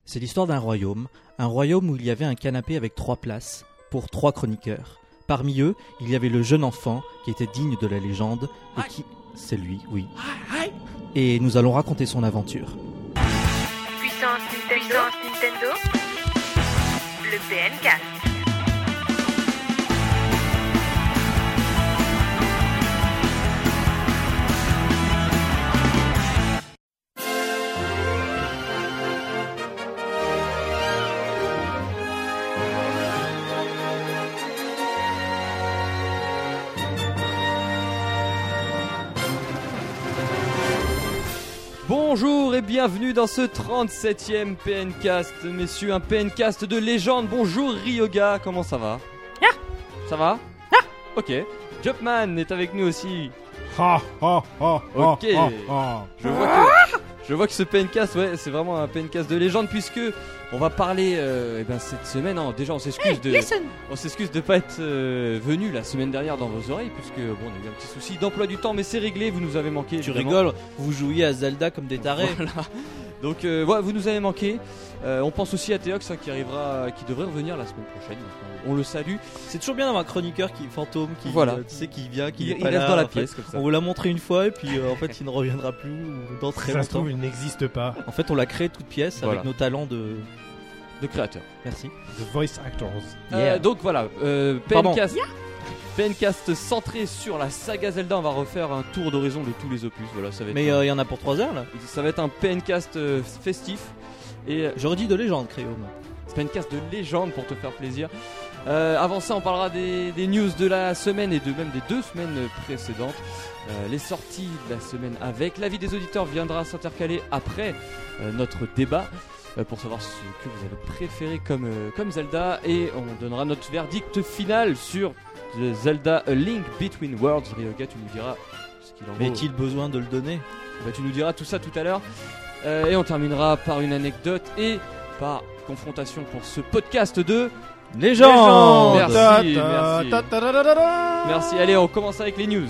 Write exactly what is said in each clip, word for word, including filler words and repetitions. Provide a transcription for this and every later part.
C'est l'histoire d'un royaume, un royaume où il y avait un canapé avec trois places, pour trois chroniqueurs. Parmi eux, il y avait le jeune enfant qui était digne de la légende et qui... C'est lui, oui. Et nous allons raconter son aventure. Puissance Nintendo, Puissance Nintendo, le P N Cast. Bonjour et bienvenue dans ce trente-septième P N Cast, messieurs, un P N Cast de légende. Bonjour Ryoga, comment ça va? Ah. Ça va? Ah. Ok. Jumpman est avec nous aussi. Ha ha ha. Ok. Ha, ha. Je vois que je vois que ce P N Cast, ouais, c'est vraiment un P N Cast de légende puisque on va parler, euh, eh ben cette semaine. Non, déjà on s'excuse Hey, de, listen. on s'excuse de pas être euh, venu la semaine dernière dans vos oreilles puisque bon, on a eu un petit souci d'emploi du temps, mais c'est réglé. Vous nous avez manqué. Tu évidemment. rigoles, vous jouiez à Zelda comme des tarés. Voilà. Donc euh, ouais, vous nous avez manqué. Euh, on pense aussi à Théox hein, qui arrivera, qui devrait revenir la semaine prochaine. Donc, on, on le salue. C'est toujours bien d'avoir un chroniqueur qui fantôme, qui Voilà. euh, tu sais, qui vient, qui Il, est il pas reste là, dans la en fait. pièce comme ça. On vous l'a montré une fois et puis euh, en fait il ne reviendra plus ou dans très Ça se longtemps. trouve, il n'existe pas. En fait on l'a créé toute pièce Voilà. avec nos talents de... De créateur. Merci. The Voice Actors. Euh, Yeah. donc voilà, euh, Pardon. P N Cast, P N Cast centré sur la saga Zelda. On va refaire un tour d'horizon de tous les opus. Voilà, ça va être. Mais il un, y en a pour trois heures là. ça va être un P N Cast euh, festif et euh, J'aurais dit de légende, Créome. P N Cast de légende pour te faire plaisir. Euh, avant ça, on parlera des, des news de la semaine et de même des deux semaines précédentes. Euh, les sorties de la semaine avec l'avis des auditeurs viendra s'intercaler après euh, notre débat euh, pour savoir ce que vous avez préféré comme, euh, comme Zelda, et on donnera notre verdict final sur The Zelda A Link Between Worlds. Ryoga, tu nous diras ce qu'il en Mais vaut. est-il besoin de le donner? Bah, tu nous diras tout ça tout à l'heure. Euh, et on terminera par une anecdote et par confrontation pour ce podcast de Légende. Merci, Ta, merci. ta, ta, ta, ta, ta, ta, ta. Merci, allez, on commence avec les news.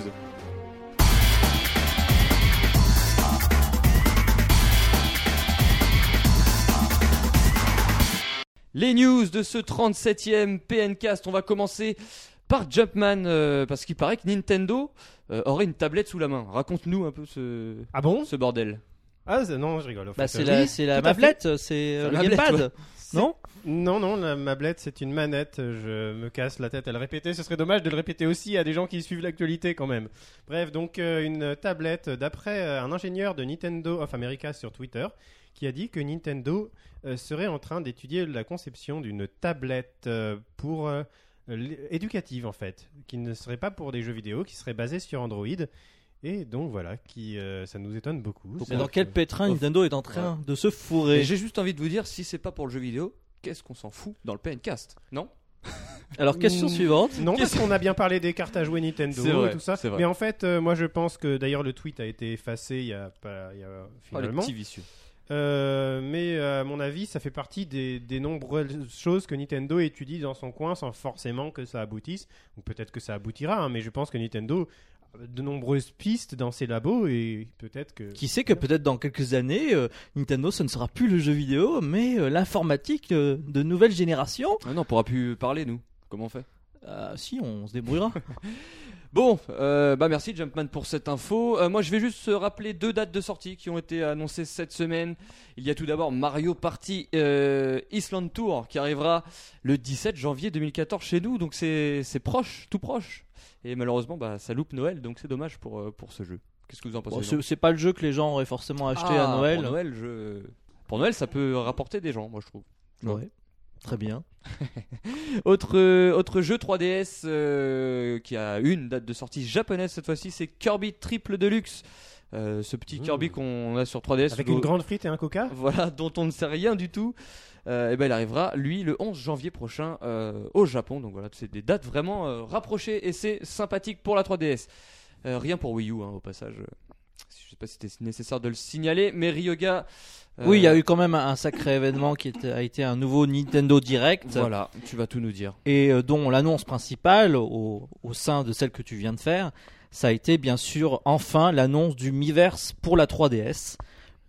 Les news de ce trente-septième P N Cast, on va commencer par Jumpman, euh, parce qu'il paraît que Nintendo euh, aurait une tablette sous la main. Raconte-nous un peu ce, Ah bon? ce bordel. Ah c'est- non, je rigole. en Bah fait. c'est Euh, la, oui, c'est la tout à fait. mablette, c'est euh, C'est le la mablette, gamepad. ouais. Non? Non, non, la mablette c'est une manette. Je me casse la tête à le répéter. Ce serait dommage de le répéter aussi à des gens qui suivent l'actualité quand même. Bref, donc euh, une tablette d'après euh, un ingénieur de Nintendo of America sur Twitter qui a dit que Nintendo euh, serait en train d'étudier la conception d'une tablette euh, pour euh, l- éducative en fait, qui ne serait pas pour des jeux vidéo, qui serait basée sur Android. Et donc voilà, qui euh, ça nous étonne beaucoup. Mais C'est- dans quel pétrin Off. Nintendo est en train de se Et fourrer? j'ai juste envie de vous dire, si c'est pas pour le jeu vidéo, qu'est-ce qu'on s'en fout dans le P N Cast, non? Alors question Mm. suivante. Non, parce qu'on a bien parlé des cartes à jouer Nintendo C'est vrai, et tout ça. c'est vrai. Mais en fait, euh, moi je pense que d'ailleurs le tweet a été effacé il y a pas, il y a, Oh, les finalement. petits vicieux. Euh, mais euh, à mon avis, ça fait partie des, des nombreuses choses que Nintendo étudie dans son coin sans forcément que ça aboutisse. Ou peut-être que ça aboutira, hein, mais je pense que Nintendo a de nombreuses pistes dans ses labos et peut-être que. Qui sait que peut-être dans quelques années, euh, Nintendo ce ne sera plus le jeu vidéo, mais euh, l'informatique euh, de nouvelle génération. Ah non, on pourra plus parler, nous. Comment on fait? Ah, si, on se débrouillera. Bon, euh, bah merci Jumpman pour cette info. Euh, moi je vais juste euh, rappeler deux dates de sortie qui ont été annoncées cette semaine. Il y a tout d'abord Mario Party euh, Island Tour qui arrivera le dix-sept janvier deux mille quatorze chez nous, donc c'est c'est proche, tout proche. Et malheureusement bah, ça loupe Noël, donc c'est dommage pour, euh, pour ce jeu. Qu'est-ce que vous en pensez? Bon, les c'est, gens c'est pas le jeu que les gens auraient forcément acheté Ah, à Noël. Pour Noël, je... pour Noël ça peut rapporter des gens, moi je trouve. Ouais. Très bien. Autre, euh, autre jeu trois D S euh, qui a une date de sortie japonaise cette fois-ci, c'est Kirby Triple Deluxe. Euh, ce petit Mmh. Kirby qu'on a sur trois D S. Avec dont- une grande frite et un coca. Voilà, dont on ne sait rien du tout. Euh, et ben il arrivera, lui, le onze janvier prochain euh, au Japon. Donc voilà, c'est des dates vraiment euh, rapprochées et c'est sympathique pour la trois D S. Euh, rien pour Wii U, hein, au passage. Je sais pas si c'était nécessaire de le signaler, mais Ryoga. euh, Oui, il y a eu quand même un sacré événement qui était- a été un nouveau Nintendo Direct. Voilà, tu vas tout nous dire. Et euh, dont l'annonce principale au, au sein de celle que tu viens de faire, ça a été bien sûr enfin l'annonce du Miiverse pour la trois D S.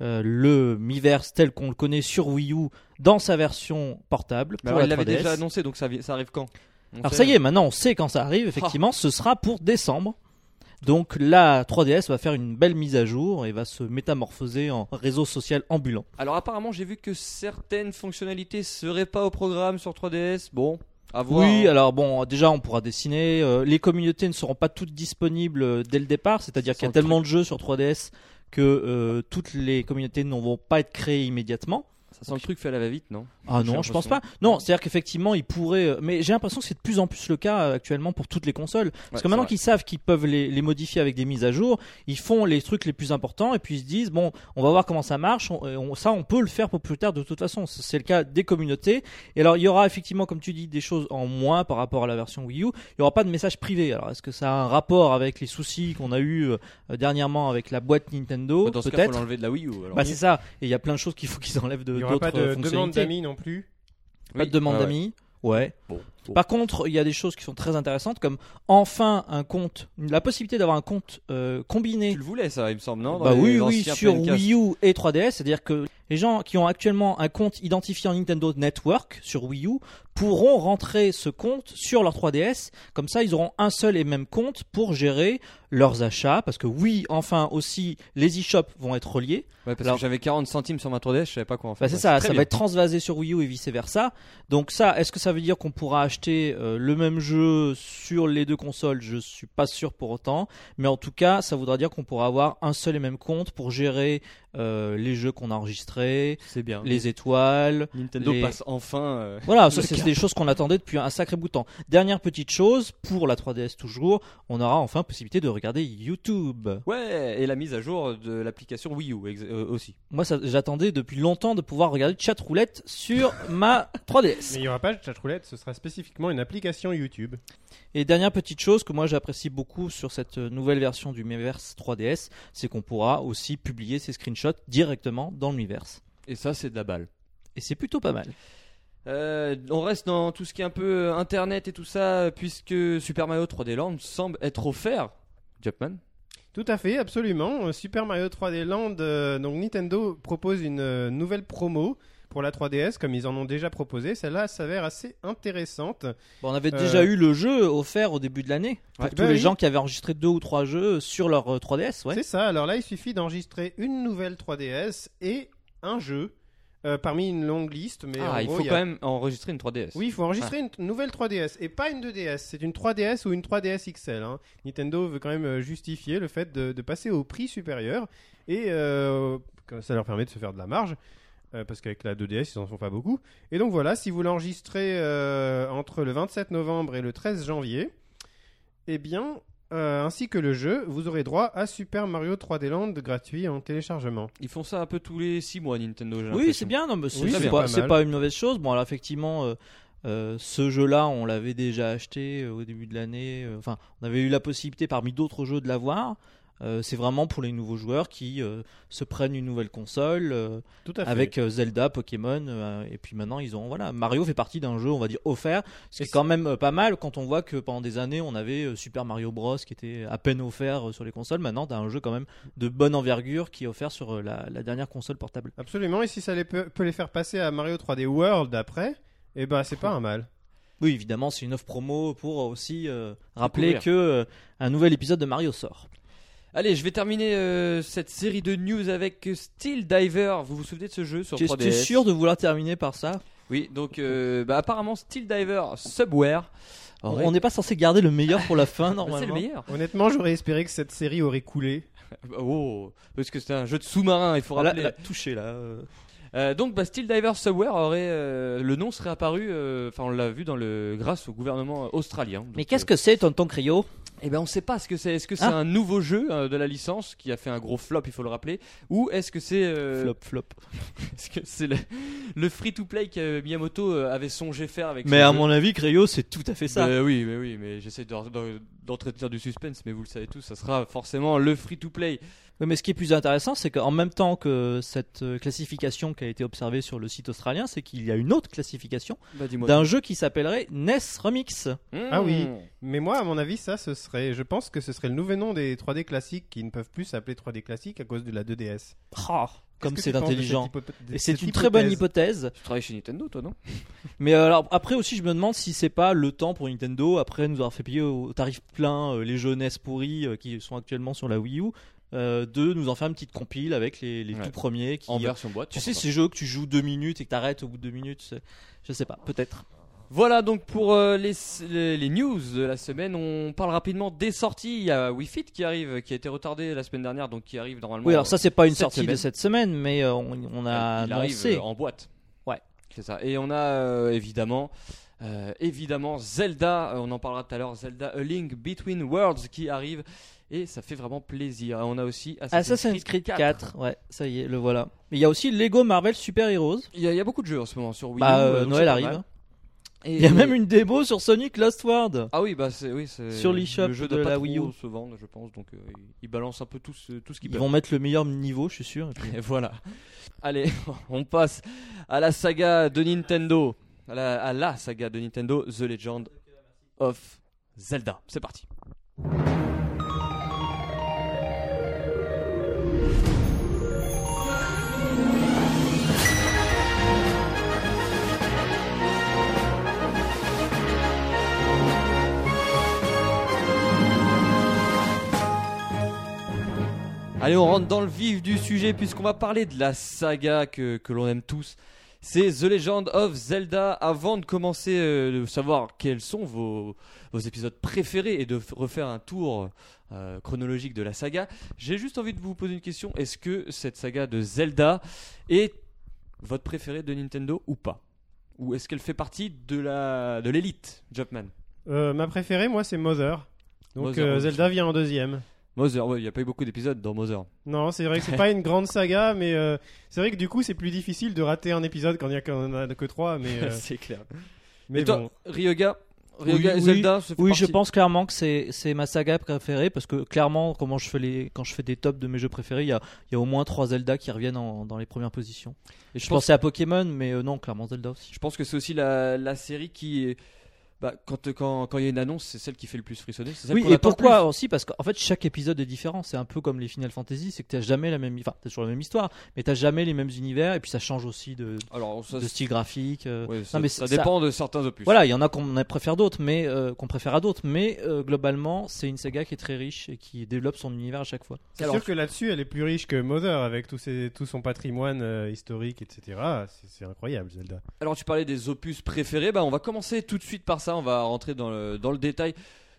euh, le Miiverse tel qu'on le connaît sur Wii U dans sa version portable pour Alors, la il l'avait trois D S. déjà annoncé, donc ça, vi- ça arrive quand On Alors sait. ça y est, maintenant on sait quand ça arrive, effectivement, ce sera pour décembre. Donc la trois D S va faire une belle mise à jour et va se métamorphoser en réseau social ambulant. Alors apparemment, j'ai vu que certaines fonctionnalités seraient pas au programme sur trois D S. Bon, à voir. Oui, hein. alors bon, déjà on pourra dessiner. euh, les communautés ne seront pas toutes disponibles euh, dès le départ, c'est-à-dire Ça qu'il y a sent le tellement de jeux sur trois D S que euh, toutes les communautés ne vont pas être créées immédiatement. Ça sent le truc fait à la va-vite, non Ah J'ai non, je pense l'impression. pas. Non, c'est-à-dire qu'effectivement, ils pourraient. euh, Mais j'ai l'impression que c'est de plus en plus le cas euh, actuellement pour toutes les consoles. Parce Ouais, que maintenant c'est qu'ils savent qu'ils peuvent les, les modifier avec des mises à jour, ils font les trucs les plus importants et puis ils se disent bon, on va voir comment ça marche. On, on- ça, on peut le faire pour plus tard de toute façon. C'est c'est le cas des communautés. Et alors, il y aura effectivement, comme tu dis, des choses en moins par rapport à la version Wii U. Il y aura pas de message privé. Alors, est-ce que ça a un rapport avec les soucis qu'on a eu euh, dernièrement avec la boîte Nintendo? Dans ce cas, faut Peut-être. l'enlever de la Wii U. Alors. Bah c'est ça. Et il y a plein de choses qu'il faut qu'ils enlèvent de Il n'y aura d'autres pas de demande fonctionnalités. d'amis non plus. Pas de demande Ouais, ouais. d'amis. Ouais. Bon, bon. Par contre, il y a des choses qui sont très intéressantes, comme enfin un compte, la possibilité d'avoir un compte euh, combiné. Tu le voulais, ça, il me semble, non dans Bah les oui, oui, anciens sur P N K. Wii U et trois D S, c'est-à-dire que les gens qui ont actuellement un compte identifié en Nintendo Network sur Wii U pourront rentrer ce compte sur leur trois D S. Comme ça, ils auront un seul et même compte pour gérer leurs achats. Parce que oui, enfin aussi, les e-shops vont être reliés. Ouais, parce Alors- que j'avais quarante centimes sur ma trois D S, je savais pas quoi en faire. Bah c'est Ouais, ça, très ça bien. va être transvasé sur Wii U et vice versa. Donc ça, est-ce que ça veut dire qu'on pourra acheter euh, le même jeu sur les deux consoles? Je suis pas sûr pour autant, mais en tout cas, ça voudra dire qu'on pourra avoir un seul et même compte pour gérer euh, les jeux qu'on a enregistrés, C'est bien. les étoiles. Nintendo les- passe enfin. euh, Voilà, ça Le c'est cap. des choses qu'on attendait depuis un sacré bout de temps. Dernière petite chose, pour la trois D S toujours, on aura enfin possibilité de regarder YouTube. Ouais, et la mise à jour de l'application Wii U ex- euh, aussi. Moi, ça- j'attendais depuis longtemps de pouvoir regarder Chatroulette sur ma trois D S. Mais il n'y aura pas de chatroulette, ce sera spécifiquement une application YouTube. Et dernière petite chose que moi j'apprécie beaucoup sur cette nouvelle version du Miiverse trois D S, c'est qu'on pourra aussi publier ces screenshots directement dans le Miiverse. Et ça, c'est de la balle. Et c'est plutôt pas mal. Euh, on reste dans tout ce qui est un peu euh, internet et tout ça, puisque Super Mario trois D Land semble être offert. Jumpman. Tout à fait, absolument. Euh, Super Mario trois D Land, euh, donc Nintendo propose une euh, nouvelle promo pour la trois D S, comme ils en ont déjà proposé. Celle-là s'avère assez intéressante. Bon, on avait Euh, déjà eu le jeu offert au début de l'année pour Ouais. tous Bah les oui. gens qui avaient enregistré deux ou trois jeux sur leur euh, trois D S. Ouais. C'est ça, alors là, il suffit d'enregistrer une nouvelle trois D S et un jeu euh, parmi une longue liste. Mais en Ah, il gros, faut il y quand a- même enregistrer une trois D S. Oui, il faut enregistrer une t- nouvelle trois D S et pas une deux D S. C'est une trois D S ou une trois D S X L. hein. Nintendo veut quand même euh, justifier le fait de, de passer au prix supérieur et euh, que ça leur permet de se faire de la marge. euh, parce qu'avec la deux D S, ils en font pas beaucoup. Et donc voilà, si vous l'enregistrez euh, entre le vingt-sept novembre et le treize janvier, eh bien, euh, ainsi que le jeu, vous aurez droit à Super Mario trois D Land gratuit en téléchargement. Ils font ça un peu tous les six mois, Nintendo. j'ai Oui, l'impression. c'est bien. Non, mais c'est Oui, c'est c'est pas, pas c'est mal. pas une mauvaise chose. Bon, alors effectivement, euh, euh, ce jeu-là, on l'avait déjà acheté euh, au début de l'année. euh, Enfin, on avait eu la possibilité parmi d'autres jeux de l'avoir. Euh, c'est vraiment pour les nouveaux joueurs qui euh, se prennent une nouvelle console euh, Tout à fait. avec euh, Zelda, Pokémon, euh, et puis maintenant ils ont voilà Mario fait partie d'un jeu on va dire offert, ce qui Et est quand même euh, pas mal quand on voit que pendant des années on avait euh, Super Mario Bros qui était à peine offert euh, sur les consoles. Maintenant t'as un jeu quand même de bonne envergure qui est offert sur euh, la, la dernière console portable. Absolument, et si ça les peut, peut les faire passer à Mario trois D World après, eh ben c'est pas un mal. Oui évidemment c'est une offre promo pour aussi euh, rappeler Découvrir. que euh, un nouvel épisode de Mario sort. Allez, je vais terminer euh, cette série de news avec euh, Steel Diver. Vous vous souvenez de ce jeu sur Tu es trois D tu es S? sûr de vouloir terminer par ça? Oui, donc euh, bah, apparemment Steel Diver Subware. aurait- On n'est pas censé garder le meilleur pour la fin Bah, normalement. c'est le meilleur. Honnêtement, j'aurais espéré que cette série aurait coulé. Oh, parce que c'est un jeu de sous-marin, il faut Voilà, rappeler. là, touché là. euh. Euh, donc, bah, Steel Diver Subware aurait euh, le nom serait apparu. euh, Enfin, on l'a vu dans le grâce au gouvernement australien. Mais qu'est-ce que c'est Tonton Cryo? Eh ben, on sait pas ce que c'est. Est-ce que c'est Ah. un nouveau jeu euh, de la licence qui a fait un gros flop, il faut le rappeler, ou est-ce que c'est euh, Flop flop. est-ce que c'est le, le free-to-play que Miyamoto euh, avait songé faire avec Mais ce à jeu. mon avis, Cryo, c'est tout à fait ça. Bah oui, mais oui, mais j'essaie d'en- d'en- d'entretenir du suspense, mais vous le savez tous, ça sera forcément le free-to-play. Oui, mais ce qui est plus intéressant, c'est qu'en même temps que cette euh, classification qui a été observée sur le site australien, c'est qu'il y a une autre classification Bah dis-moi. d'un jeu qui s'appellerait N E S Remix. Mmh. Ah oui. Mais moi, à mon avis, ça, ce serait, je pense que ce serait le nouveau nom des trois D classiques qui ne peuvent plus s'appeler trois D classiques à cause de la deux D S. Ah, comme Qu'est-ce que c'est tu penses de intelligent. cette hypo- de Et c'est cette une très bonne hypothèse hypothèse. Tu travailles chez Nintendo, toi, non? Mais euh, alors après aussi, je me demande si c'est pas le temps pour Nintendo après nous avoir fait payer au tarif plein euh, les jeux N E S pourris euh, qui sont actuellement sur la Wii U, euh, de nous en faire une petite compile avec les, les Ouais. tout premiers qui. En version boîte. Tu sais, pourquoi ces jeux que tu joues deux minutes et que t'arrêtes au bout de deux minutes, c'est- je sais pas, peut-être. Voilà donc pour euh, les, les, les news de la semaine. On parle rapidement des sorties. Il y a Wii Fit qui arrive, qui a été retardé la semaine dernière, donc qui arrive normalement. Oui, alors ça c'est pas une cette sortie semaine. de cette semaine, mais euh, on, on a il arrive annoncé. euh, en boîte. Ouais. C'est ça. Et on a euh, évidemment, euh, évidemment Zelda. euh, on en parlera tout à l'heure. Zelda A Link Between Worlds qui arrive et ça fait vraiment plaisir. Et on a aussi Assassin's Creed quatre, ouais, ça y est, le voilà. Mais il y a aussi Lego Marvel Super Heroes. Il y, a, il y a beaucoup de jeux en ce moment sur Wii U. Bah, euh, euh, donc Noël c'est pas arrive. mal. Et Il y a euh, même une démo sur Sonic Lost World. Ah oui, bah c'est oui, c'est Sur l'eShop le jeu de doit pas la trop Wii U. se vendre, je pense. Donc euh, ils balancent un peu tout ce, tout ce qu'ils Ils peuvent. vont mettre le meilleur niveau, je suis sûr. Et puis- Et voilà. Allez, on passe à la saga de Nintendo. À la, à la saga de Nintendo, The Legend of Zelda. C'est parti. Allez, on rentre dans le vif du sujet puisqu'on va parler de la saga que, que l'on aime tous. C'est The Legend of Zelda. Avant de commencer euh, de savoir quels sont vos, vos épisodes préférés et de f- refaire un tour euh, chronologique de la saga, j'ai juste envie de vous poser une question. Est-ce que cette saga de Zelda est votre préférée de Nintendo ou pas? Ou est-ce qu'elle fait partie de la de l'élite, Jumpman? Euh, ma préférée, moi, c'est Mother. Donc Mother, euh, oui. Zelda vient en deuxième. Mother, ouais, il n'y a pas eu beaucoup d'épisodes dans Mother. Non, c'est vrai que c'est pas une grande saga, mais euh, c'est vrai que du coup, c'est plus difficile de rater un épisode quand il y a qu'en a que trois. Mais, euh, C'est clair. mais Et toi, bon. Ryoga, Ryoga Oui, et oui. Zelda, ça fait Oui, je partie- pense clairement que c'est c'est ma saga préférée parce que clairement, comment je fais les quand je fais des tops de mes jeux préférés, il y a, il y a au moins trois Zelda qui reviennent en- dans les premières positions. Et je Je pense, pensais à Pokémon, mais euh, non, clairement Zelda aussi. je pense que c'est aussi la, la série qui est. Bah, quand quand quand il y a une annonce, c'est celle qui fait le plus frissonner. C'est celle Oui, qu'on et attend le pourquoi aussi? Parce qu'en fait, chaque épisode est différent. C'est un peu comme les Final Fantasy, c'est que t'as jamais la même, enfin, t'as toujours la même histoire, mais t'as jamais les mêmes univers, et puis ça change aussi de, plus. Alors, ça, de style graphique. euh. ouais, ça, mais ça ça- dépend de certains opus. Voilà, il y en a qu'on préfère d'autres, mais euh, qu'on préfère à d'autres, mais euh, globalement, c'est une saga qui est très riche et qui développe son univers à chaque fois. C'est Alors, sûr que là-dessus, elle est plus riche que Mother avec tout, ses, tout son patrimoine euh, historique, et cetera. C'est, c'est incroyable, Zelda. Alors, tu parlais des opus préférés. Bah, on va commencer tout de suite par ça. On va rentrer dans le dans le détail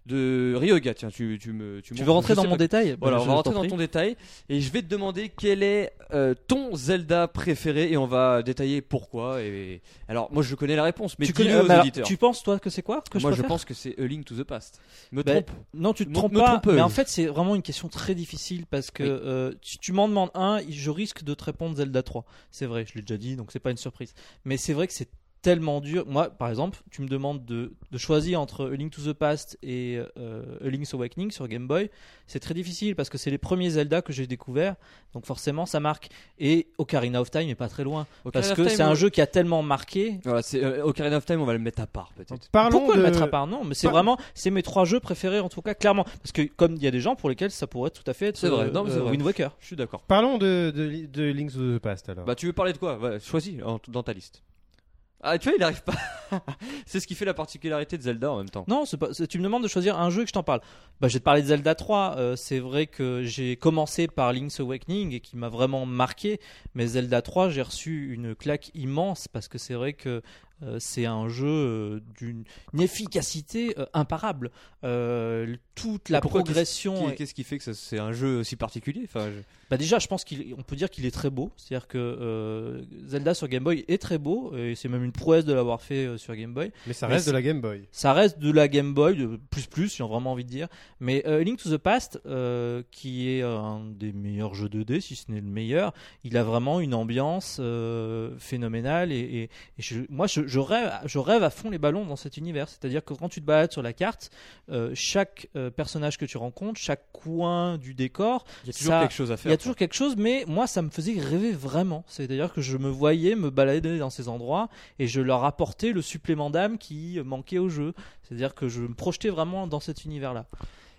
de Ryoga. Tiens, tu tu me Tu montres- veux rentrer je dans sais mon pas- détail? Voilà, Bah, on je va rentrer t'en dans prie. ton détail et je vais te demander quel est euh, ton Zelda préféré et on va détailler pourquoi. Et alors, moi, je connais la réponse, mais Tu, dis-le connais- aux mais alors, auditeurs. tu penses toi que c'est quoi que je Moi, je préfère pense que c'est A Link to the Past. Me Bah, trompe. Non, tu te Me- trompes me pas. trompe, mais oui. en fait, c'est vraiment une question très difficile parce que Oui. euh, si tu m'en demandes un, je risque de te répondre Zelda trois. C'est vrai, je l'ai déjà dit, donc c'est pas une surprise. Mais c'est vrai que c'est tellement dur. Moi, par exemple, tu me demandes de, de choisir entre A Link to the Past et euh, A Link's Awakening sur Game Boy. C'est très difficile parce que c'est les premiers Zelda que j'ai découverts, donc forcément ça marque. Et Ocarina of Time est pas très loin Ocarina parce of que Time, c'est un on- jeu qui a tellement marqué. Voilà, c'est euh, Ocarina of Time, on va le mettre à part peut-être. Parlons Pourquoi de... le mettre à part? Non, mais c'est Par- vraiment, c'est mes trois jeux préférés en tout cas, clairement. Parce que comme il y a des gens pour lesquels ça pourrait tout à fait être C'est vrai, euh, non, mais c'est euh, vrai. Wind Waker. Je suis d'accord. Parlons de, de, de Link's to the Past alors. Bah, tu veux parler de quoi? Ouais, choisis en- dans ta liste. Ah, tu vois, il arrive pas. C'est ce qui fait la particularité de Zelda en même temps. Non, c'est pas, c'est- tu me demandes de choisir un jeu que je t'en parle. Bah, je vais te parler de Zelda trois. Euh, c'est vrai que j'ai commencé par Link's Awakening et qui m'a vraiment marqué. Mais Zelda trois, j'ai reçu une claque immense parce que c'est vrai que euh, c'est un jeu euh, d'une une efficacité euh, imparable. Euh, toute la Pourquoi, progression. Qui- est- Qu'est-ce qui fait que ça- c'est un jeu aussi particulier? Enfin, je- Bah déjà, je pense qu'on peut dire qu'il est très beau. C'est-à-dire que euh, Zelda sur Game Boy est très beau et c'est même une prouesse de l'avoir fait euh, sur Game Boy. Mais ça mais reste c'est- de la Game Boy. Ça reste de la Game Boy, de plus plus, j'ai vraiment envie de dire. Mais euh, Link to the Past, euh, qui est un des meilleurs jeux deux D, si ce n'est le meilleur, il a vraiment une ambiance euh, phénoménale. Et, et- et je- moi, je, je rêve, je rêve à fond les ballons dans cet univers. C'est-à-dire que quand tu te balades sur la carte, euh, chaque euh, personnage que tu rencontres, chaque coin du décor, il y a toujours ça- quelque chose à il faire. y a toujours quelque chose, mais moi, ça me faisait rêver vraiment. C'est-à-dire que je me voyais me balader dans ces endroits et je leur apportais le supplément d'âme qui manquait au jeu. C'est-à-dire que je me projetais vraiment dans cet univers-là.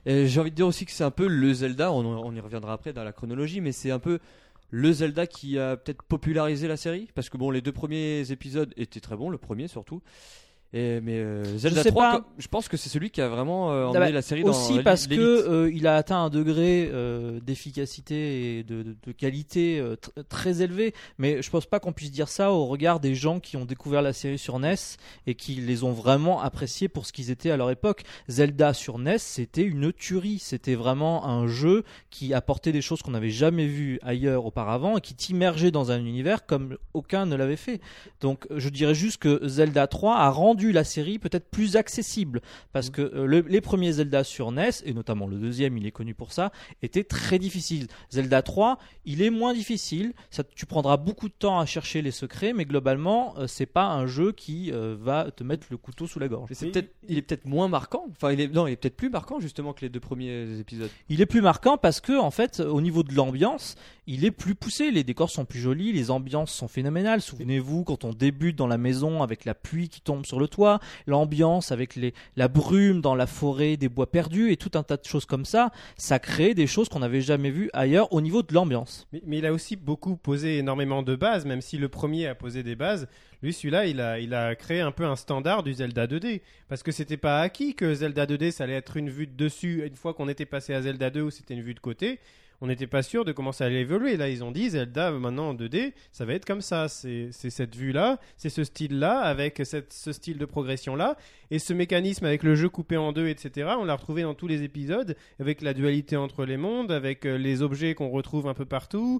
Et j'ai envie de dire aussi que c'est un peu le Zelda, on, on y reviendra après dans la chronologie, mais c'est un peu le Zelda qui a peut-être popularisé la série, parce que bon, les deux premiers épisodes étaient très bons, le premier surtout. Et, mais euh, Zelda sais trois, pas. co- je pense que c'est celui qui a vraiment euh, Ah emmené bah, la série dans aussi la- parce l'élite. que euh, il a atteint un degré euh, d'efficacité et de, de- de qualité euh, tr- très élevé, mais je pense pas qu'on puisse dire ça au regard des gens qui ont découvert la série sur N E S et qui les ont vraiment appréciés pour ce qu'ils étaient à leur époque. Zelda sur N E S, c'était une tuerie, c'était vraiment un jeu qui apportait des choses qu'on n'avait jamais vues ailleurs auparavant et qui t'immergeait dans un univers comme aucun ne l'avait fait. Donc je dirais juste que Zelda trois a rendu la série peut-être plus accessible parce que euh, le- les premiers Zelda sur N E S, et notamment le deuxième, il est connu pour ça, étaient très difficiles. Zelda trois, il est moins difficile, ça, tu prendras beaucoup de temps à chercher les secrets, mais globalement, euh, c'est pas un jeu qui euh, va te mettre le couteau sous la gorge. Mais c'est Mais- peut-être, il est peut-être moins marquant. Enfin, il est non, il est peut-être plus marquant justement que les deux premiers épisodes. Il est plus marquant parce que, en fait, au niveau de l'ambiance, il est plus poussé. Les décors sont plus jolis, les ambiances sont phénoménales. Souvenez-vous, quand on débute dans la maison avec la pluie qui tombe sur le toit, l'ambiance avec les, la brume dans la forêt des bois perdus et tout un tas de choses comme ça, ça crée des choses qu'on n'avait jamais vues ailleurs au niveau de l'ambiance. Mais, mais il a aussi beaucoup posé énormément de bases, même si le premier a posé des bases. Lui, celui-là, il a, il a créé un peu un standard du Zelda deux D. Parce que c'était pas acquis que Zelda deux D, ça allait être une vue de dessus. Une fois qu'on était passé à Zelda deux où c'était une vue de côté, on n'était pas sûr de comment ça allait évoluer. Là, ils ont dit Zelda, maintenant en deux D, ça va être comme ça. C'est, c'est cette vue-là, c'est ce style-là, avec cette, ce style de progression-là. Et ce mécanisme avec le jeu coupé en deux, et cetera, on l'a retrouvé dans tous les épisodes, avec la dualité entre les mondes, avec euh, les objets qu'on retrouve un peu partout.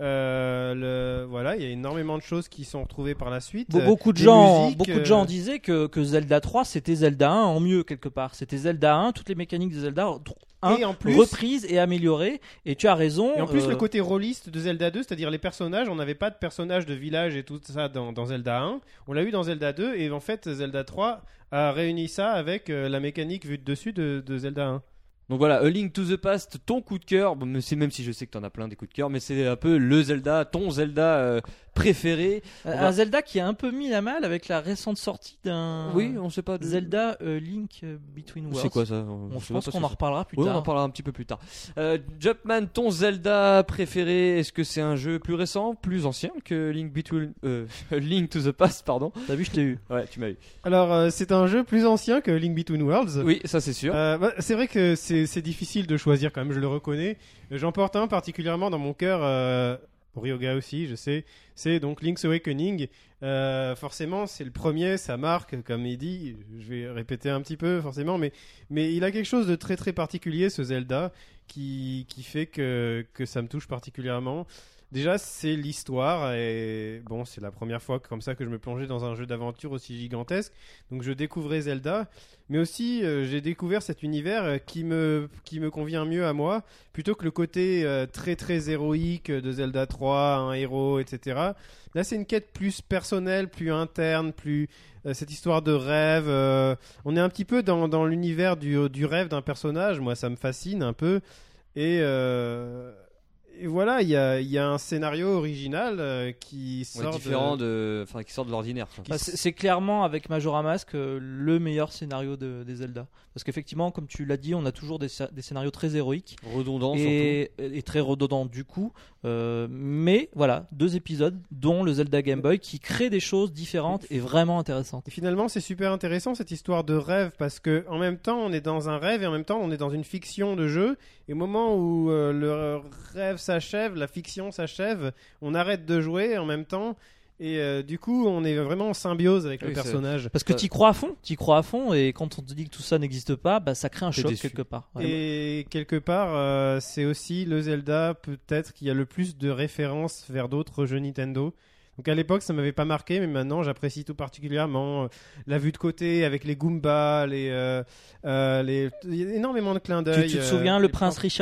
Euh, le, voilà, il y a énormément de choses qui sont retrouvées par la suite. Be- beaucoup de Des gens, musiques, beaucoup de euh, gens disaient que, que Zelda trois c'était Zelda un en mieux quelque part. C'était Zelda un, toutes les mécaniques de Zelda un Et en plus- reprises et améliorées. Et tu as raison. Et en plus, euh, le côté rôliste de Zelda deux, c'est-à-dire les personnages, on n'avait pas de personnages de village et tout ça dans, dans Zelda un. On l'a eu dans Zelda deux, et en fait, Zelda trois a réuni ça avec euh, la mécanique vue de dessus de, de Zelda un. Donc voilà, A Link to the Past, ton coup de cœur. Bon, mais c'est même si je sais que t'en as plein des coups de cœur, mais c'est un peu le Zelda, ton Zelda euh, préféré. un on va- Zelda qui a un peu mis la malle avec la récente sortie d'un Oui, on sait pas. de- Zelda euh, Link euh, Between Worlds. C'est quoi ça On, Je je sais pense pas qu'on ce en que reparlera plus c'est. Oui, on tard. en parlera un petit peu plus tard. Euh, Jumpman, ton Zelda préféré, est-ce que c'est un jeu plus récent, plus ancien que Link Between, euh, Link to the Past, pardon. T'as vu, je t'ai eu. Ouais, tu m'as eu. Alors, euh, c'est un jeu plus ancien que Link Between Worlds. Oui, ça c'est sûr. Euh, bah, c'est vrai que c'est, c'est difficile de choisir quand même, je le reconnais. J'en porte un particulièrement dans mon cœur, euh, pour Ryoga aussi, je sais. C'est donc Link's Awakening. Euh, forcément, c'est le premier, ça marque, comme il dit. Je vais répéter un petit peu, forcément, mais, mais il a quelque chose de très très particulier, ce Zelda, qui, qui fait que, que ça me touche particulièrement. Déjà, c'est l'histoire, et bon, c'est la première fois que, comme ça que je me plongeais dans un jeu d'aventure aussi gigantesque. Donc, je découvrais Zelda, mais aussi euh, j'ai découvert cet univers euh, qui me, qui me convient mieux à moi, plutôt que le côté euh, très très héroïque de Zelda trois, un héros, et cetera. Là, c'est une quête plus personnelle, plus interne, plus euh, cette histoire de rêve. euh, on est un petit peu dans, dans l'univers du, du rêve d'un personnage. Moi, ça me fascine un peu, et euh, Et voilà, il y a, il y a un scénario original euh, qui Ouais, sort différent de... de, enfin, qui sort de l'ordinaire. quoi. Bah, c'est c'est clairement avec Majora Mask euh, le meilleur scénario de, des Zelda. Parce qu'effectivement, comme tu l'as dit, on a toujours des, sc- des scénarios très héroïques Redondant surtout. et, et très redondants du coup. Euh, mais voilà, deux épisodes, dont le Zelda Game Boy, qui crée des choses différentes et vraiment intéressantes. Et finalement, c'est super intéressant cette histoire de rêve parce que en même temps, on est dans un rêve et en même temps, on est dans une fiction de jeu. Et au moment où euh, le rêve s'achève, la fiction s'achève, on arrête de jouer en même temps. Et euh, du coup, on est vraiment en symbiose avec Oui, le c'est- personnage. Parce que Euh, tu crois à fond, tu crois à fond, et quand on te dit que tout ça n'existe pas, bah, ça crée un T'es choc déçu. quelque part. Ouais. Et quelque part, euh, c'est aussi le Zelda peut-être qui a le plus de références vers d'autres jeux Nintendo. Donc à l'époque, ça m'avait pas marqué, mais maintenant, j'apprécie tout particulièrement euh, la vue de côté avec les Goombas, les, euh, euh, les... il y a énormément de clins Tu, d'œil. tu te euh, souviens, le les prince plans- Richard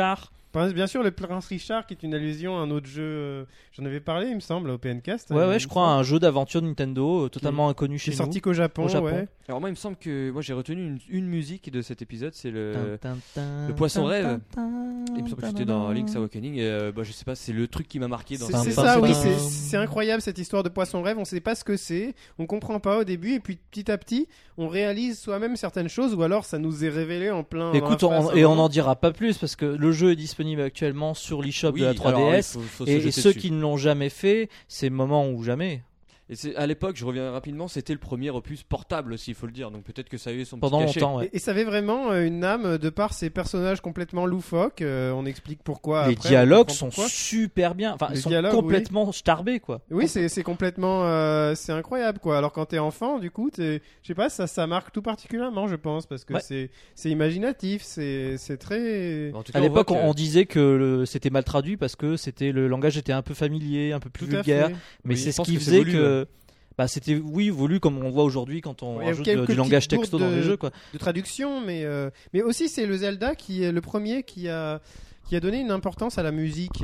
Bien sûr, le Prince Richard, qui est une allusion à un autre jeu, euh, j'en avais parlé, il me semble, au P N Cast. Ouais, euh, ouais, je crois un jeu d'aventure Nintendo euh, totalement inconnu qui chez est nous. sorti qu'au Japon, Au Japon. ouais. Alors moi il me semble que moi j'ai retenu une, une musique de cet épisode, c'est le Tin, tin, tin, le poisson tin, rêve. tin, tin, il me semble que tin, c'était tin, dans tin. Link's Awakening et euh, bah, je sais pas, c'est le truc qui m'a marqué dans C'est Tin, c'est tin, ça, tin, oui, tin. c'est c'est incroyable cette histoire de poisson rêve. On sait pas ce que c'est, on comprend pas au début, et puis petit à petit, on réalise soi-même certaines choses, ou alors ça nous est révélé en plein. Écoute, dans la on- face, et un on moment. n'en dira pas plus parce que le jeu est disponible actuellement sur l'eShop Oui, de la trois D alors, S. il faut- faut se Et, et jeter ceux dessus. qui ne l'ont jamais fait, c'est moment ou jamais. Et c'est à l'époque, je reviens rapidement, c'était le premier opus portable aussi, il faut le dire. Donc peut-être que ça a eu son Pendant petit cachet. longtemps, ouais. Et, et ça avait vraiment euh, une âme de par ces personnages complètement loufoques. euh, on explique pourquoi. Les après, on dialogues comprend sont pourquoi. super bien. Enfin, Les ils sont dialogues, complètement starbés, quoi. Oui, c'est c'est complètement, euh, c'est incroyable quoi. Alors quand t'es enfant, du coup, t'es- je sais pas, ça ça marque tout particulièrement, je pense, parce que Ouais. c'est c'est imaginatif, c'est c'est très. En tout cas, À on l'époque, voit on, que- on disait que le- c'était mal traduit parce que c'était le langage était un peu familier, un peu plus Tout à vulgaire. fait. Mais Oui, c'est je ce pense qui que c'est faisait voulu, que. Bah, c'était oui voulu comme on voit aujourd'hui quand on Il y a rajoute quelques de- du petites langage texto bourdes dans les de- jeux, quoi. De traduction, mais euh, mais aussi c'est le Zelda qui est le premier qui a qui a donné une importance à la musique.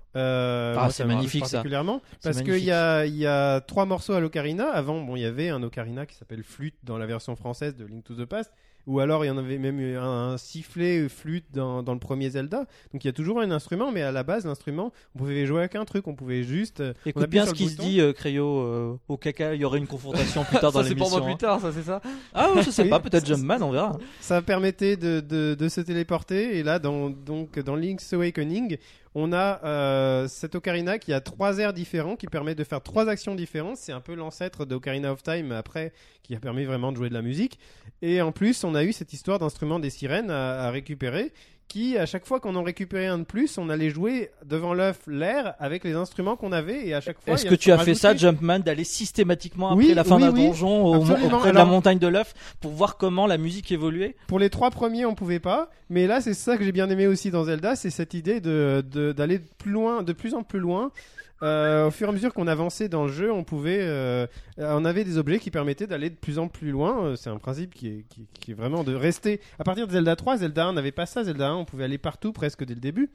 Euh, Ah, moi, c'est ça me magnifique, touche ça. particulièrement C'est parce qu'il y a il y a trois morceaux à l'ocarina. Avant, bon, il y avait un ocarina qui s'appelle flûte dans la version française de Link to the Past, ou alors il y en avait même eu un, un sifflet euh, flûte dans, dans le premier Zelda. Donc il y a toujours un instrument, mais à la base l'instrument, on pouvait jouer avec un truc, on pouvait juste. euh, on Écoute appuie bien sur ce le qui se bouton. dit, euh, Cryo, euh, au caca, il y aurait une confrontation plus tard dans ça c'est pour l'émission. moi plus tard, ça c'est ça. hein. Ah, ouais, je sais Oui, pas, peut-être ça, Jumpman, on verra. Ça permettait de, de, de se téléporter, et là dans, donc, dans Link's Awakening on a euh, cet ocarina qui a trois airs différents qui permet de faire trois actions différentes. C'est un peu l'ancêtre d'Ocarina of Time après, qui a permis vraiment de jouer de la musique. Et en plus on a eu cette histoire d'instrument des sirènes à, à récupérer, qui à chaque fois qu'on en récupérait un de plus, on allait jouer devant l'œuf l'air avec les instruments qu'on avait, et à chaque fois Est-ce il y que a tu as fait rajouté- ça, Jumpman, d'aller systématiquement après Oui, la fin oui, d'un oui, donjon au, absolument. auprès de la Alors- montagne de l'œuf pour voir comment la musique évoluait? Pour les trois premiers, on pouvait pas, mais là, c'est ça que j'ai bien aimé aussi dans Zelda, c'est cette idée de de- d'aller plus loin, de plus en plus loin. Euh, au fur et à mesure qu'on avançait dans le jeu, on pouvait, euh, on avait des objets qui permettaient d'aller de plus en plus loin. Euh, C'est un principe qui est, qui, qui est vraiment de rester. À partir de Zelda trois, Zelda un n'avait pas ça. Zelda un, on pouvait aller partout presque dès le début.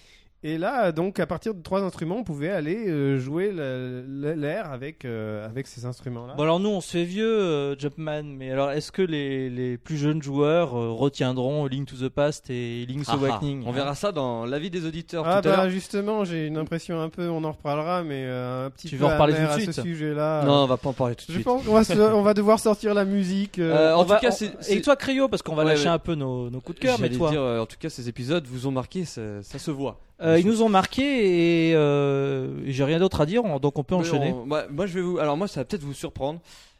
Et là, donc, à partir de trois instruments, on pouvait aller euh, jouer le- le- l'air avec euh, avec ces instruments-là. Bon alors nous on se fait vieux, euh, Jumpman, mais alors est-ce que les, les plus jeunes joueurs euh, retiendront Link to the Past et Link's Ah, ah. Awakening? On verra ça dans l'avis des auditeurs Ah tout à bah l'heure. justement, j'ai une impression un peu, on en reparlera, mais euh, un petit Tu peu veux en reparler amer tout de à ce suite sujet-là. Non, on va pas en parler tout de Je suite. pense qu'on va, se- on va devoir sortir la musique. euh, Euh, en On tout va- cas, on- c'est- Et c'est- toi Cryo, parce qu'on va Ouais, lâcher ouais. un peu nos, nos coups de cœur, mais J'allais toi dire, euh, en tout cas, ces épisodes vous ont marqué, ça, ça se voit. Euh, ils nous ont marqué et euh, j'ai rien d'autre à dire, on- donc on peut Mais enchaîner. on- moi, moi, je vais vous. Alors moi, ça va peut-être vous surprendre.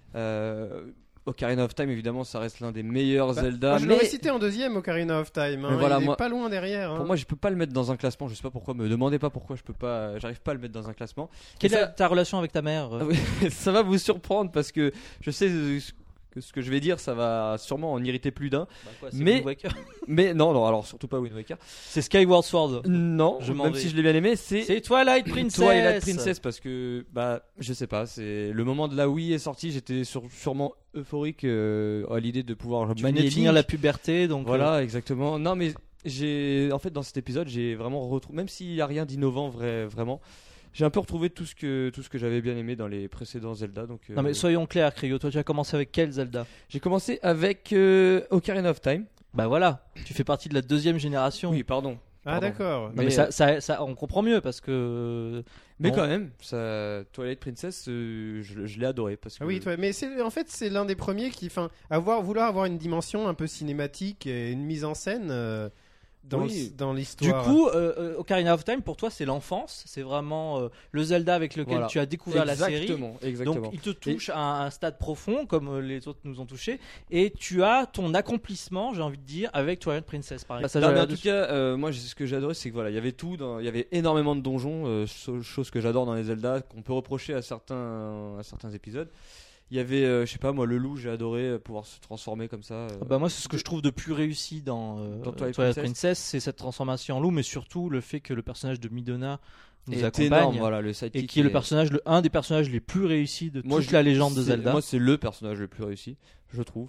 Euh, Ocarina of Time, évidemment, ça reste l'un des meilleurs bah, Zelda. moi, je mais l'aurais cité en deuxième, Ocarina of Time. hein, Mais voilà, il est moi- pas loin derrière. hein. pour moi, je peux pas le mettre dans un classement. Je sais pas pourquoi. Me demandez pas pourquoi. Je peux pas. J'arrive pas à le mettre dans un classement. Quelle Et est ça- ta relation avec ta mère? Ah oui, ça va vous surprendre parce que je sais euh, que ce que je vais dire, ça va sûrement en irriter plus d'un. Bah quoi, c'est mais- Wind Waker. Mais non, non. Alors surtout pas Wind Waker. C'est Skyward Sword. Non. Je m'en même vais. si je l'ai bien aimé, c'est. C'est Twilight Princess. Twilight Princess parce que bah je sais pas, c'est le moment de la Wii est sorti, j'étais sur- sûrement euphorique euh, à l'idée de pouvoir Tu venais manier de finir Link. la puberté, donc Voilà, exactement. Non mais j'ai en fait dans cet épisode, j'ai vraiment retrouvé, même s'il y a rien d'innovant vrai vraiment, j'ai un peu retrouvé tout ce que tout ce que j'avais bien aimé dans les précédents Zelda. Donc euh, Non mais soyons clairs, Cryo, toi tu as commencé avec quel Zelda? j'ai commencé avec euh, Ocarina of Time. Bah voilà, tu fais partie de la deuxième génération. Oui, pardon. Ah pardon. d'accord. Non, mais, Mais, ça, euh, ça, ça- on comprend mieux parce que. Mais Bon. quand même, ça Twilight Princess, euh, je, je l'ai adoré parce que Ah oui, toi, mais c'est en fait c'est l'un des premiers qui, enfin, avoir vouloir avoir une dimension un peu cinématique et une mise en scène euh, dans Oui. le- dans Du l'histoire. coup, euh, euh, Ocarina of Time pour toi c'est l'enfance, c'est vraiment euh, le Zelda avec lequel Voilà. tu as découvert la série. exactement, exactement. Donc il te touche à un stade profond comme euh, les autres nous ont touché et tu as ton accomplissement, j'ai envie de dire, avec Twilight Princess par exemple. Non, mais en tout cas, euh, moi, ce que j'ai adoré, c'est que voilà, il y avait tout, dans- il y avait énormément de donjons, euh, cho- chose que j'adore dans les Zelda, qu'on peut reprocher à certains, à certains épisodes. Il y avait, euh, je sais pas, moi, le loup, j'ai adoré euh, pouvoir se transformer comme ça. euh. Ah bah moi c'est ce que je trouve de plus réussi dans, euh, Dans Twilight Twilight Princess. Princess, c'est cette transformation en loup, mais surtout le fait que le personnage de Midona nous Et accompagne énorme, voilà, le sidekick et qui est le est- personnage, le, un des personnages les plus réussis de Moi, toute je- la légende de c'est- Zelda. Moi, c'est le personnage le plus réussi, je trouve.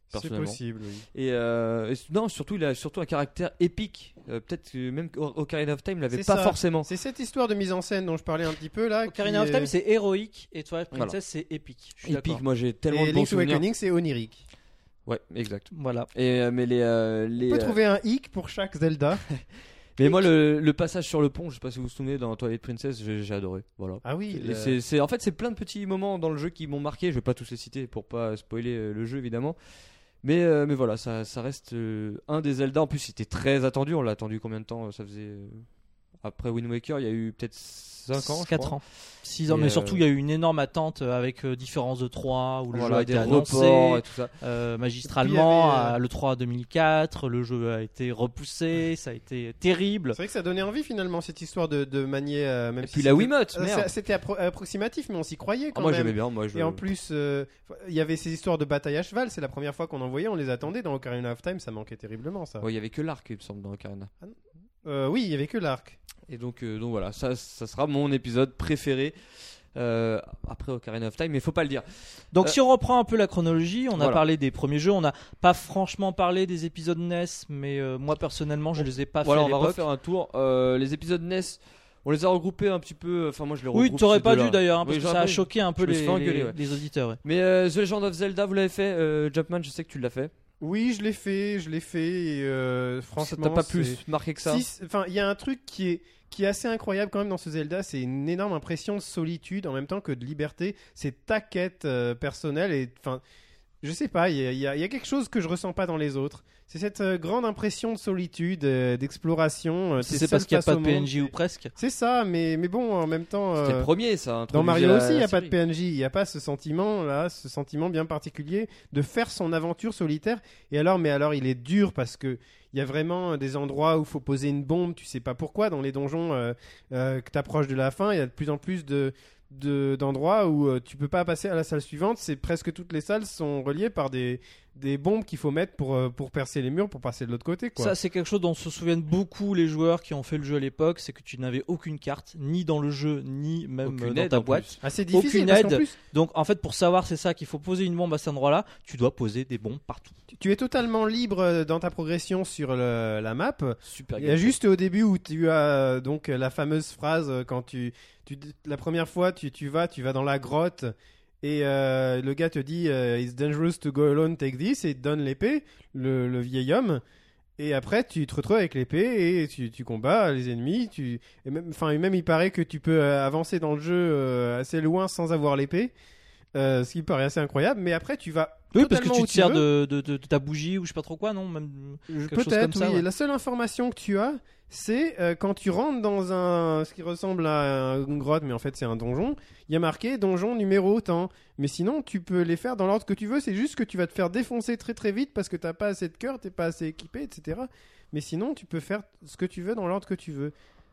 C'est personnellement. possible, oui. Et, euh, et non, surtout il a surtout un caractère épique. Euh, peut-être que même Ocarina of Time l'avait C'est pas ça. forcément. C'est cette histoire de mise en scène dont je parlais un petit peu là. Ocarina qui of Time, est- c'est héroïque et Twilight Voilà. Princess, c'est épique. Je suis Épique. d'accord. Moi j'ai tellement Et de bons Link's souvenirs. Awakening, c'est onirique. Ouais, exact. Voilà. Et euh, mais les euh, les On peut euh, trouver un hic pour chaque Zelda. mais moi le, le passage sur le pont, je sais pas si vous vous souvenez dans Twilight Princess, j'ai, j'ai adoré. Voilà. Ah oui, Et le- c'est, c'est en fait c'est plein de petits moments dans le jeu qui m'ont marqué. Je vais pas tous les citer pour pas spoiler euh, le jeu évidemment. Mais euh, mais voilà, ça ça reste euh, un des Zelda. En plus, c'était très attendu. On l'a attendu combien de temps? Ça faisait euh, après Wind Waker, il y a eu peut-être cinq ans, je quatre crois. ans. six ans, Et mais euh, surtout il y a eu une énorme attente euh, avec euh, différence de trois où le Voilà, jeu a des été annoncé reports et tout ça. euh, magistralement Puis il y avait, euh, à l'E trois deux mille quatre, le jeu a été repoussé, ça a été terrible. c'est vrai que ça donnait envie finalement cette histoire de, de manier. euh, même Et si puis la c'était- Wiimote, euh, merde. ça- C'était appro- approximatif, mais on s'y croyait Ah, quand moi même. j'aimais bien, moi je. Et en plus, euh, il y avait ces histoires de bataille à cheval. C'est la première fois qu'on en voyait. On les attendait dans Ocarina of Time. Ça manquait terriblement, ça. Ouais, il y avait que l'arc, il me semble, dans Ocarina. Euh, oui, il y avait que l'arc. Et donc, euh, donc voilà, ça, ça sera mon épisode préféré euh, après Ocarina of Time, mais faut pas le dire. Donc Euh, si on reprend un peu la chronologie, on a voilà. parlé des premiers jeux, on n'a pas franchement parlé des épisodes N E S, mais euh, moi personnellement je les ai pas Voilà, fait on à va l'époque. refaire un tour. Euh, les épisodes N E S, on les a regroupés un petit peu. Enfin, moi je les regroupe. Oui, t'aurais ces pas deux-là. dû d'ailleurs, hein, parce Oui, que j'aurais ça a pas dû. choqué un peu Je me les, suis fait engueuler, les- ouais. les auditeurs. ouais. Mais euh, The Legend of Zelda, vous l'avez fait, euh, Jumpman, je sais que tu l'as fait. Oui, je l'ai fait. Je l'ai fait. Et, euh, Ça franchement, t'a pas c'est- plus marqué que ça. Si, c'est- enfin, il y a un truc qui est qui est assez incroyable quand même dans ce Zelda, c'est une énorme impression de solitude en même temps que de liberté. C'est ta quête euh, personnelle et enfin, je sais pas, il y, a- il y a il y a quelque chose que je ressens pas dans les autres. C'est cette euh, grande impression de solitude, euh, d'exploration. euh, t'es C'est seul parce qu'il n'y a face pas au de P N monde. J ou presque. C'est ça, mais mais bon, en même temps. C'était euh, le premier, ça. Dans introduisait Mario la- aussi, il n'y la a pas de série. P N J, il n'y a pas ce sentiment là, ce sentiment bien particulier de faire son aventure solitaire. Et alors, mais alors, il est dur parce que il y a vraiment des endroits où il faut poser une bombe, tu sais pas pourquoi. Dans les donjons euh, euh, que tu approches de la fin, il y a de plus en plus de de- d'endroits où euh, tu peux pas passer à la salle suivante. C'est presque toutes les salles sont reliées par des des bombes qu'il faut mettre pour euh, pour percer les murs pour passer de l'autre côté, quoi. Ça, c'est quelque chose dont se souviennent beaucoup les joueurs qui ont fait le jeu à l'époque, c'est que tu n'avais aucune carte, ni dans le jeu, ni même Aucune euh, dans aide, ta en boîte. plus. Assez difficile aucune parce qu'en aide. plus, Donc, en fait, pour savoir c'est ça qu'il faut poser une bombe à cet endroit-là, tu dois poser des bombes partout. tu, tu es totalement libre euh, dans ta progression sur le- la map. Super. Il y a juste au début où tu as euh, donc la fameuse phrase euh, quand tu, tu la première fois tu, tu vas tu vas dans la grotte et euh, le gars te dit euh, It's dangerous to go alone, take this, et il te donne l'épée, le, le vieil homme, et après tu te retrouves avec l'épée et tu, tu combats les ennemis, tu et même enfin même il paraît que tu peux euh, avancer dans le jeu euh, assez loin sans avoir l'épée. Euh, ce qui me paraît assez incroyable, mais après tu vas Oui, parce que totalement tu où te sers veux. de, de, de- de ta bougie ou je sais pas trop quoi, non même... Je- quelque chose Peut-être, comme ça, oui. ouais. Et la seule information que tu as, c'est euh, quand tu rentres dans un ce qui ressemble à une grotte, mais en fait c'est un donjon. Il y a marqué donjon numéro tant. Mais sinon, tu peux les faire dans l'ordre que tu veux. C'est juste que tu vas te faire défoncer très très vite parce que t'as pas assez de cœur, t'es pas assez équipé, et cetera. Mais sinon, tu peux faire ce que tu veux dans l'ordre que tu veux.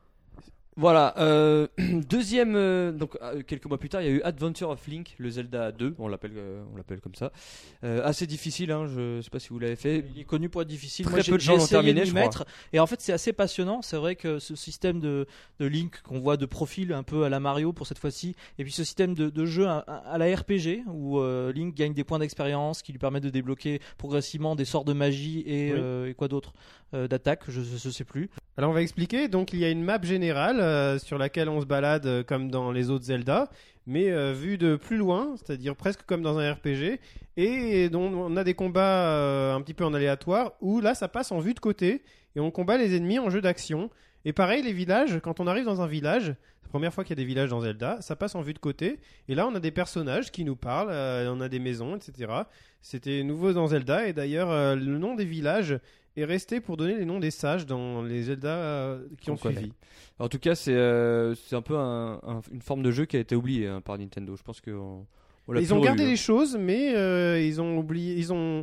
Voilà, euh, deuxième, euh, donc euh, quelques mois plus tard, il y a eu Adventure of Link, le Zelda deux, on l'appelle, euh, on l'appelle comme ça. Euh, assez difficile, hein, je sais pas si vous l'avez fait. Il est connu pour être difficile. Très Moi, j'ai- peu de gens j'ai l'ont essayé terminé, de m'y je crois. mettre. Et en fait, c'est assez passionnant. C'est vrai que ce système de, de Link qu'on voit de profil un peu à la Mario pour cette fois-ci, et puis ce système de, de jeu à, à la R P G où euh, Link gagne des points d'expérience qui lui permettent de débloquer progressivement des sorts de magie et, Oui. euh, et quoi d'autre euh, d'attaque, je, je sais plus. Alors on va expliquer. Donc il y a une map générale euh, sur laquelle on se balade euh, comme dans les autres Zelda, mais euh, vue de plus loin, c'est-à-dire presque comme dans un R P G, et dont on a des combats euh, un petit peu en aléatoire où là ça passe en vue de côté et on combat les ennemis en jeu d'action. Et pareil, les villages, quand on arrive dans un village, la première fois qu'il y a des villages dans Zelda, ça passe en vue de côté. Et là, on a des personnages qui nous parlent, euh, on a des maisons, et cetera. C'était nouveau dans Zelda, et d'ailleurs, euh, le nom des villages est resté pour donner les noms des sages dans les Zelda euh, qui Qu'on ont connaît. suivi. En tout cas, c'est euh, c'est un peu un- un- une forme de jeu qui a été oubliée hein, par Nintendo. Je pense que on, on l'a Ils plus ont gardé revu, les hein. choses, mais euh, ils ont oublié, ils ont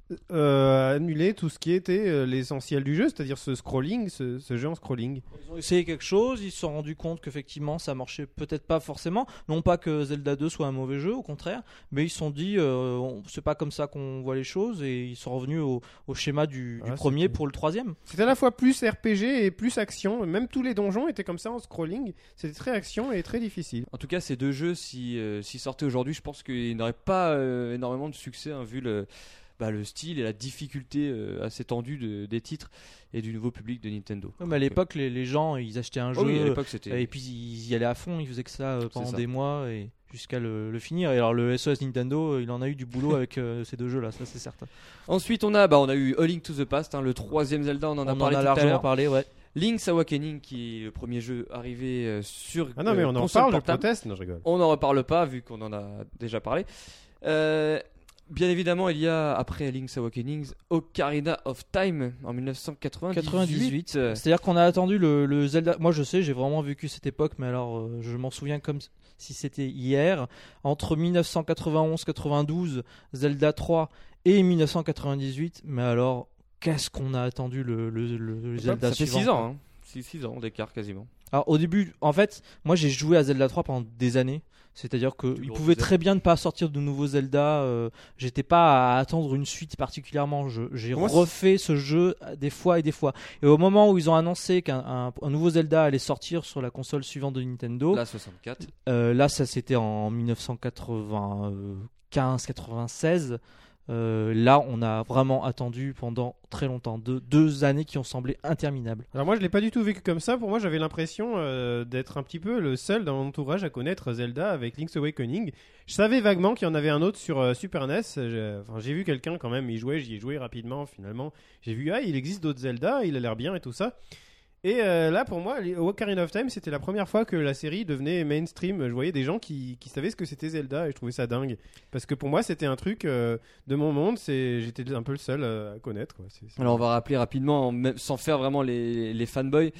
euh, annulé tout ce qui était euh, l'essentiel du jeu, c'est-à-dire ce scrolling, ce, ce jeu en scrolling. Ils ont essayé quelque chose, ils se sont rendus compte qu'effectivement ça marchait peut-être pas forcément. Non pas que Zelda deux soit un mauvais jeu, au contraire, mais ils se sont dit euh, on- c'est pas comme ça qu'on voit les choses et ils sont revenus au, au schéma du, du Ah, premier c'était- pour le troisième. C'était à la fois plus R P G et plus action. Même tous les donjons étaient comme ça en scrolling. C'était très action et très difficile. En tout cas, ces deux jeux, si, euh, s'ils sortaient aujourd'hui, je pense qu'ils n'auraient pas euh, énormément de succès hein, vu le. bah, le style et la difficulté euh, assez tendue de, des titres et du nouveau public de Nintendo. Ouais, mais à l'époque, les, les gens, ils achetaient un jeu Oh oui, à l'époque c'était. et puis ils y allaient à fond, ils faisaient que ça euh, pendant ça. des mois et jusqu'à le, le finir. Et alors le S O S Nintendo, euh, il en a eu du boulot avec euh, ces deux jeux-là, ça c'est certain. Ensuite, on a, bah, on a eu A Link to the Past, hein, le troisième Zelda, on en a On en parlé a tout à largement l'heure. parlé, ouais. Link's Awakening, qui est le premier jeu arrivé euh, sur Ah non, mais euh, on en console parle, je portable. proteste. Non, je rigole. On n'en reparle pas vu qu'on en a déjà parlé. Euh, bien évidemment, il y a après Link's Awakening Ocarina of Time en mille neuf cent quatre-vingt-dix-huit. quatre-vingt-dix-huit. Euh, C'est-à-dire qu'on a attendu le, le Zelda. Moi je sais, j'ai vraiment vécu cette époque, mais alors euh, je m'en souviens comme si c'était hier. Entre mille neuf cent quatre-vingt-onze quatre-vingt-douze, Zelda trois et mille neuf cent quatre-vingt-dix-huit, mais alors qu'est-ce qu'on a attendu le, le, le, le Zelda ça fait suivant. six ans, hein. six ans d'écart quasiment. Alors au début, en fait, moi j'ai joué à Zelda trois pendant des années. C'est-à-dire Tu qu'il le pouvait refusais. très bien ne pas sortir de nouveaux Zelda. Euh, J'étais pas à attendre une suite particulièrement. Je- J'ai Moi, c'est- refait ce jeu des fois et des fois. Et au moment où ils ont annoncé qu'un un, un nouveau Zelda allait sortir sur la console suivante de Nintendo, La soixante-quatre. euh, là ça c'était en mille neuf cent quatre-vingt-quinze quatre-vingt-seize. Euh, là on a vraiment attendu pendant très longtemps. Deux, deux années qui ont semblé interminables. Alors moi je l'ai pas du tout vécu comme ça. Pour moi j'avais l'impression euh, d'être un petit peu le seul dans mon entourage à connaître Zelda avec Link's Awakening. Je savais vaguement qu'il y en avait un autre sur euh, Super N E S. J'ai, enfin, j'ai vu quelqu'un quand même y jouer, j'y ai joué rapidement finalement. J'ai vu ah il existe d'autres Zelda, il a l'air bien et tout ça. Et euh, là pour moi les- Ocarina of Time c'était la première fois que la série devenait mainstream. Je voyais des gens qui, qui savaient ce que c'était Zelda et je trouvais ça dingue. Parce que pour moi c'était un truc euh, de mon monde, c'est... j'étais un peu le seul euh, à connaître. Quoi. C'est, c'est... Alors on va rappeler rapidement, même sans faire vraiment les, les fanboys.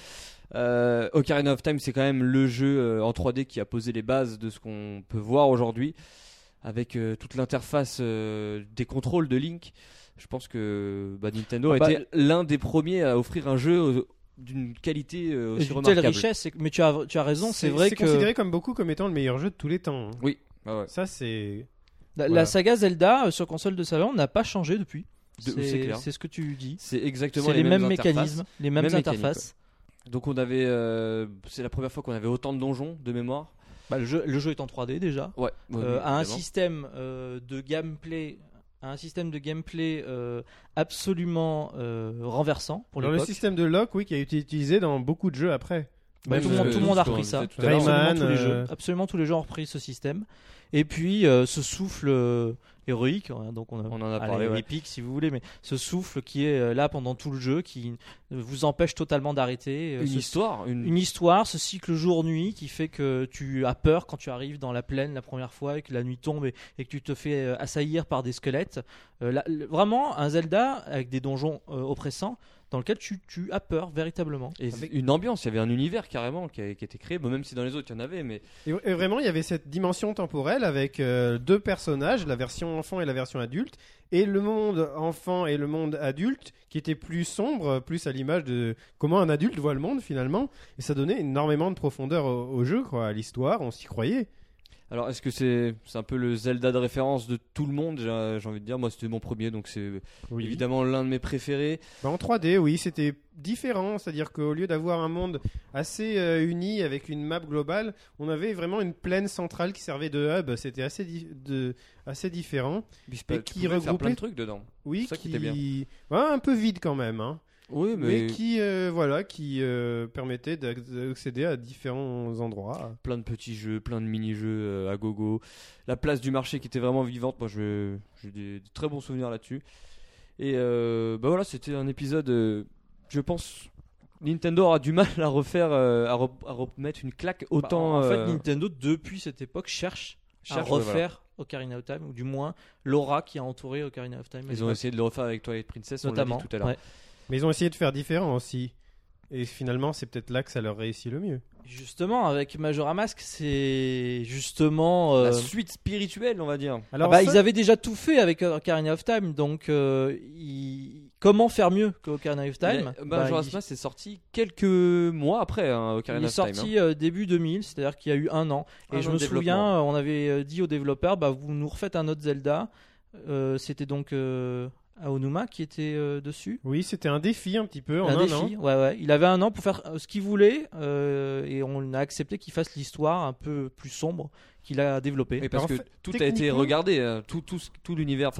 Euh, Ocarina of Time, c'est quand même le jeu euh, en trois D qui a posé les bases de ce qu'on peut voir aujourd'hui, avec euh, toute l'interface euh, des contrôles de Link. Je pense que bah, Nintendo a Ah bah, été l'un des premiers à offrir un jeu euh, d'une qualité euh, Et aussi d'une remarquable. telle richesse, c'est que- mais tu as, tu as raison, c'est, vrai c'est que considéré comme beaucoup comme étant le meilleur jeu de tous les temps. hein. Oui. Ah ouais. Ça c'est... la, Voilà. la saga Zelda euh, sur console de salon n'a pas changé depuis. De- c'est clair. c'est ce que tu dis. C'est exactement C'est les, mêmes, interfaces. mécanismes, les mêmes Même interfaces. Donc on avait, euh, c'est la première fois qu'on avait autant de donjons de mémoire. Bah, le, jeu, le jeu est en trois D déjà. Ouais. Euh, a un évidemment. système euh, de gameplay, a un système de gameplay euh, absolument euh, renversant pour Dans le l'époque. système de lock, oui, qui a été utilisé dans beaucoup de jeux après. Bah, Oui, tout, le je- monde, tout le monde a je- repris je- ça. tout à l'heure. Absolument Rayman, tous les jeux. euh, Absolument tous les jeux ont repris ce système. Et puis euh, ce souffle euh, héroïque, hein, donc on, a- On en a allez, parlé, ouais. épique si vous voulez, mais ce souffle qui est euh, là pendant tout le jeu, qui vous empêche totalement d'arrêter. euh, Une ce- histoire, une, une histoire, ce cycle jour-nuit qui fait que tu as peur quand tu arrives dans la plaine la première fois et que la nuit tombe et, et que tu te fais euh, assaillir par des squelettes. Euh, là, le- vraiment un Zelda avec des donjons euh, oppressants dans lequel tu, tu as peur véritablement. et Avec- une ambiance. Il y avait un univers carrément qui a, qui a été créé. Bon, même si dans les autres il y en avait, mais Et, et vraiment, il y avait cette dimension temporelle avec euh, deux personnages, la version enfant et la version adulte, et le monde enfant et le monde adulte qui était plus sombre, plus à l'image de comment un adulte voit le monde finalement. Et ça donnait énormément de profondeur au, au jeu, quoi, à l'histoire, on s'y croyait. alors est-ce que c'est c'est un peu le Zelda de référence de tout le monde? J'ai j'ai envie de dire, moi c'était mon premier, donc c'est Oui. évidemment l'un de mes préférés. Bah, en trois D, oui, c'était différent, c'est-à-dire qu'au lieu d'avoir un monde assez euh, uni avec une map globale, on avait vraiment une plaine centrale qui servait de hub, c'était assez, di- de, assez différent. Puis Et tu qui pouvais faire regroupait- plein de trucs dedans. Oui, Ça qui qui était bien. Ouais, un peu vide quand même, hein. Oui, mais, mais, qui euh, voilà qui euh, permettait d'ac- d'accéder à différents endroits. plein de petits jeux, plein de mini-jeux euh, à gogo. La place du marché qui était vraiment vivante. Moi, je- j'ai des, des très bons souvenirs là-dessus. Et euh, bah voilà, c'était un épisode. euh, je pense Nintendo aura du mal à refaire, euh, à, re- à remettre une claque Bah, autant. en fait, euh, Nintendo depuis cette époque cherche, cherche, à ouais, refaire Ocarina of Time, ou du moins l'aura qui a entouré Ocarina of Time. à voilà. Ils ont l'époque. essayé de le refaire avec Twilight Princess, on l'a dit notamment. tout à l'heure. Ouais. Mais ils ont essayé de faire différent aussi. Et finalement, c'est peut-être là que ça leur réussit le mieux. Justement, avec Majora Mask, c'est justement. euh, La suite spirituelle, on va dire. ah Alors, bah, ça- ils avaient déjà tout fait avec Ocarina of Time, donc euh, ils- comment faire mieux qu'Ocarina of Time? Mais, Bah, Majora's il- Mask est sorti quelques mois après hein, Il Ocarina est of Time. hein. sorti euh, début deux mille, c'est-à-dire qu'il y a eu un an. Un Et an je de me développement. souviens, euh, on avait euh, dit aux développeurs, bah, vous nous refaites un autre Zelda. Euh, C'était donc euh, Aonuma qui était euh, dessus. Oui, c'était un défi un petit peu en un un défi, an. ouais, ouais. Il avait un an pour faire euh, ce qu'il voulait euh, et on a accepté qu'il fasse l'histoire un peu plus sombre qu'il a développée. Et parce En que fait, tout a été techniquement- regardé, euh, tout, tout, ce- tout l'univers, enfin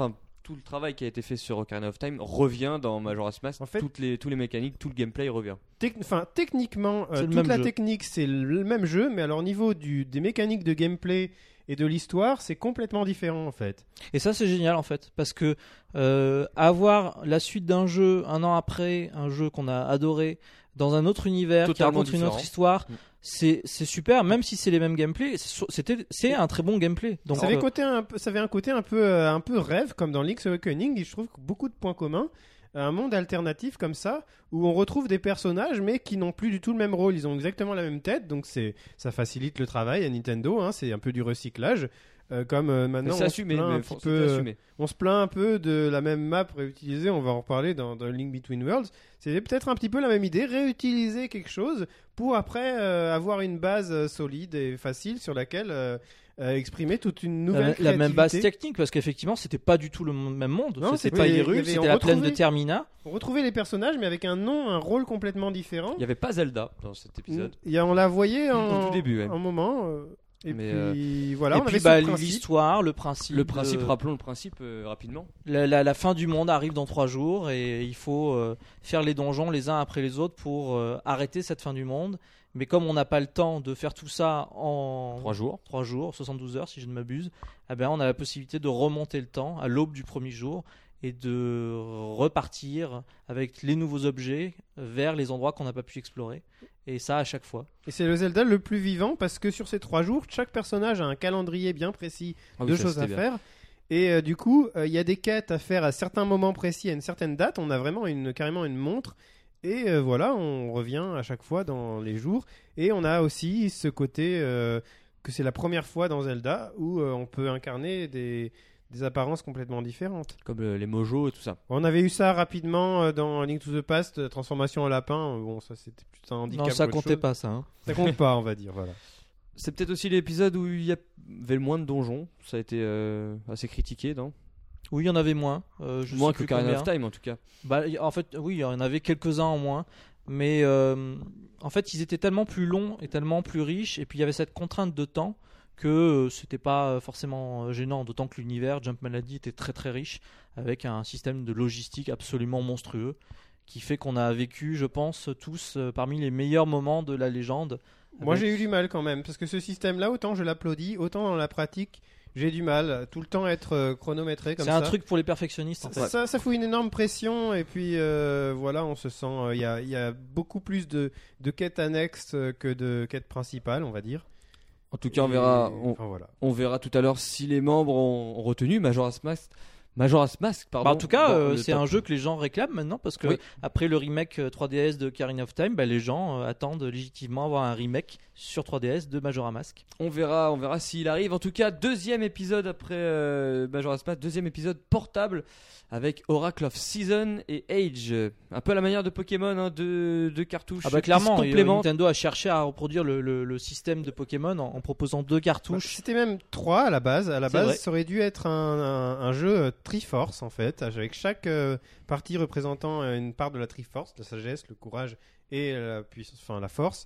tout le travail qui a été fait sur Ocarina of Time revient dans Majora's Mask. En fait- toutes les, tous les mécaniques, tout le gameplay revient. Tec- Enfin, techniquement, euh, C'est le toute même la jeu. technique, c'est le même jeu, mais alors au niveau du, des mécaniques de gameplay et de l'histoire, c'est complètement différent en fait. Et ça, c'est génial en fait, parce que euh, avoir la suite d'un jeu un an après, un jeu qu'on a adoré, dans un autre univers, qui Totalement raconte une autre différent. histoire, Mm. c'est, c'est super, même si c'est les mêmes gameplays, c'est, so- c'était, c'est un très bon gameplay. Donc, ça, avait euh, côté un peu, ça avait un côté un peu, euh, un peu rêve, comme dans Link's Awakening, et je trouve que beaucoup de points communs. Un monde alternatif comme ça, où on retrouve des personnages, mais qui n'ont plus du tout le même rôle. Ils ont exactement la même tête, donc c'est, ça facilite le travail à Nintendo. Hein, c'est un peu du recyclage. Euh, comme euh, Mais maintenant, c'est on se, assumé, plaint mais un faut- petit c'est peu, assumé. on se plaint un peu de la même map réutilisée. On va en reparler dans, dans Link Between Worlds. C'est peut-être un petit peu la même idée, réutiliser quelque chose pour après euh, avoir une base euh, solide et facile sur laquelle euh, euh, exprimer toute une nouvelle la, la même base créativité. technique, parce qu'effectivement, c'était pas du tout le m- même monde. Non, c'était c'était- pas il y Hyrule, avait- c'était on la plaine de retrouvait- Termina. On retrouvait les personnages, mais avec un nom, un rôle complètement différent. Il n'y avait pas Zelda dans cet épisode. Il y a- on la voyait en, Au tout début, ouais. un moment. euh, et Mais, puis voilà, Et on puis avait ce bah, principe. l'histoire, le principe. Le principe, de- rappelons le principe euh, rapidement. la, la- la fin du monde arrive dans trois jours et il faut euh, faire les donjons les uns après les autres pour euh, arrêter cette fin du monde. Mais comme on n'a pas le temps de faire tout ça en Trois jours. trois jours, soixante-douze heures si je ne m'abuse, eh ben, on a la possibilité de remonter le temps à l'aube du premier jour et de repartir avec les nouveaux objets vers les endroits qu'on n'a pas pu explorer. Et ça à chaque fois. Et c'est le Zelda le plus vivant parce que sur ces trois jours, chaque personnage a un calendrier bien précis Ah oui, de ça, choses à c'était bien. faire. Et euh, du coup, euh, il y a des quêtes à faire à certains moments précis, à une certaine date. On a vraiment une, carrément une montre. Et euh, voilà, on revient à chaque fois dans les jours. Et on a aussi ce côté euh, que c'est la première fois dans Zelda où euh, on peut incarner des, des apparences complètement différentes. Comme euh, les mojos et tout ça. On avait eu ça rapidement euh, dans Link to the Past, euh, transformation en lapin. Bon, ça c'était plus un handicap. Non, ça qu'autre comptait chose. pas ça. hein. Ça compte pas, on va dire. Voilà. C'est peut-être aussi l'épisode où il y avait le moins de donjons. Ça a été euh, assez critiqué, non? Oui, il y en avait moins. euh, je Moins sais que plus Ocarina combien. of Time en tout cas. Bah, y- en fait, oui, il y en avait quelques-uns en moins, mais euh, en fait, ils étaient tellement plus longs et tellement plus riches, et puis il y avait cette contrainte de temps que euh, c'était pas forcément euh, gênant, d'autant que l'univers Jump Melody était très très riche, avec un système de logistique absolument monstrueux, qui fait qu'on a vécu, je pense, tous euh, parmi les meilleurs moments de la légende. Moi avec- j'ai eu du mal quand même, parce que ce système-là, autant je l'applaudis, autant dans la pratique, j'ai du mal. Tout le temps être euh, chronométré comme C'est ça. un truc pour les perfectionnistes. En Ça, fait. ça, ça fout une énorme pression, et puis euh, voilà, on se sent. Il y, a, y a beaucoup plus de, de quêtes annexes euh, que de quêtes principales, on va dire. En tout cas, on Et- verra, on, Enfin, voilà. on verra tout à l'heure si les membres ont, ont retenu Majora's Mask. Majora's Mask, pardon. Bah, en tout cas, dans euh, le c'est top. un jeu que les gens réclament maintenant parce que Oui. après le remake euh, trois D S de Ocarina of Time, bah, les gens euh, attendent légitimement avoir un remake sur trois D S de Majora Mask. On verra, on verra s'il arrive. En tout cas, deuxième épisode après euh, Majora's Mask, deuxième épisode portable avec Oracle of Season et Age. Un peu à la manière de Pokémon, hein, deux, deux cartouches Ah bah qui clairement, se et, euh, complémentent. Nintendo a cherché à reproduire le, le- le système de Pokémon en, en proposant deux Bah, cartouches. C'était même trois à la base. À la C'est vrai. base, ça aurait dû être un, un- un jeu euh, Triforce en fait, avec chaque euh, partie représentant euh, une part de la Triforce, la sagesse, le courage et la puissance, enfin la force.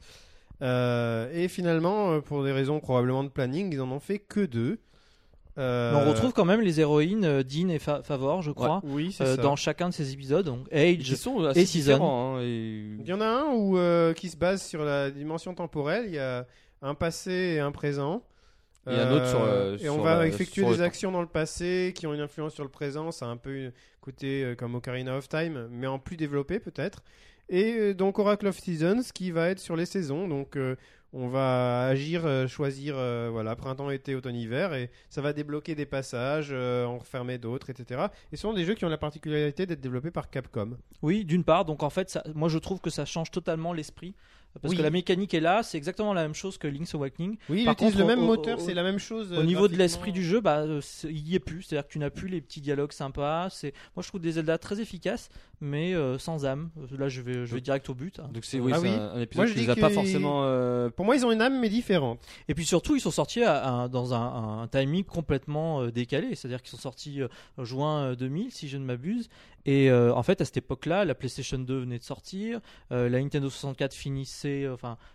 Euh, et finalement, euh, pour des raisons probablement de planning, ils en ont fait que deux. Euh, Mais on retrouve quand même les héroïnes euh, Dean et Fa- Favor, je crois, Oui, c'est euh, ça. dans chacun de ces épisodes. Donc Et Age, qui sont assez et Season. différents. hein, et- Il y en a un où, euh, qui se base sur la dimension temporelle. Il y a un passé et un présent. Et un autre sur, euh, et on sur va la- effectuer sur le des temps. actions dans le passé qui ont une influence sur le présent. Ça a un peu un côté euh, comme Ocarina of Time, mais en plus développé peut-être. Et euh, donc Oracle of Seasons qui va être sur les saisons. Donc euh, on va agir, euh, choisir, euh, voilà, printemps, été, automne, hiver, et ça va débloquer des passages, euh, en refermer d'autres, et cetera. Et ce sont des jeux qui ont la particularité d'être développés par Capcom. oui, d'une part. Donc en fait, ça- moi je trouve que ça change totalement l'esprit. Parce Oui. que la mécanique est là, c'est exactement la même chose que Link's Awakening. Oui, il Par utilise contre, le même au- moteur, au- c'est la même chose. Au euh, niveau de graphiquement. l'esprit du jeu, bah, euh, c'est- il y est plus. C'est-à-dire que tu n'as plus les petits dialogues sympas. C'est... Moi, je trouve des Zelda très efficaces, mais euh, sans âme. Euh, Là, je vais, je vais direct au but. hein. Donc c'est oui, Ah c'est oui. un, un épisode Moi, je qui dis nous a pas que- forcément. euh, Pour moi, ils ont une âme, mais différente. Et puis surtout, ils sont sortis à- à- dans un, un timing complètement euh, décalé. C'est-à-dire qu'ils sont sortis euh, juin euh, deux mille, si je ne m'abuse. Et euh, en fait, à cette époque-là, la PlayStation deux venait de sortir. euh, la Nintendo soixante-quatre finissait, euh, enfin,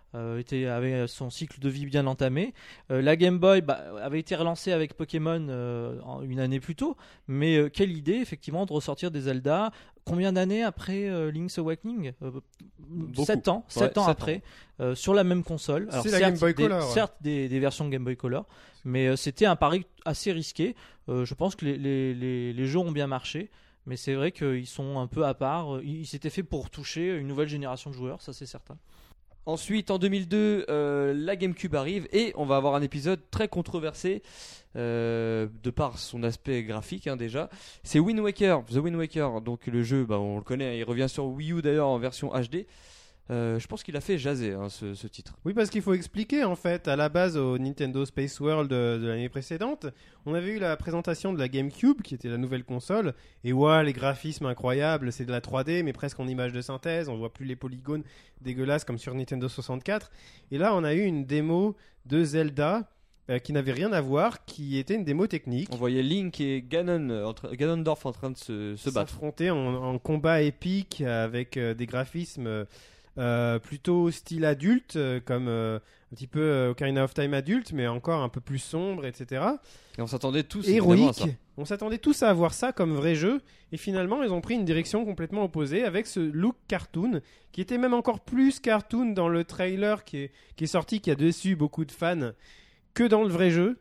euh, était, avait son cycle de vie bien entamé. Euh, la Game Boy bah, avait été relancée avec Pokémon euh, en- une année plus tôt, mais euh, quelle idée effectivement de ressortir des Zelda. Combien d'années après euh, Link's Awakening euh, sept ans, Ouais, sept ans sept après, euh, sur la même console. Alors, C'est la certes, Game Boy des- Color, ouais. certes des, des versions Game Boy Color, mais euh, c'était un pari assez risqué. Euh, je pense que les, les, les, les jeux ont bien marché. Mais c'est vrai qu'ils sont un peu à part. Ils ils s'étaient fait pour toucher une nouvelle génération de joueurs, ça c'est certain. Ensuite, en deux mille deux, euh, la GameCube arrive et on va avoir un épisode très controversé euh, de par son aspect graphique hein, déjà. C'est Wind Waker, The Wind Waker. Donc le jeu, bah, on le connaît, il revient sur Wii U d'ailleurs en version H D. Euh, je pense qu'il a fait jaser hein, ce, ce titre. Oui, parce qu'il faut expliquer en fait, à la base au Nintendo Space World de, de l'année précédente, on avait eu la présentation de la GameCube qui était la nouvelle console, et ouais, les graphismes incroyables, c'est de la trois D mais presque en image de synthèse, on voit plus les polygones dégueulasses comme sur Nintendo soixante-quatre, et là on a eu une démo de Zelda euh, qui n'avait rien à voir, qui était une démo technique. On voyait Link et Ganon, euh, en tra- Ganondorf en train de se, se battre. S'affronter en, en combat épique avec euh, des graphismes euh, euh, plutôt style adulte, euh, comme euh, un petit peu euh, Ocarina of Time adulte, mais encore un peu plus sombre, et cetera. Et on s'attendait tous évidemment à ça. Héroïque. On s'attendait tous à avoir ça comme vrai jeu, et finalement ils ont pris une direction complètement opposée avec ce look cartoon, qui était même encore plus cartoon dans le trailer qui est, qui est sorti, qui a déçu beaucoup de fans, que dans le vrai jeu.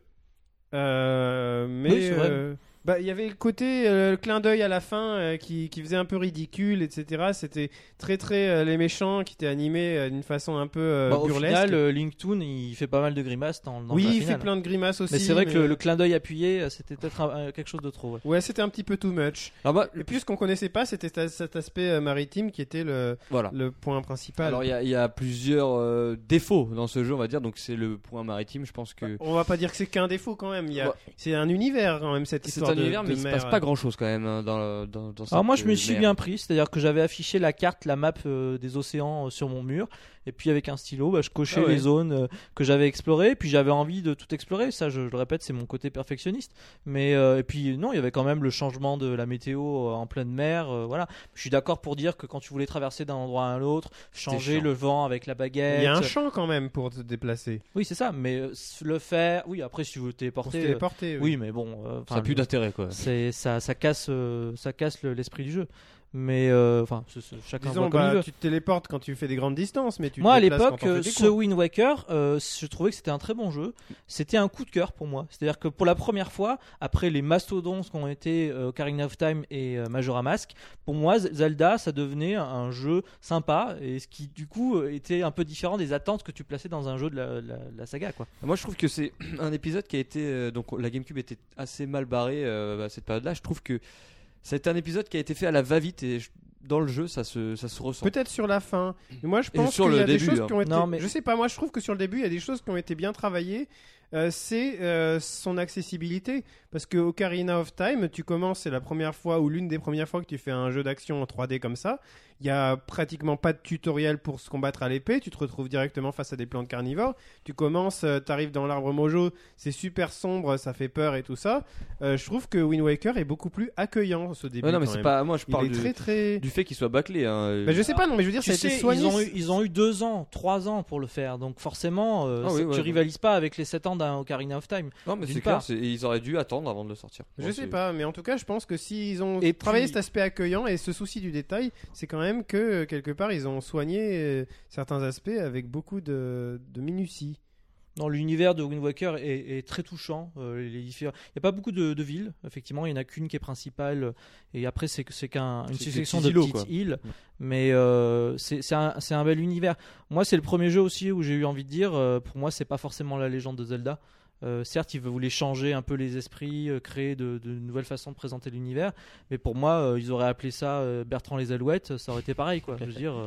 Euh, mais Oui, c'est vrai. euh, bah, il y avait le côté euh, le clin d'œil à la fin euh, qui, qui faisait un peu ridicule, et cetera. C'était très très euh, les méchants qui étaient animés euh, d'une façon un peu euh, Bah, au burlesque. final, euh, Link Toon, il fait pas mal de grimaces dans, dans oui, la il finale. fait plein de grimaces aussi. Mais c'est vrai que mais- le, le clin d'œil appuyé, euh, c'était peut-être un- un- quelque chose de trop. Ouais. Ouais, c'était un petit peu too much. Alors, bah, Et puis ce qu'on connaissait pas, c'était sta- cet aspect euh, maritime qui était le, voilà. le point principal. Alors il y, a- il y a plusieurs euh, défauts dans ce jeu, on va dire. Donc c'est le point maritime. Je pense que On va pas dire que c'est qu'un défaut quand même. Il y a... Ouais. C'est un univers quand même cette c'est histoire un de, univers, de mais il se mer. passe pas grand chose quand même hein, dans, dans, dans Alors moi, cette, je me euh, suis mer. bien pris, c'est-à-dire que j'avais affiché la carte, la map euh, des océans euh, sur mon mur, et puis avec un stylo, bah, je cochais Ah ouais. les zones euh, que j'avais explorées, puis j'avais envie de tout explorer. Ça, je, je le répète, c'est mon côté perfectionniste. Mais euh, et puis non, il y avait quand même le changement de la météo euh, en pleine mer. euh, voilà, je suis d'accord pour dire que quand tu voulais traverser d'un endroit à un autre, changer chiant. le vent avec la baguette. Il y a un champ quand même pour te déplacer. Oui, c'est ça. Mais euh, le faire, oui. Après, si vous voulez Pour se téléporter, euh, téléporter. oui, mais bon, euh, Ça n'a enfin, plus d'intérêt quoi. c'est ça, ça casse, euh, ça casse le- l'esprit du jeu. Mais euh, enfin, c'est- c'est- chacun Disons, voit comme il bah, veut. tu te téléportes quand tu fais des grandes distances, mais tu Moi, te à déplaces l'époque, quand on fait euh, des ce courses. Wind Waker, euh, je trouvais que c'était un très bon jeu. C'était un coup de cœur pour moi. C'est-à-dire que pour la première fois, après les mastodontes qu'ont été euh, Ocarina of Time et euh, Majora Mask, pour moi, Z- Zelda, ça devenait un, un jeu sympa, et ce qui, du coup, euh, était un peu différent des attentes que tu plaçais dans un jeu de la, la- la saga, quoi. Moi je trouve que c'est un épisode qui a été euh, donc la GameCube était assez mal barrée euh, à cette période-là. Je trouve que c'est un épisode qui a été fait à la va-vite et je- dans le jeu ça se ça se ressent. Peut-être sur la fin. Mais moi, je Et pense sur qu'il y le a des début, choses hein. qui ont été. Non, mais- Je sais pas. Moi, je trouve que sur le début, il y a des choses qui ont été bien travaillées. Euh, c'est euh, son accessibilité. Parce que Ocarina of Time, tu commences, c'est la première fois ou l'une des premières fois que tu fais un jeu d'action en trois D comme ça. Il y a pratiquement pas de tutoriel pour se combattre à l'épée. Tu te retrouves directement face à des plantes carnivores. Tu commences, euh, t'arrives dans l'arbre mojo, c'est super sombre, ça fait peur et tout ça. Euh, je trouve que Wind Waker est beaucoup plus accueillant ce début. Ouais, non mais quand c'est même. pas moi je Il parle est du, très très. du fait qu'il soit bâclé. Hein. Bah, je sais pas, non, mais je veux dire, Tu ça a été sais, soigné. ils ont, eu, ils ont eu deux ans, trois ans pour le faire, donc forcément, euh, Ah oui, ça- ouais, tu ouais. rivalises pas avec les sept ans d'un Ocarina of Time. Non mais d'une c'est clair, part. c'est- ils auraient dû attendre avant de le sortir. Je Bon, sais c'est- pas, mais en tout cas, je pense que s'ils ont Et travaillé puis- cet aspect accueillant et ce souci du détail, c'est quand même que euh, quelque part ils ont soigné euh, certains aspects avec beaucoup de, de minutie. Non, l'univers de Wind Waker est, est très touchant. euh, les différents- Il n'y a pas beaucoup de, de villes, effectivement. Il n'y en a qu'une qui est principale. euh, Et après, c'est que- c'est qu'une C'est des succession petits de îlots, petites quoi. îles. Mais euh, c'est c'est un, c'est un bel univers. Moi, c'est le premier jeu aussi où j'ai eu envie de dire, euh, pour moi, c'est pas forcément la légende de Zelda. Euh, certes, il voulait changer un peu les esprits, euh, créer de, de nouvelles façons de présenter l'univers. Mais pour moi, euh, ils auraient appelé ça euh, Bertrand les Alouettes. Ça aurait été pareil, quoi. Je veux dire, euh,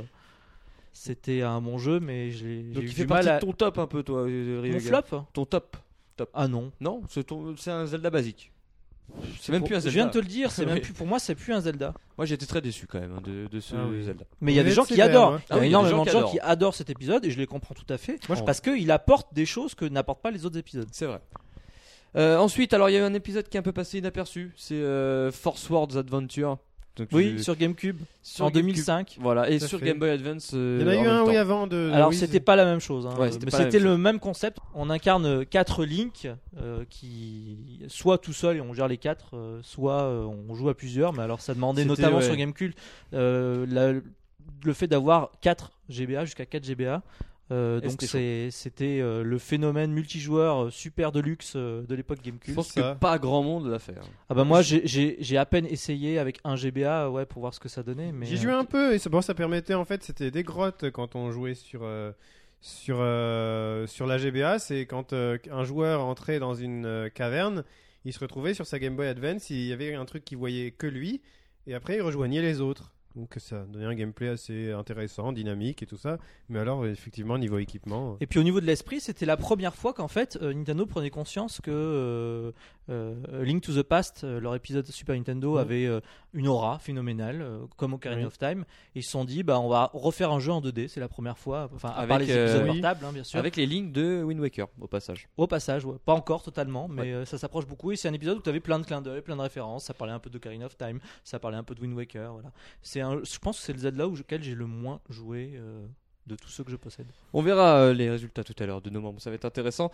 c'était un bon jeu, mais j'ai j'ai Donc eu il du fait mal partie à... de ton top un peu toi. euh, Mon Ryuga. flop. Ton top. Ah non. Non, c'est ton- c'est un Zelda basique. C'est même Pour- plus un Je Zelda. viens de te le dire, c'est même Oui. plus pour moi, c'est plus un Zelda. Moi j'étais très déçu quand même hein, de, de ce Ah oui. Zelda. Mais il y a Vous des êtes gens qui sévère, adorent. hein. Il y a Ah oui, énormément il y de a des gens gens qui qui adorent cet épisode et je les comprends tout à fait Moi, je- parce qu'il apporte des choses que n'apportent pas les autres épisodes. C'est vrai. Euh, ensuite, alors il y a eu un épisode qui est un peu passé inaperçu. C'est euh, Force Wars Adventure. Donc, Oui, je- sur GameCube, sur en GameCube. deux mille cinq. Voilà, et Tout à sur fait. Game Boy Advance. euh, Il y en a en eu même un, temps. oui, avant de. Alors oui, c'était pas la même chose, hein. Ouais, c'était mais pas la c'était même le chose. même concept. On incarne quatre Link, euh, qui soit tout seul et on gère les quatre, euh, soit euh, on joue à plusieurs. Mais alors ça demandait C'était, notamment ouais. sur GameCube euh, la- le fait d'avoir quatre G B A jusqu'à quatre G B A. Euh, Et donc c'était c'est- c'était euh, le phénomène multijoueur euh, super deluxe euh, de l'époque Je GameCube. pense ça. que pas grand monde l'a fait. hein. Ah bah moi j'ai- j'ai j'ai à peine essayé avec un G B A, ouais, pour voir ce que ça donnait. Mais J'ai euh, joué un peu et ça, bon, ça permettait en fait, c'était des grottes quand on jouait sur euh, sur euh, sur la G B A. C'est quand euh, un joueur entrait dans une euh, caverne, il se retrouvait sur sa Game Boy Advance, il y avait un truc qui voyait que lui et après il rejoignait les autres. Donc ça donnait un gameplay assez intéressant, dynamique et tout ça. Mais alors effectivement niveau équipement. Et puis au niveau de l'esprit, c'était la première fois qu'en fait euh, Nintendo prenait conscience que euh, euh, Link to the Past, euh, leur épisode Super Nintendo, Ouais. avait euh, une aura phénoménale, euh, comme Ocarina Oui. of Time. Et ils se sont dit, bah on va refaire un jeu en deux D, c'est la première fois, enfin à Avec, part les euh, épisodes oui. portables, hein, bien sûr. Avec les lignes de Wind Waker, au passage. Au passage, ouais. Pas encore totalement, mais Ouais. euh, ça s'approche beaucoup. Et c'est un épisode où tu avais plein de clins d'œil, plein de références. Ça parlait un peu d'Ocarina of Time, ça parlait un peu de Wind Waker. Voilà. C'est un, je pense que c'est le Zelda auquel j'ai le moins joué euh, de tous ceux que je possède. On verra euh, les résultats tout à l'heure de nos membres, ça va être intéressant.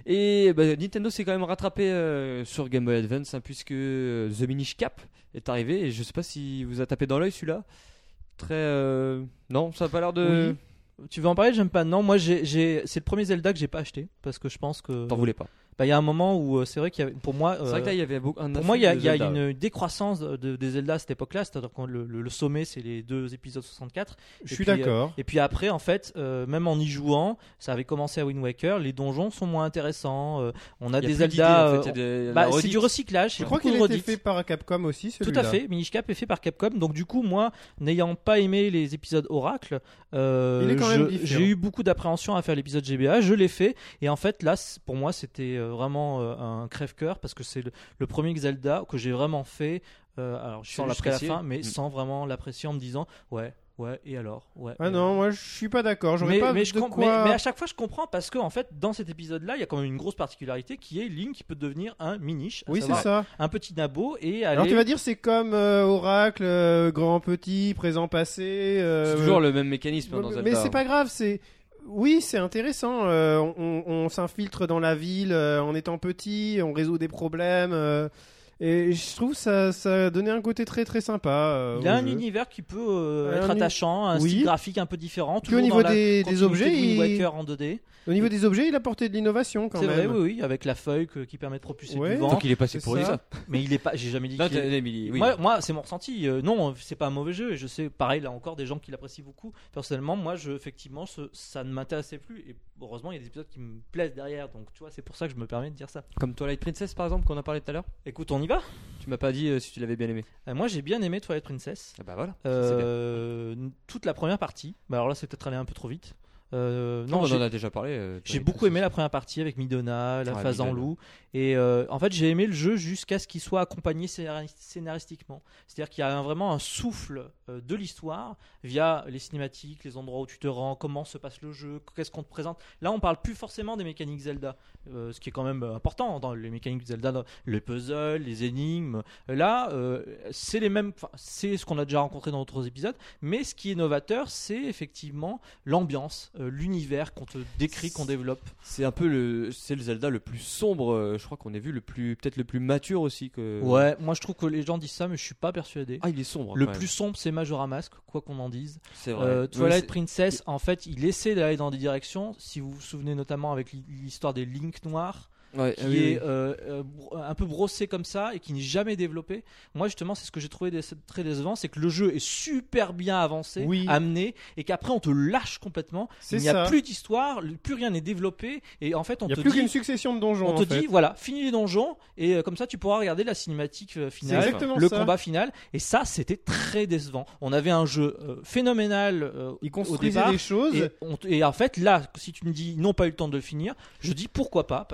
Et bah, Nintendo s'est quand même rattrapé euh, sur Game Boy Advance, hein, puisque euh, The Minish Cap est arrivé. Et je sais pas si vous a tapé dans l'œil celui-là. Très. euh, Non, ça a pas l'air de. Tu veux en parler? J'aime pas. Non, moi j'ai, j'ai... c'est le premier Zelda que j'ai pas acheté parce que je pense que. T'en voulais pas. Bah, il y a un moment où euh, c'est vrai qu'il y avait, pour moi, C'est vrai que là, euh, il y avait beaucoup- un pour moi, il y a, afflux de il y a Zelda, ouais. une décroissance de, de- des Zelda à cette époque-là. C'est-à-dire que le, le, le sommet, c'est les deux épisodes soixante-quatre. Je Et suis puis, euh, d'accord. Et puis après, en fait, euh, même en y jouant, ça avait commencé à Wind Waker. Les donjons sont moins intéressants. euh, on a Il y a des plus d'idées, Zelda. en fait, il y a euh, des- bah, la c'est redite. du recyclage. Je c'est crois beaucoup qu'il de a été redites. fait par Capcom aussi Tout celui-là. à fait, Minish Cap est fait par Capcom. Donc du coup, moi, n'ayant pas aimé les épisodes Oracle, euh, Il est quand je- même différent. j'ai eu beaucoup d'appréhension à faire l'épisode G B A. Je l'ai fait et en fait là, c- pour moi, c'était euh, vraiment euh, un crève-cœur parce que c'est le, le premier Zelda que j'ai vraiment fait. euh, alors, je suis Sans jusqu'à la l'apprécier. fin, mais Mm. sans vraiment l'apprécier en me disant, ouais, ouais, et alors, ouais. Ah et non, alors. moi je suis pas d'accord. J'aurais Mais, pas mais, je de com- quoi. mais- mais à chaque fois je comprends parce que en fait dans cet épisode là il y a quand même une grosse particularité qui est Link qui peut devenir un Minish, à Oui, c'est savoir ça. un petit nabo et aller Alors tu vas dire c'est comme euh, Oracle, euh, grand petit, présent passé. euh, C'est toujours le même mécanisme hein, dans mais Zelda. mais c'est pas grave, c'est oui, c'est intéressant. euh, on on- on s'infiltre dans la ville euh, en étant petit, on résout des problèmes. euh, et je trouve ça ça donnait un côté très très sympa. euh, il a au un jeu. univers qui peut euh, Un être uni- attachant, un Oui. style graphique un peu différent, Puis au toujours niveau dans la des, des continuité objets, de Wind il... Waker en deux D. au niveau des objets, il apportait de l'innovation quand C'est même. vrai, oui, oui, avec la feuille que- qui permet de propulser Ouais. du vent. Donc il est passé C'est pour ça. ça. Mais il est pas, j'ai jamais dit Non, qu'il est- t'as- Emily, oui. Moi, moi, c'est mon ressenti. Euh, non, c'est pas un mauvais jeu. Et je sais, pareil, là encore, des gens qui l'apprécient beaucoup. Personnellement, moi, je, effectivement, ce- ça ne m'intéressait plus. Et heureusement, il y a des épisodes qui me plaisent derrière. Donc, tu vois, c'est pour ça que je me permets de dire ça. Comme Twilight Princess par exemple qu'on a parlé tout à l'heure. Écoute, on y va. Tu m'as pas dit euh, si tu l'avais bien aimé. Euh, moi, j'ai bien aimé Twilight Princess. Ah bah voilà. c'est Euh, toute la première partie. Bah, alors là, c'est peut-être allé un peu trop vite. Euh, bien. non, on j'ai- en a déjà parlé. euh, J'ai Twilight beaucoup aimé Princess. la première partie avec Midona, la Ouais, phase en Midona. loup. Et euh, en fait, j'ai aimé le jeu jusqu'à ce qu'il soit accompagné scénari- scénaristiquement. C'est-à-dire qu'il y a un- vraiment un souffle euh, de l'histoire via les cinématiques, les endroits où tu te rends, comment se passe le jeu, qu'est-ce qu'on te présente. Là, on parle plus forcément des mécaniques Zelda, euh, ce qui est quand même euh, important dans les mécaniques Zelda, dans les puzzles, les énigmes. Là, euh, c'est les mêmes, enfin, c'est ce qu'on a déjà rencontré dans d'autres épisodes. Mais ce qui est novateur, c'est effectivement l'ambiance, euh, l'univers qu'on te décrit, qu'on développe. C'est un peu le, c'est le Zelda le plus sombre. euh, je crois qu'on a vu le plus, peut-être le plus mature aussi que. Ouais, moi je trouve que les gens disent ça, mais je suis pas persuadé. Ah il est sombre. le quand plus même. sombre, c'est Majora Mask, quoi qu'on en dise. C'est vrai. Euh, Oui, Twilight c'est- Princess, en fait, il essaie d'aller dans des directions. Si vous vous souvenez notamment avec l'hi- l'histoire des Link noirs, Ouais, qui ah oui, oui. est euh, euh, bro- un peu brossé comme ça et qui n'est jamais développé. Moi, justement, c'est ce que j'ai trouvé dé- très décevant, c'est que le jeu est super bien avancé, Oui. amené, et qu'après on te lâche complètement. C'est Il n'y a ça. plus d'histoire, le- plus rien n'est développé, et en fait, on Il n'y a te plus dit. qu'une succession de donjons. On te en fait. dit, voilà, finis les donjons, et euh, comme ça tu pourras regarder la cinématique euh, C'est finale, exactement le ça. combat final. Et ça, c'était très décevant. On avait un jeu euh, phénoménal euh, Ils au construisaient départ. des choses. Et, on t- et en fait, là, si tu me dis ils n'ont pas eu le temps de le finir, je dis pourquoi pas, parce qu'effectivement,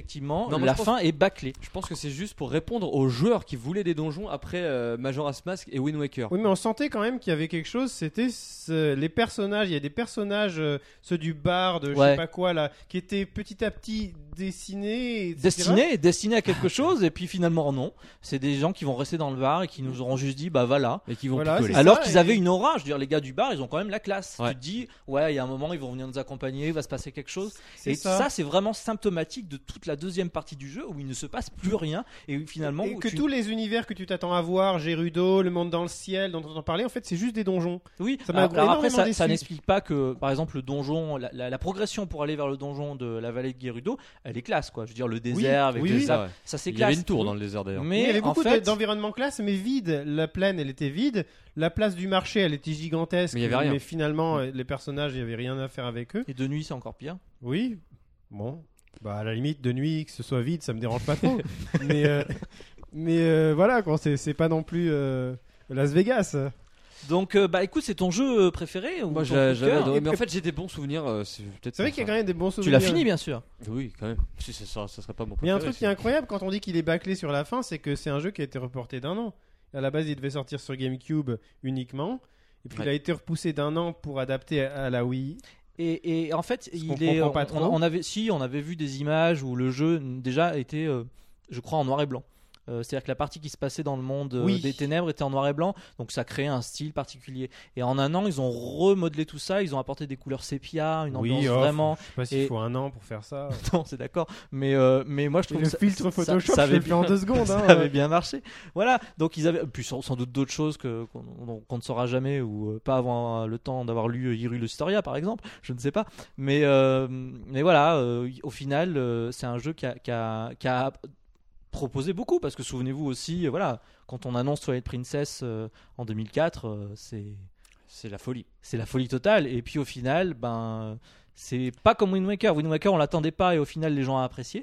effectivement Non, moi, la je pense- fin est bâclée. Je pense que c'est juste pour répondre aux joueurs qui voulaient des donjons après euh, Majora's Mask et Wind Waker. Oui, mais on sentait quand même qu'il y avait quelque chose. C'était ce- les personnages. Il y a des personnages, euh, ceux du bar, de je Ouais. sais pas quoi là, qui étaient petit à petit dessinés. et cetera. Destinés, destinés à quelque chose, et puis finalement non. C'est des gens qui vont rester dans le bar et qui nous auront juste dit bah voilà. Et qui vont Voilà, picoler. c'est Alors ça, qu'ils et- avaient une aura, je veux dire, les gars du bar, ils ont quand même la classe. Ouais. Tu te dis, ouais, il y a un moment, ils vont venir nous accompagner, il va se passer quelque chose. C'est Et ça. ça, c'est vraiment symptomatique de toute la deuxième partie du jeu où il ne se passe plus rien et où finalement. Et où que tu- tous les univers que tu t'attends à voir, Gerudo, le monde dans le ciel, dont on entend parler, en fait, c'est juste des donjons. Oui, Ça m'a alors, alors après, énormément ça, ça déçu. n'explique pas que, par exemple, le donjon, la, la- la progression pour aller vers le donjon de la vallée de Gerudo, elle est classe, quoi. Je veux dire, le désert avec oui, tout oui. ça, Ça, ouais. ça c'est Il y avait classe. une tour dans le désert d'ailleurs. Mais Mais il y avait en beaucoup fait, d'environnements classe, mais vide. La plaine, elle était vide. La place du marché, elle était gigantesque. Mais il y avait rien. Mais finalement, euh, les personnages, il y avait rien à faire avec eux. et de nuit, c'est encore pire. Oui. Bon. Bah, à la limite, de nuit, que ce soit vide, ça me dérange pas trop. mais euh, mais euh, voilà, quoi. C'est, c'est pas non plus euh, Las Vegas. Donc, euh, bah écoute, c'est ton jeu euh, préféré ou Moi ton j'a- coup de j'avais cœur adoré. Et- Mais en fait, j'ai des bons souvenirs. euh, c'est peut-être C'est vrai pour qu'il y a ça. quand même des bons Tu souvenirs. l'as fini, bien sûr. Oui, quand même. Si, ça, ça, ça serait pas mon Mais il y a un préféré, truc qui est incroyable quand on dit qu'il est bâclé sur la fin, c'est que c'est un jeu qui a été reporté d'un an. À la base, il devait sortir sur GameCube uniquement. Et puis Ouais. il a été repoussé d'un an pour adapter à à la Wii. Et, et en fait, qu'on il est, comprend pas on, trop. on avait, si, on avait vu des images où le jeu déjà était, euh, je crois, en noir et blanc. Euh, C'est-à-dire que la partie qui se passait dans le monde euh, Oui. des ténèbres était en noir et blanc, donc ça créait un style particulier. Et en un an, ils ont remodelé tout ça, ils ont apporté des couleurs sépia, une ambiance oh, vraiment. Je sais pas s'il Et- faut un an pour faire ça. Non, c'est d'accord, mais euh, mais moi je Et trouve le que ça- filtre ça- Photoshop, ça je le avait fais en deux secondes. ça hein. avait bien marché. Voilà, donc ils avaient, puis sans, sans doute d'autres choses que qu'on dont- qu'on ne saura jamais ou euh, pas avant le temps d'avoir lu euh, Hyrule Historia par exemple, je ne sais pas. Mais euh, mais voilà, euh, au final, euh, c'est un jeu qui a, qui a, qui a proposé beaucoup parce que souvenez-vous aussi, euh, voilà, quand on annonce Twilight Princess euh, en deux mille quatre, euh, c'est C'est la folie. c'est la folie totale. Et puis au final, ben c'est pas comme Wind Waker. Wind Waker, on l'attendait pas et au final les gens ont apprécié.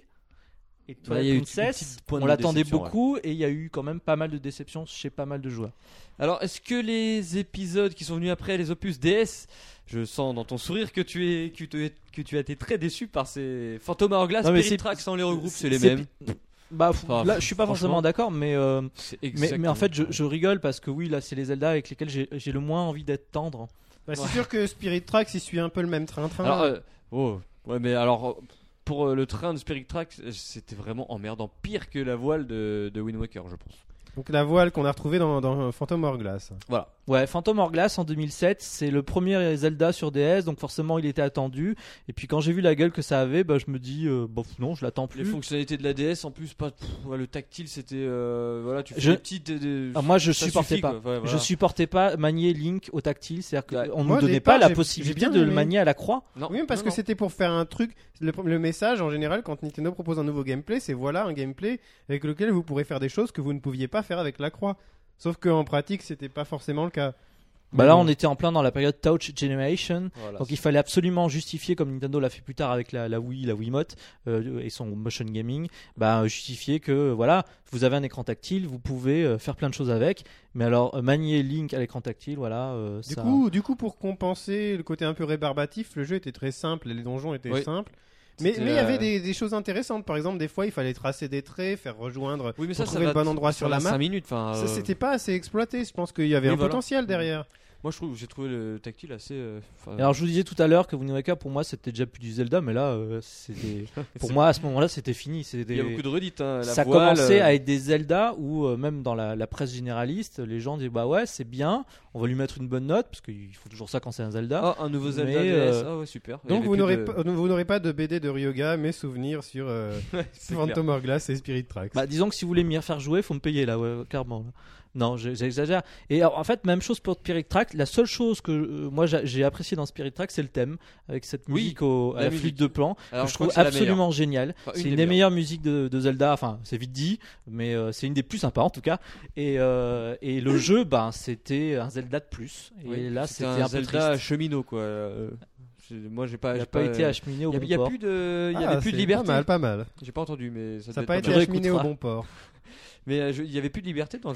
Et Bah, il y a eu Twilight une Princess, petite pointe on de l'attendait déception, beaucoup et il y a eu quand même pas mal de déceptions chez pas mal de joueurs. Alors, est-ce que les épisodes qui sont venus après, les opus D S, je sens dans ton sourire que tu es que tu, es- que tu as été très déçu par ces Phantom Hourglass, Non, mais Spirit c'est- Tracks, on les regroupe, c'est les c'est- mêmes. Bah pff, Enfin, là, je suis pas franchement, forcément d'accord, mais euh, C'est mais, exactement mais en fait, je, pareil. je rigole parce que oui, là, c'est les Zelda avec lesquels j'ai j'ai le moins envie d'être tendre. Bah, c'est Ouais. sûr que Spirit Tracks, il suit un peu le même train-train. Alors, euh, oh, ouais, mais alors, euh, pour euh, le train de Spirit Tracks, euh, c'était vraiment emmerdant, pire que la voile de, de Wind Waker, je pense. Donc la voile qu'on a retrouvée dans, dans Phantom Hourglass. Voilà. Ouais, Phantom Hourglass en deux mille sept, c'est le premier Zelda sur D S, donc forcément il était attendu. Et puis quand j'ai vu la gueule que ça avait, bah, je me dis, euh, bon, non, je l'attends Les plus. fonctionnalités de la D S, en plus, pas, pff, ouais, le tactile, c'était. euh, voilà, tu fais Je- des petites. des- des- Alors moi, je ça supportais suffit, pas. quoi. Ouais, voilà. Je supportais pas manier Link au tactile, c'est-à-dire Ouais. qu'on Moi, nous au donnait départ, pas la j'ai- possibilité j'ai bien de le aimé. manier à la croix. Non, Oui, parce non, que non. c'était pour faire un truc. Le, le message, en général, quand Nintendo propose un nouveau gameplay, c'est voilà un gameplay avec lequel vous pourrez faire des choses que vous ne pouviez pas faire avec la croix. Sauf qu'en pratique, c'était pas forcément le cas. Bah Mais là, bon. on était en plein dans la période Touch Generation. Voilà, Donc il fallait absolument justifier, comme Nintendo l'a fait plus tard avec la, la Wii, la Wiimote euh, et son motion gaming, bah, justifier que voilà, vous avez un écran tactile, vous pouvez euh, faire plein de choses avec. Mais alors euh, manier Link à l'écran tactile, voilà. euh, Du ça... coup, du coup, pour compenser le côté un peu rébarbatif, le jeu était très simple et les donjons étaient Oui. simples. Mais C'était, mais il y avait euh, des, des choses intéressantes. Par exemple, des fois, il fallait tracer des traits, faire rejoindre, Oui, mais ça, pour ça trouver va le bon endroit sur la map. cinq minutes. Enfin, Ça, euh, c'était pas assez exploité. Je pense qu'il y avait oui, un voilà. potentiel derrière. Moi, je trouve, j'ai trouvé le tactile assez. euh, enfin, Et alors je vous disais tout à l'heure que Wind Waker pour moi c'était déjà plus du Zelda, mais là euh, c'était pour c'est- moi à ce moment-là c'était fini. C'était il y a beaucoup de redites. Hein, la ça voile, commençait euh, à être des Zelda où euh, même dans la, la presse généraliste, les gens disaient bah ouais c'est bien, on va lui mettre une bonne note parce qu'il faut toujours ça quand c'est un Zelda. Ah, un nouveau Zelda Mais, D S. euh, Ah ouais, super. Il y Donc avait vous plus n'aurez de- pas, vous n'aurez pas de B D de Ryoga, mais souvenirs sur euh, C'est Phantom Hourglass et Spirit Tracks. Bah disons que si vous voulez m'y faire jouer, faut me payer là, ouais, clairement. là. Non, j'ai- j'exagère. Et alors, en fait, même chose pour Spirit Tracks. La seule chose que euh, moi j'a- j'ai apprécié dans Spirit Tracks, c'est le thème avec cette Oui, musique au, à la la musique. flûte de plan. Alors, que je je crois trouve que c'est la absolument génial. Enfin, une c'est des une des meilleures. meilleures musiques de, de Zelda. Enfin, c'est vite dit, mais euh, c'est une des plus sympas en tout cas. Et, euh, et le jeu, ben, c'était un Zelda de plus. Et Oui, là, c'était un, un, peu Zelda triste. cheminot quoi. Euh, j'ai- moi, j'ai pas. Il j'ai n'a pas été acheminé au Il bon y a, port. plus de, il y Ah, avait plus de c'est liberté. Pas mal, pas mal. J'ai pas entendu, mais ça Ça n'a devait pas être été mal. Tu acheminé au réécouteras. bon port. Mais euh, je- il y avait plus de liberté dans le jeu.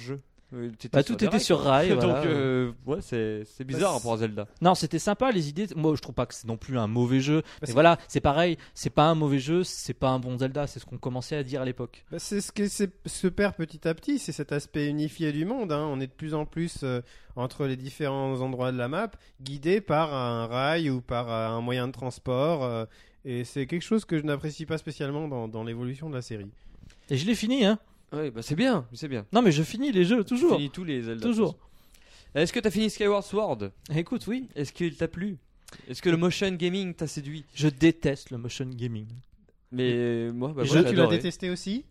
Euh, t'étais Bah, sur tout des était rails, sur quoi. rail, Donc, voilà. euh, ouais, c'est, c'est bizarre Bah, pour un Zelda. Non, c'était sympa les idées. Moi, je trouve pas que c'est non plus un mauvais jeu. Parce Mais que- voilà, c'est pareil. C'est pas un mauvais jeu, c'est pas un bon Zelda. C'est ce qu'on commençait à dire à l'époque. Bah, c'est ce qui c'est- se perd petit à petit, c'est cet aspect unifié du monde. Hein. On est de plus en plus euh, entre les différents endroits de la map, guidé par un rail ou par euh, un moyen de transport. euh, et c'est quelque chose que je n'apprécie pas spécialement dans, dans l'évolution de la série. Et je l'ai fini, hein. Ouais, bah c'est bien, c'est bien. Non, mais je finis les jeux toujours. Fini tous les Zelda. Toujours. de toute façon. Est-ce que t'as fini Skyward Sword? Écoute, oui. Est-ce qu'il t'a plu? Est-ce que le motion gaming t'a séduit? Je déteste le motion gaming. Mais euh, moi, bah, Je- moi, tu l'as j'adorais. détesté aussi?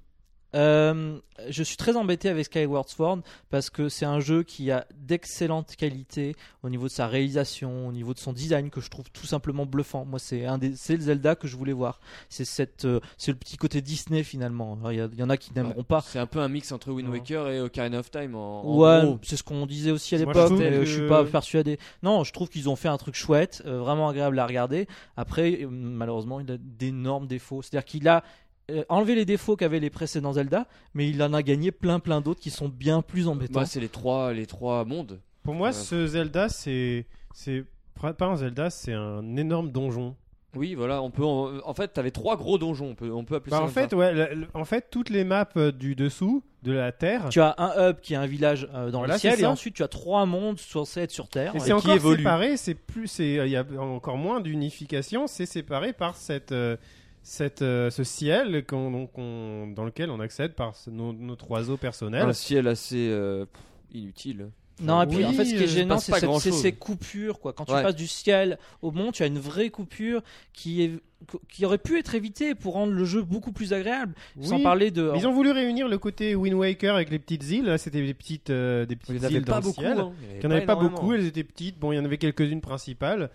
Euh, je suis très embêté avec Skyward Sword parce que c'est un jeu qui a d'excellentes qualités au niveau de sa réalisation, au niveau de son design que je trouve tout simplement bluffant. Moi, c'est un des, c'est le Zelda que je voulais voir. C'est cette, euh, c'est le petit côté Disney finalement. Alors, Il y, a- il y en a qui n'aimeront Ouais. pas. C'est un peu un mix entre Wind Non. Waker et Ocarina of Time en, en Ouais, gros. c'est ce qu'on disait aussi à Moi, je l'époque, trouve mais que- je suis pas persuadé. Non, je trouve qu'ils ont fait un truc chouette, euh, vraiment agréable à regarder. Après, euh, malheureusement, il a d'énormes défauts. C'est-à-dire qu'il a euh, enlevé les défauts qu'avaient les précédents Zelda, mais il en a gagné plein plein d'autres qui sont bien plus embêtants. Bah, c'est les trois, les trois mondes. Pour moi, Ouais. ce Zelda, c'est c'est pas un Zelda, c'est un énorme donjon. Oui, voilà, on peut. En, en fait, t'avais trois gros donjons. On peut, on peut appeler Bah, ça en comme fait, ça. ouais, le- le- en fait, toutes les maps euh, du dessous de la Terre. Tu as un hub qui est un village euh, dans Voilà, le ciel c'est et ça. ensuite tu as trois mondes censés être sur Terre. Et Ouais. c'est qui encore évolue. séparé, c'est plus, c'est, il y a encore moins d'unification, c'est séparé par cette, euh, cette, euh, ce ciel qu'on, donc, on- dans lequel on accède par ce- nos, notre oiseau personnel. Un ciel assez euh, pff, inutile. Non, et puis Oui, en fait, ce qui euh, est il se gênant, passe c'est pas cette- grand-chose. c'est ces coupures. Quoi. Quand tu Ouais. passes du ciel au monde, tu as une vraie coupure qui, est, qui aurait pu être évitée pour rendre le jeu beaucoup plus agréable. Sans Oui. parler de. Mais ils ont voulu réunir le côté Wind Waker avec les petites îles. Là, c'était des petites, euh, des Il petites n'y en avait îles dans pas le beaucoup. ciel. Hein. Il n'y en avait pas énormément. beaucoup, elles étaient petites. Bon, il y en avait quelques-unes principales,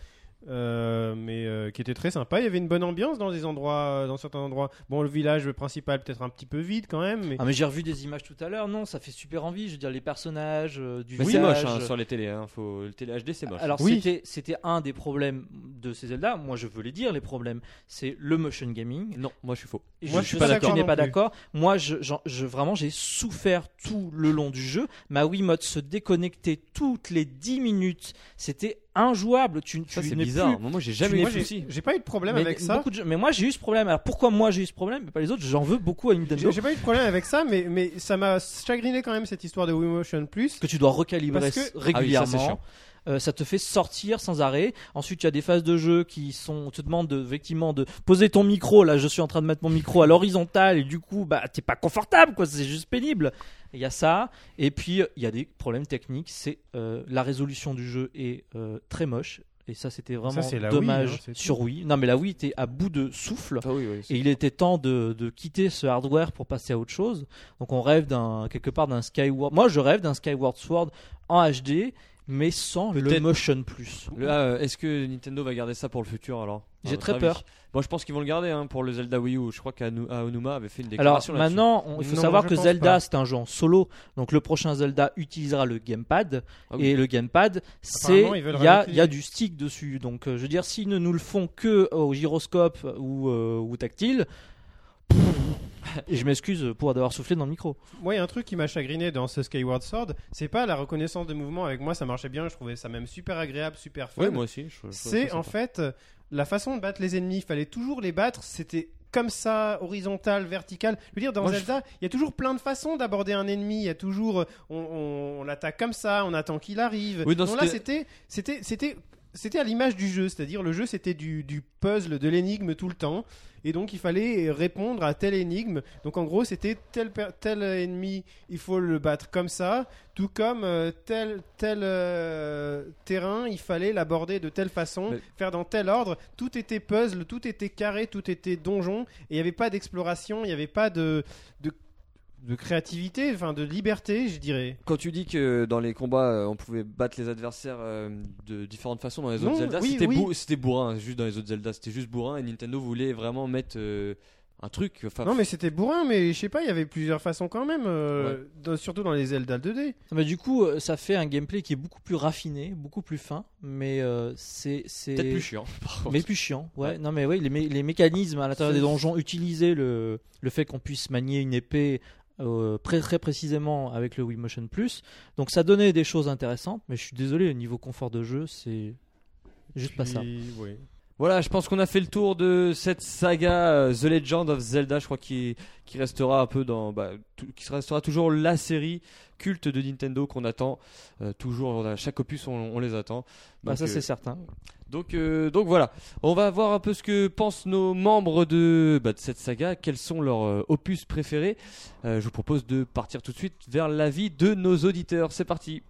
euh, mais euh, qui étaient très sympas. Il y avait une bonne ambiance dans des endroits, dans certains endroits. Bon, le village principal peut-être un petit peu vide quand même, mais Ah, mais j'ai revu des images tout à l'heure. Non, ça fait super envie. Je veux dire, les personnages, euh, du Mais c'est village. moche hein, sur les télés. Hein. Faut... Le télé H D, c'est moche. Alors Oui. c'était c'était un des problèmes de ces Zelda. Moi je veux les dire les problèmes. C'est le motion gaming. Non, moi je suis faux. Et Moi, je, je suis sais pas que d'accord tu n'es non pas plus. d'accord. Moi je, j'en- je vraiment j'ai souffert tout le long du jeu. Ma Wiimote se déconnectait toutes les dix minutes. C'était injouable. Tu, tu Ça, c'est n'es bizarre. plus- Moi, j'ai tu jamais n'es eu moi de plus- j'ai soucis. j'ai pas eu de problème mais, avec ça. beaucoup de jeux- mais moi j'ai eu ce problème. Alors pourquoi moi j'ai eu ce problème mais pas les autres? J'en veux beaucoup à Nintendo. J'ai j'ai pas eu de problème avec ça, mais, mais ça m'a chagriné quand même cette histoire de Wii Motion Plus. Que tu dois recalibrer Parce que- s- Ah oui, ça, régulièrement. c'est chiant. Euh, ça te fait sortir sans arrêt. Ensuite, tu as des phases de jeu qui sont, on te demande de, effectivement de poser ton micro. Là, je suis en train de mettre mon micro à l'horizontale et du coup, bah, t'es pas confortable, quoi. C'est juste pénible. Il y a ça. Et puis, il y a des problèmes techniques. C'est euh, la résolution du jeu est euh, très moche. Et ça, c'était vraiment c'est la dommage Wii, hein, c'est tout. sur Wii. Non, mais la Wii était à bout de souffle. Ah oui, oui, c'est- Et il était temps de, de quitter ce hardware pour passer à autre chose. Donc on rêve d'un quelque part d'un Skyward. Moi je rêve d'un Skyward Sword en H D, mais sans le Peut-être. motion plus. Là, euh, est-ce que Nintendo va garder ça pour le futur alors à J'ai votre très avis peur. Moi, je pense qu'ils vont le garder hein, pour le Zelda Wii U. Je crois qu'Aonuma avait fait une Alors déclaration là-dessus. maintenant, on- il faut Non, savoir je que pense Zelda pas. c'est un jeu en solo. Donc le prochain Zelda utilisera le gamepad. Ah oui. Et le gamepad, c'est Apparemment, ils veulent il y a, rajouter- il y a du stick dessus. Donc euh, je veux dire, s'ils ne nous le font que au gyroscope ou, euh, ou tactile. Et je m'excuse pour avoir soufflé dans le micro. Moi, il y a un truc qui m'a chagriné dans ce Skyward Sword, c'est pas la reconnaissance de mouvement. Avec moi, ça marchait bien. Je trouvais ça même super agréable, super fun. Ouais, moi aussi. je- je trouve C'est ça en sympa. fait euh, la façon de battre les ennemis. Il fallait toujours les battre. C'était comme ça, horizontal, vertical. Je veux dire, dans Moi, je- Zelda, il y a toujours plein de façons d'aborder un ennemi. Il y a toujours, euh, on, on- on l'attaque comme ça, on attend qu'il arrive. Oui, non, non, là, c'était- c'était, c'était, c'était, c'était à l'image du jeu. C'est-à-dire, le jeu, c'était du, du puzzle, de l'énigme tout le temps. Et donc, il fallait répondre à telle énigme. Donc, en gros, c'était tel, per- tel ennemi, il faut le battre comme ça. Tout comme euh, tel, tel euh, terrain, il fallait l'aborder de telle façon, Mais- faire dans tel ordre. Tout était puzzle, tout était carré, tout était donjon. Et il n'y avait pas d'exploration, il n'y avait pas de, de, de créativité, enfin de liberté, je dirais. Quand tu dis que dans les combats, euh, on pouvait battre les adversaires euh, de différentes façons dans les autres Non, Zelda, oui, c'était oui. bou- c'était bourrin. Juste dans les autres Zelda, c'était juste bourrin. Et Nintendo voulait vraiment mettre euh, un truc. Enfin, Non, mais c'était bourrin, mais je sais pas, il y avait plusieurs façons quand même, euh, dans- surtout dans les Zelda deux D. Mais du coup, euh, ça fait un gameplay qui est beaucoup plus raffiné, beaucoup plus fin, mais euh, c'est c'est peut-être plus chiant. par contre. mais plus chiant. Ouais. Ouais. Non mais oui, les, mé- les mécanismes à l'intérieur C'est- des donjons, utiliser le le fait qu'on puisse manier une épée euh, très, très précisément avec le Wii Motion Plus. Donc ça donnait des choses intéressantes, mais je suis désolé, au niveau confort de jeu, c'est juste pas ça. Puis, oui. Voilà, je pense qu'on a fait le tour de cette saga euh, The Legend of Zelda, je crois qui qui restera un peu dans bah, tout, qui restera toujours la série culte de Nintendo qu'on attend euh, toujours à chaque opus on, on les attend. Bah, Donc, ça euh, c'est certain. Donc, euh, donc voilà, on va voir un peu ce que pensent nos membres de, bah, de cette saga, quels sont leurs euh, opus préférés. Euh, je vous propose de partir tout de suite vers l'avis de nos auditeurs. C'est parti.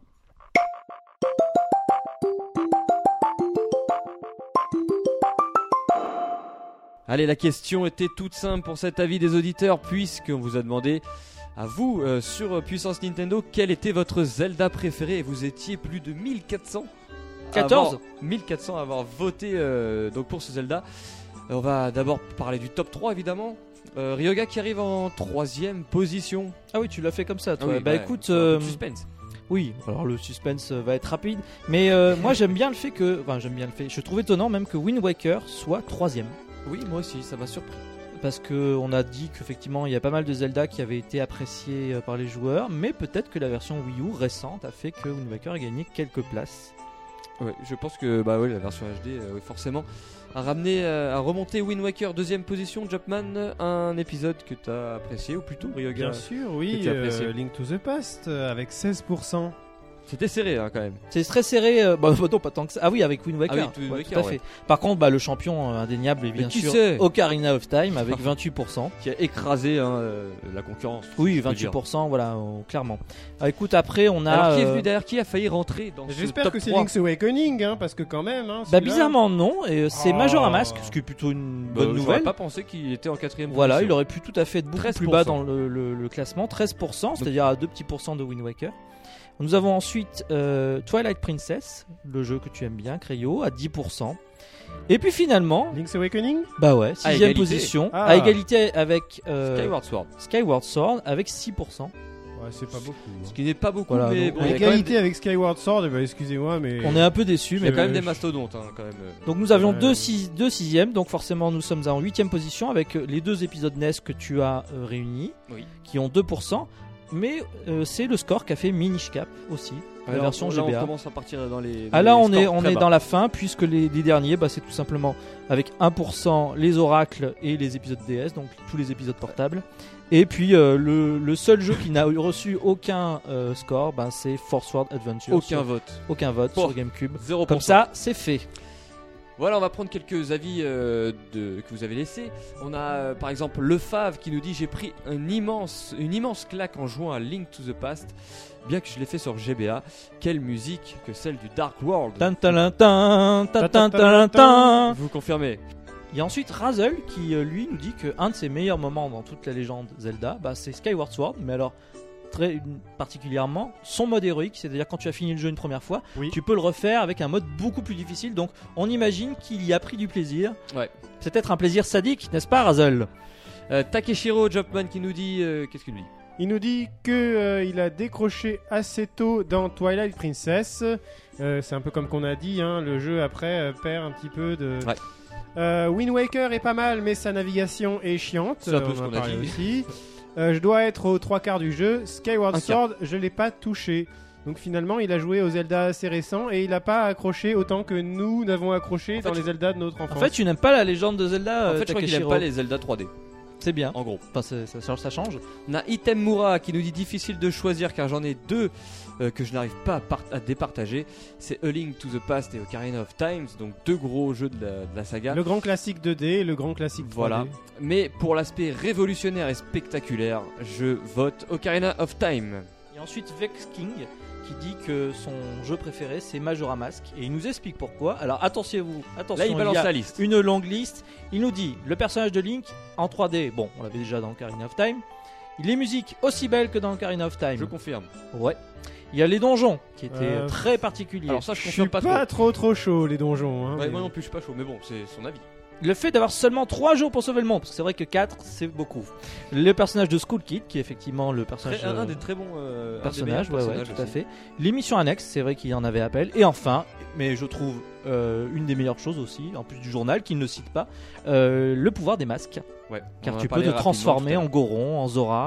Allez, la question était toute simple pour cet avis des auditeurs, puisqu'on vous a demandé à vous euh, sur Puissance Nintendo quel était votre Zelda préféré, et vous étiez plus de mille quatre cents quatorze mille quatre cents à avoir voté euh, donc pour ce Zelda. On va d'abord parler du top trois évidemment. Euh, Ryoga qui arrive en troisième position. Ah oui, tu l'as fait comme ça, toi. Ah oui, bah, bah, écoute, un peu de euh, suspense. oui, alors le suspense euh, va être rapide, mais euh, moi j'aime bien le fait que, enfin j'aime bien le fait, je trouve étonnant même que Wind Waker soit troisième. Oui, moi aussi, ça m'a surpris. Parce qu'on a dit qu'effectivement il y a pas mal de Zelda qui avaient été appréciés euh, par les joueurs, mais peut-être que la version Wii U récente a fait que Wind Waker a gagné quelques places. Ouais, je pense que bah oui, la version H D, euh, oui, forcément, a ramené, euh, a remonté Wind Waker deuxième position. Jumpman, un épisode que tu as apprécié, ou plutôt Ryoga. Bien sûr, oui. que tu as apprécié. euh, Link to the Past euh, avec seize pour cent. C'était serré hein, quand même. C'est très serré, euh, bah non pas tant que ça. Ah oui, avec Wind Waker. Ah oui, Wind Ouais, Waker, tout à ouais. fait. Par contre, bah, le champion euh, indéniable est Mais bien qui sûr c'est Ocarina of Time avec vingt-huit pour cent. Qui a écrasé hein, euh, la concurrence. Oui, je peux vingt-huit dire. pour cent, voilà, euh, clairement. Ah, écoute, après on a. Alors qui est euh, venu derrière, qui a failli rentrer dans ce J'espère top que c'est trois. Link's Awakening, hein, parce que quand même. Hein, Bah celui-là- bizarrement non, et euh, c'est Oh. Majora Mask, ce qui est plutôt une Bah, bonne j'aurais nouvelle. pas pensé qu'il était en quatrième Voilà, il position. aurait pu tout à fait être beaucoup treize plus pour bas cent. dans le, le- le classement, treize pour cent, c'est-à-dire à deux petits pourcents de Wind Waker. Nous avons ensuite euh, Twilight Princess, le jeu que tu aimes bien, Cryo, à dix pour cent. Et puis finalement, Link's Awakening bah ouais, À sixième égalité. position, Ah. à égalité avec euh, Skyward Sword. Skyward Sword avec six pour cent. Ouais, c'est pas beaucoup. hein. Ce qui n'est pas beaucoup, Voilà, mais donc, bon, il y a quand même Égalité avec Skyward Sword, eh ben, excusez-moi, mais. On est un peu déçus, des- il y mais a quand même Euh, des je- mastodontes hein, quand même. euh. donc nous avions Ouais. deux, six, deux sixièmes, donc forcément nous sommes en huitième position avec euh, les deux épisodes N E S que tu as euh, réunis, Oui. qui ont deux pour cent. Mais euh, c'est le score qu'a fait Minish Cap aussi, la Alors, version là, G B on A. commence à partir dans les. Ah dans là les on est, scores on très est bas. dans la fin puisque les, les derniers bah, c'est tout simplement avec un pour cent les oracles et les épisodes D S, donc tous les épisodes portables. Et puis euh, le, le seul jeu qui n'a reçu aucun euh, score, ben, c'est Force World Adventure. Aucun sur- vote. aucun vote Bon. sur GameCube. zéro pour Comme cent. ça c'est fait. Voilà, on va prendre quelques avis euh, de, que vous avez laissés. On a euh, par exemple Le Fave qui nous dit j'ai pris un immense, une immense claque en jouant à Link to the Past, bien que je l'ai fait sur G B A. Quelle musique que celle du Dark World. Tan, tan, tan, tan, tan, tan, tan. Vous confirmez? Il y a ensuite Razel qui euh, lui nous dit que un de ses meilleurs moments dans toute la légende Zelda, bah, c'est Skyward Sword, mais alors très une- particulièrement son mode héroïque, c'est-à-dire quand tu as fini le jeu une première fois, Oui. tu peux le refaire avec un mode beaucoup plus difficile. Donc on imagine qu'il y a pris du plaisir. Ouais. C'est peut-être un plaisir sadique, n'est-ce pas Razel? Euh, Takeshiro Jumpman qui nous dit euh, qu'est-ce qu'il nous dit? Il nous dit que euh, il a décroché assez tôt dans Twilight Princess. Euh, c'est un peu comme qu'on a dit, hein, le jeu après euh, perd un petit peu de. Ouais. Euh, Wind Waker est pas mal, mais sa navigation est chiante. C'est un peu Euh, ce on en qu'on a parlait dit. aussi. Euh, je dois être aux trois quarts du jeu. Skyward Un quart. Sword, je l'ai pas touché. Donc finalement, il a joué aux Zelda assez récents et il n'a pas accroché autant que nous n'avons accroché En fait, dans je- les Zelda de notre En enfance. fait, tu n'aimes pas la légende de Zelda, En euh, fait, je crois qu'il aime Takeshiro. pas les Zelda trois D. C'est bien. En gros. Enfin, c'est- ça, change- ça change. On a Itemura qui nous dit difficile de choisir car j'en ai deux euh, que je n'arrive pas à, part- à départager. C'est A Link to the Past et Ocarina of Time, donc deux gros jeux de la, de la saga. Le grand classique deux D et le grand classique trois D. Voilà. Mais pour l'aspect révolutionnaire et spectaculaire, je vote Ocarina of Time. Et ensuite Vex King qui dit que son jeu préféré c'est Majora Mask et il nous explique pourquoi. Alors attention-vous, attention, Là, il balance y a la liste. une longue liste. Il nous dit le personnage de Link en trois D, bon, on l'avait déjà dans Ocarina of Time. Les musiques aussi belles que dans Ocarina of Time. Je confirme. Ouais. Il y a les donjons qui étaient Euh, très particuliers. Alors ça, je Je suis confirme pas, pas, trop. trop trop chaud les donjons. Hein, Ouais, mais- moi non plus, je suis pas chaud, mais bon, c'est son avis. Le fait d'avoir seulement trois jours pour sauver le monde, parce que c'est vrai que quatre c'est beaucoup. Le personnage de Skull Kid qui est effectivement le personnage. Très- un, un euh, des très bons euh, un des personnage, meilleurs ouais, ouais, personnages tout à aussi. fait. L'émission annexe, c'est vrai qu'il y en avait appel. Et enfin, mais je trouve euh, une des meilleures choses aussi, en plus du journal, qu'il ne cite pas, euh, le pouvoir des masques. Ouais, Car on en a tu peux parlé te rapidement transformer tout à en l'heure. Goron, en Zora,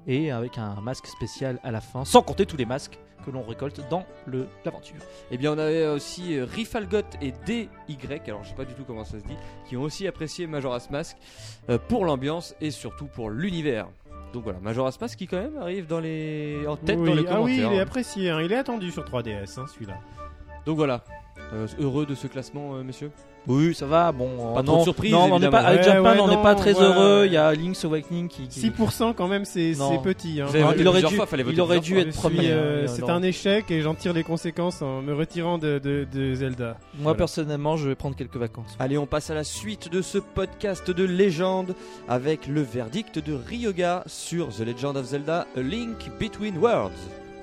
et avec un masque spécial à la fin, sans compter tous les masques que l'on récolte dans le, l'aventure. Et bien on avait aussi euh, Rifalgot et D Y, alors je sais pas du tout comment ça se dit, qui ont aussi apprécié Majora's Mask euh, pour l'ambiance et surtout pour l'univers. Donc voilà, Majora's Mask qui quand même arrive dans les... en tête Oui, dans les ah oui, commentaires. il est apprécié, hein, il est attendu sur trois D S, hein, celui-là. Donc voilà, euh, heureux de ce classement, euh, messieurs. Oui, ça va. Bon, Pas euh, trop non, de surprises, non, on n'est pas évidemment. avec Ouais, Jumpman, ouais, on n'est non, pas très voilà. heureux. Il y a Link's Awakening qui. qui... six pour cent quand même, c'est, Non. c'est petit. Hein. Vous avez Non, voté il aurait plusieurs dû, fois, fallait voter il aurait plusieurs dû fois. être Je suis, premier. euh, hein, c'est non. un échec et j'en tire les conséquences en me retirant de, de, de Zelda. Moi Voilà. personnellement, je vais prendre quelques vacances. Allez, on passe à la suite de ce podcast de légende avec le verdict de Ryoga sur The Legend of Zelda A Link Between Worlds.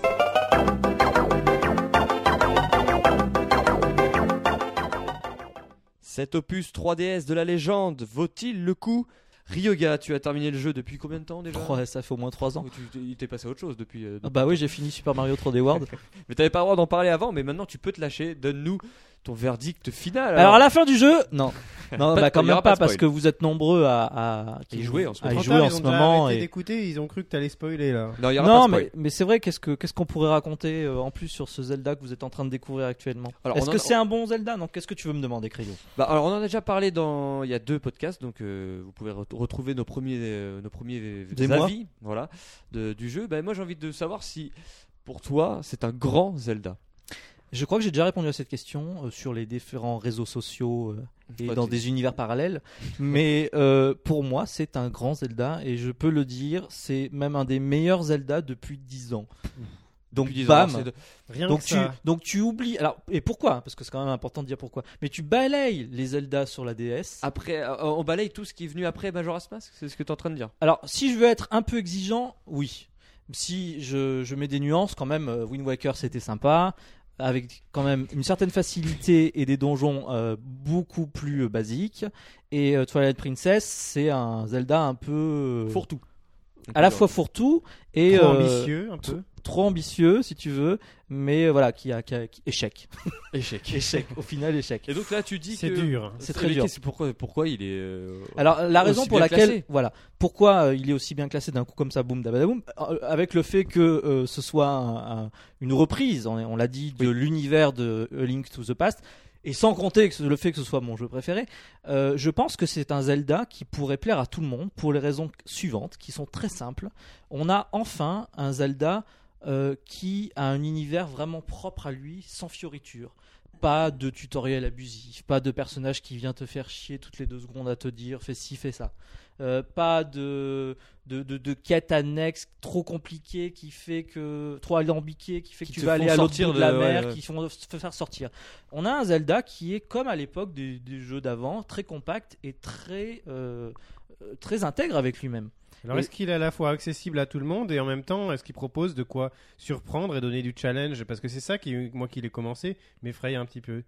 Cet opus trois D S de la légende vaut-il le coup? Ryoga, tu as terminé le jeu depuis combien de temps déjà? Ouais, ça fait au moins trois ans. Ou tu- Il t'est passé à autre chose depuis. euh, Ah bah oui, j'ai fini Super Mario trois D World. Mais t'avais pas le droit d'en parler avant, mais maintenant tu peux te lâcher. Donne-nous ton verdict final. Alors à la fin du jeu, non, non, Pas bah de- quand il y aura même pas pas de parce spoil. que vous êtes nombreux à, à, À y jouer en ce à y moment. jouer en ils ce ont déjà moment. arrêté Et... d'écouter, ils ont cru que t'allais spoiler là. Non, il y aura Non, pas de spoil. mais, mais c'est vrai. Qu'est-ce que qu'est-ce qu'on pourrait raconter euh, en plus sur ce Zelda que vous êtes en train de découvrir actuellement? Alors, Est-ce on que en- c'est un bon Zelda? Non. Qu'est-ce que tu veux me demander, Cryo? Bah, alors on en a déjà parlé dans il y a deux podcasts, donc euh, vous pouvez re- retrouver nos premiers euh, nos premiers Des mois. avis, voilà, de- du jeu. Bah, moi j'ai envie de savoir si pour toi c'est un grand Zelda. Je crois que j'ai déjà répondu à cette question euh, sur les différents réseaux sociaux euh, et Pas dans de- des univers parallèles. Mais euh, pour moi, c'est un grand Zelda et je peux le dire, c'est même un des meilleurs Zelda depuis dix ans. Donc Depuis dix ans, bam. alors, c'est de- Rien Donc que tu, ça. donc tu oublies. Alors et pourquoi? Parce que c'est quand même important de dire pourquoi. Mais tu balayes les Zelda sur la D S. Après, euh, on balaye tout ce qui est venu après Majora's Mask, c'est ce que tu es en train de dire. Alors si je veux être un peu exigeant, oui. Si je, je mets des nuances, quand même, euh, Wind Waker c'était sympa, avec quand même une certaine facilité et des donjons euh, beaucoup plus euh, basiques. Et euh, Twilight Princess, c'est un Zelda un peu euh, Fourre-tout. à la fois fourre-tout et Trop euh, ambitieux un peu. trop ambitieux si tu veux, mais euh, voilà, qui a, qui a- qui- échec, Échec. échec. Au final, échec. Et donc là tu dis C'est que dur. C'est très Mais dur. qu'est-ce- Pourquoi, pourquoi il est euh, Alors la aussi raison pour bien laquelle, classé voilà, pourquoi euh, il est aussi bien classé d'un coup comme ça, boum, dabadaboum, euh, avec le fait que euh, ce soit un- un- une reprise, on, on l'a dit, de l'univers de A Link to the Past, et sans compter que le fait que ce soit mon jeu préféré, euh, je pense que c'est un Zelda qui pourrait plaire à tout le monde pour les raisons suivantes, qui sont très simples. On a enfin un Zelda euh, qui a un univers vraiment propre à lui, sans fioriture. Pas de tutoriel abusif, pas de personnage qui vient te faire chier toutes les deux secondes à te dire fais ci, fais ça. Euh, pas de, de, de, de quête annexe trop compliquée qui fait que. Trop alambiquée qui fait Qui que tu te vas font aller à l'autre sortir bout de la de- mer, ouais, ouais. qui font te faire sortir. On a un Zelda qui est comme à l'époque des, des jeux d'avant, très compact et très, euh, euh, très intègre avec lui-même. Alors Et- est-ce qu'il est à la fois accessible à tout le monde et en même temps est-ce qu'il propose de quoi surprendre et donner du challenge? Parce que c'est ça qui, moi qui l'ai commencé, m'effraie un petit peu.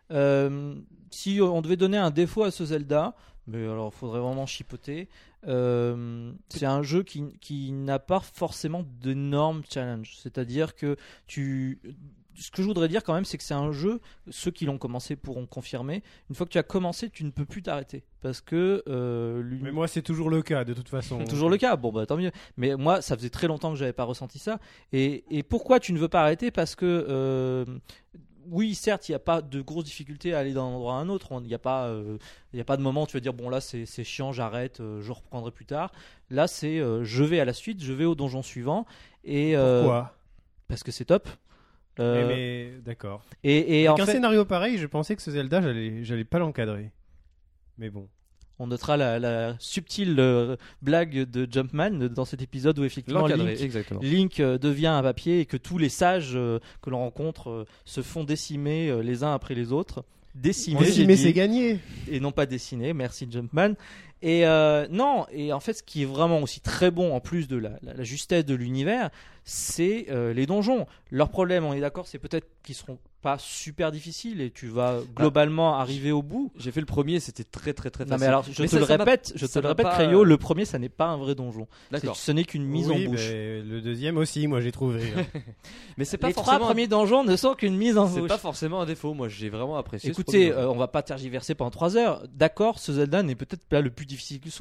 Euh, si on devait donner un défaut à ce Zelda, mais alors il faudrait vraiment chipoter. euh, c'est un jeu qui, qui n'a pas forcément d'énormes challenges. C'est-à-dire que tu. Ce que je voudrais dire quand même, c'est que c'est un jeu, ceux qui l'ont commencé pourront confirmer, une fois que tu as commencé, tu ne peux plus t'arrêter. Parce que. Euh, l'uni- Mais moi c'est toujours le cas de toute façon. Toujours le cas, bon bah tant mieux. Mais moi, ça faisait très longtemps que j'avais pas ressenti ça. Et, et pourquoi tu ne veux pas arrêter? Parce que euh, oui, certes, il n'y a pas de grosses difficultés à aller d'un endroit à un autre. Il n'y a pas, euh, il y a pas de moment où tu vas dire bon là c'est c'est chiant, j'arrête, euh, je reprendrai plus tard. Là c'est euh, je vais à la suite, je vais au donjon suivant. Et euh, Pourquoi? parce que c'est top. Euh, Mais, mais- d'accord. Et, et Avec en un fait, scénario pareil, je pensais que ce Zelda, j'allais, j'allais pas l'encadrer. Mais bon. on notera la, la subtile euh, blague de Jumpman dans cet épisode où effectivement l'encadrer, Link exactement. Link euh, devient un papier et que tous les sages euh, que l'on rencontre euh, se font décimer euh, les uns après les autres. Décimer, Mais, j'ai mais dit, c'est gagné. et non pas dessiner. Merci Jumpman. Et euh, non, et en fait, ce qui est vraiment aussi très bon en plus de la, la- la justesse de l'univers, c'est euh, les donjons. Leur problème, on est d'accord, c'est peut-être qu'ils seront pas super difficiles et tu vas globalement arriver au bout. J'ai fait le premier, c'était très très très Non facile. mais alors, je Mais te ça, le ça m'a- répète, je te ça le m'a répète, pas- Crayo, le premier, ça n'est pas un vrai donjon. D'accord. C'est- Ce n'est qu'une mise Oui, en bouche. mais le deuxième aussi, moi j'ai trouvé. hein. Mais c'est pas Les trois forcément. premiers donjons ne sont qu'une mise en C'est bouche. pas forcément un défaut. Moi, j'ai vraiment apprécié. ce Écoutez, premier euh, on va pas tergiverser pendant trois heures. D'accord, ce Zelda n'est peut-être pas le plus difficile qu'il soit, mais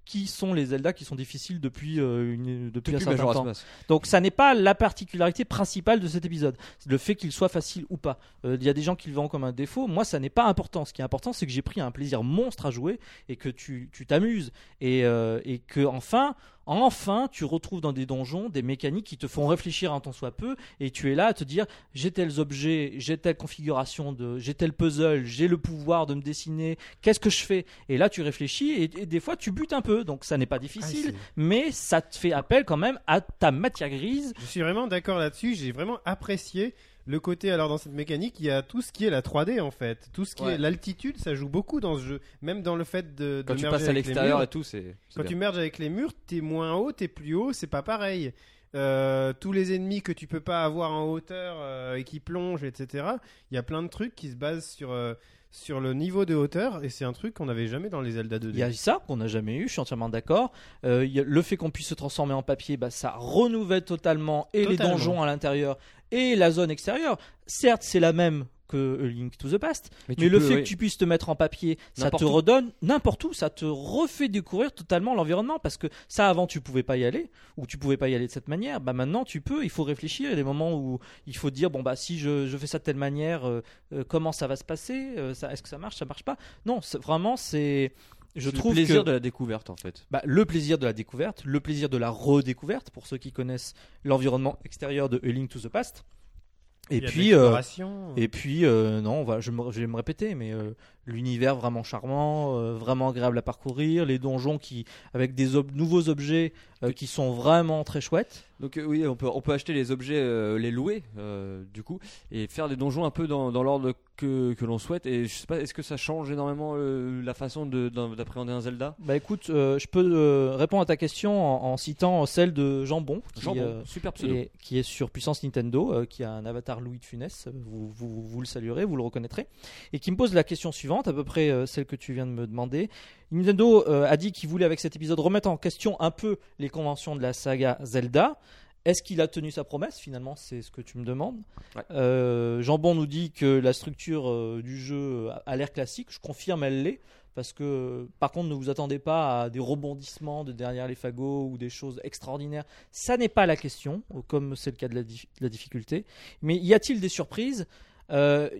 qui sont les Zelda qui sont difficiles depuis, euh, une, depuis, Depuis un certain Majora's temps. Mask. Donc ça n'est pas la particularité principale de cet épisode, c'est le fait qu'il soit facile ou pas. Il euh, y a des gens qui le verront comme un défaut, moi ça n'est pas important. Ce qui est important, c'est que j'ai pris un plaisir monstre à jouer et que tu, tu t'amuses et, euh, et que enfin... Enfin, tu retrouves dans des donjons des mécaniques qui te font réfléchir un tant soit peu, et tu es là à te dire j'ai tels objets, j'ai telle configuration, de, j'ai tel puzzle, j'ai le pouvoir de me dessiner, qu'est-ce que je fais? Et là, tu réfléchis et, et des fois, tu butes un peu, donc ça n'est pas difficile, Ah, mais ça te fait appel quand même à ta matière grise. Je suis vraiment d'accord là-dessus. J'ai vraiment apprécié le côté. Alors dans cette mécanique, il y a tout ce qui est la trois D en fait, tout ce qui Ouais. est l'altitude, ça joue beaucoup dans ce jeu. Même dans le fait de, de Quand tu merger passes à avec les l'extérieur murs. et tout, c'est. c'est Quand bien. tu merges avec les murs, t'es moins haut, t'es plus haut, c'est pas pareil. Euh, tous les ennemis que tu peux pas avoir en hauteur euh, et qui plongent, et cetera. Il y a plein de trucs qui se basent sur euh, sur le niveau de hauteur, et c'est un truc qu'on n'avait jamais dans les Zelda deux D. Il y a ça qu'on n'a jamais eu, je suis entièrement d'accord. Euh, il y a le fait qu'on puisse se transformer en papier, bah, ça renouvelle totalement et Totalement. les donjons à l'intérieur et la zone extérieure. Certes, c'est la même que A Link to the Past, mais, tu le peux, fait oui. que tu puisses te mettre en papier, ça N'importe te où. redonne n'importe où, ça te refait découvrir totalement l'environnement, parce que ça avant tu pouvais pas y aller, ou tu pouvais pas y aller de cette manière, bah maintenant tu peux, il faut réfléchir, il y a des moments où il faut dire bon bah si je, je fais ça de telle manière, euh, euh, comment ça va se passer, euh, ça, est-ce que ça marche, ça marche pas? Non, c'est, vraiment c'est... Je C'est trouve le plaisir que de la découverte en fait. bah, le plaisir de la découverte, le plaisir de la redécouverte, pour ceux qui connaissent l'environnement extérieur de A Link to the Past. Et Il y a de puis, euh, l'exploration. et puis euh, non, voilà, je, me, je vais me répéter, mais euh, l'univers vraiment charmant, euh, vraiment agréable à parcourir, les donjons qui, avec des ob- nouveaux objets euh, qui sont vraiment très chouettes. Donc euh, oui, on peut, on peut acheter les objets, euh, les louer euh, du coup, et faire des donjons un peu dans, dans l'ordre que, que l'on souhaite. Et je sais pas, est-ce que ça change énormément euh, la façon de, d'en- d'appréhender un Zelda? Bah écoute, euh, je peux euh, répondre à ta question en, en citant celle de Jambon, qui, Jambon, euh, super pseudo. et- qui est sur Puissance Nintendo, euh, qui a un avatar Louis de Funès, vous, vous, vous le saluerez, vous le reconnaîtrez, et qui me pose la question suivante, à peu près euh, celle que tu viens de me demander. Nintendo euh, a dit qu'il voulait avec cet épisode remettre en question un peu les conventions de la saga Zelda. Est-ce qu'il a tenu sa promesse finalement? C'est ce que tu me demandes. Ouais. Euh, Jambon nous dit que la structure euh, du jeu a, a l'air classique. Je confirme, elle l'est. Parce que, par contre, ne vous attendez pas à des rebondissements de derrière les fagots ou des choses extraordinaires. Ça n'est pas la question, comme c'est le cas de la, dif- de la difficulté. Mais y a-t-il des surprises? Euh,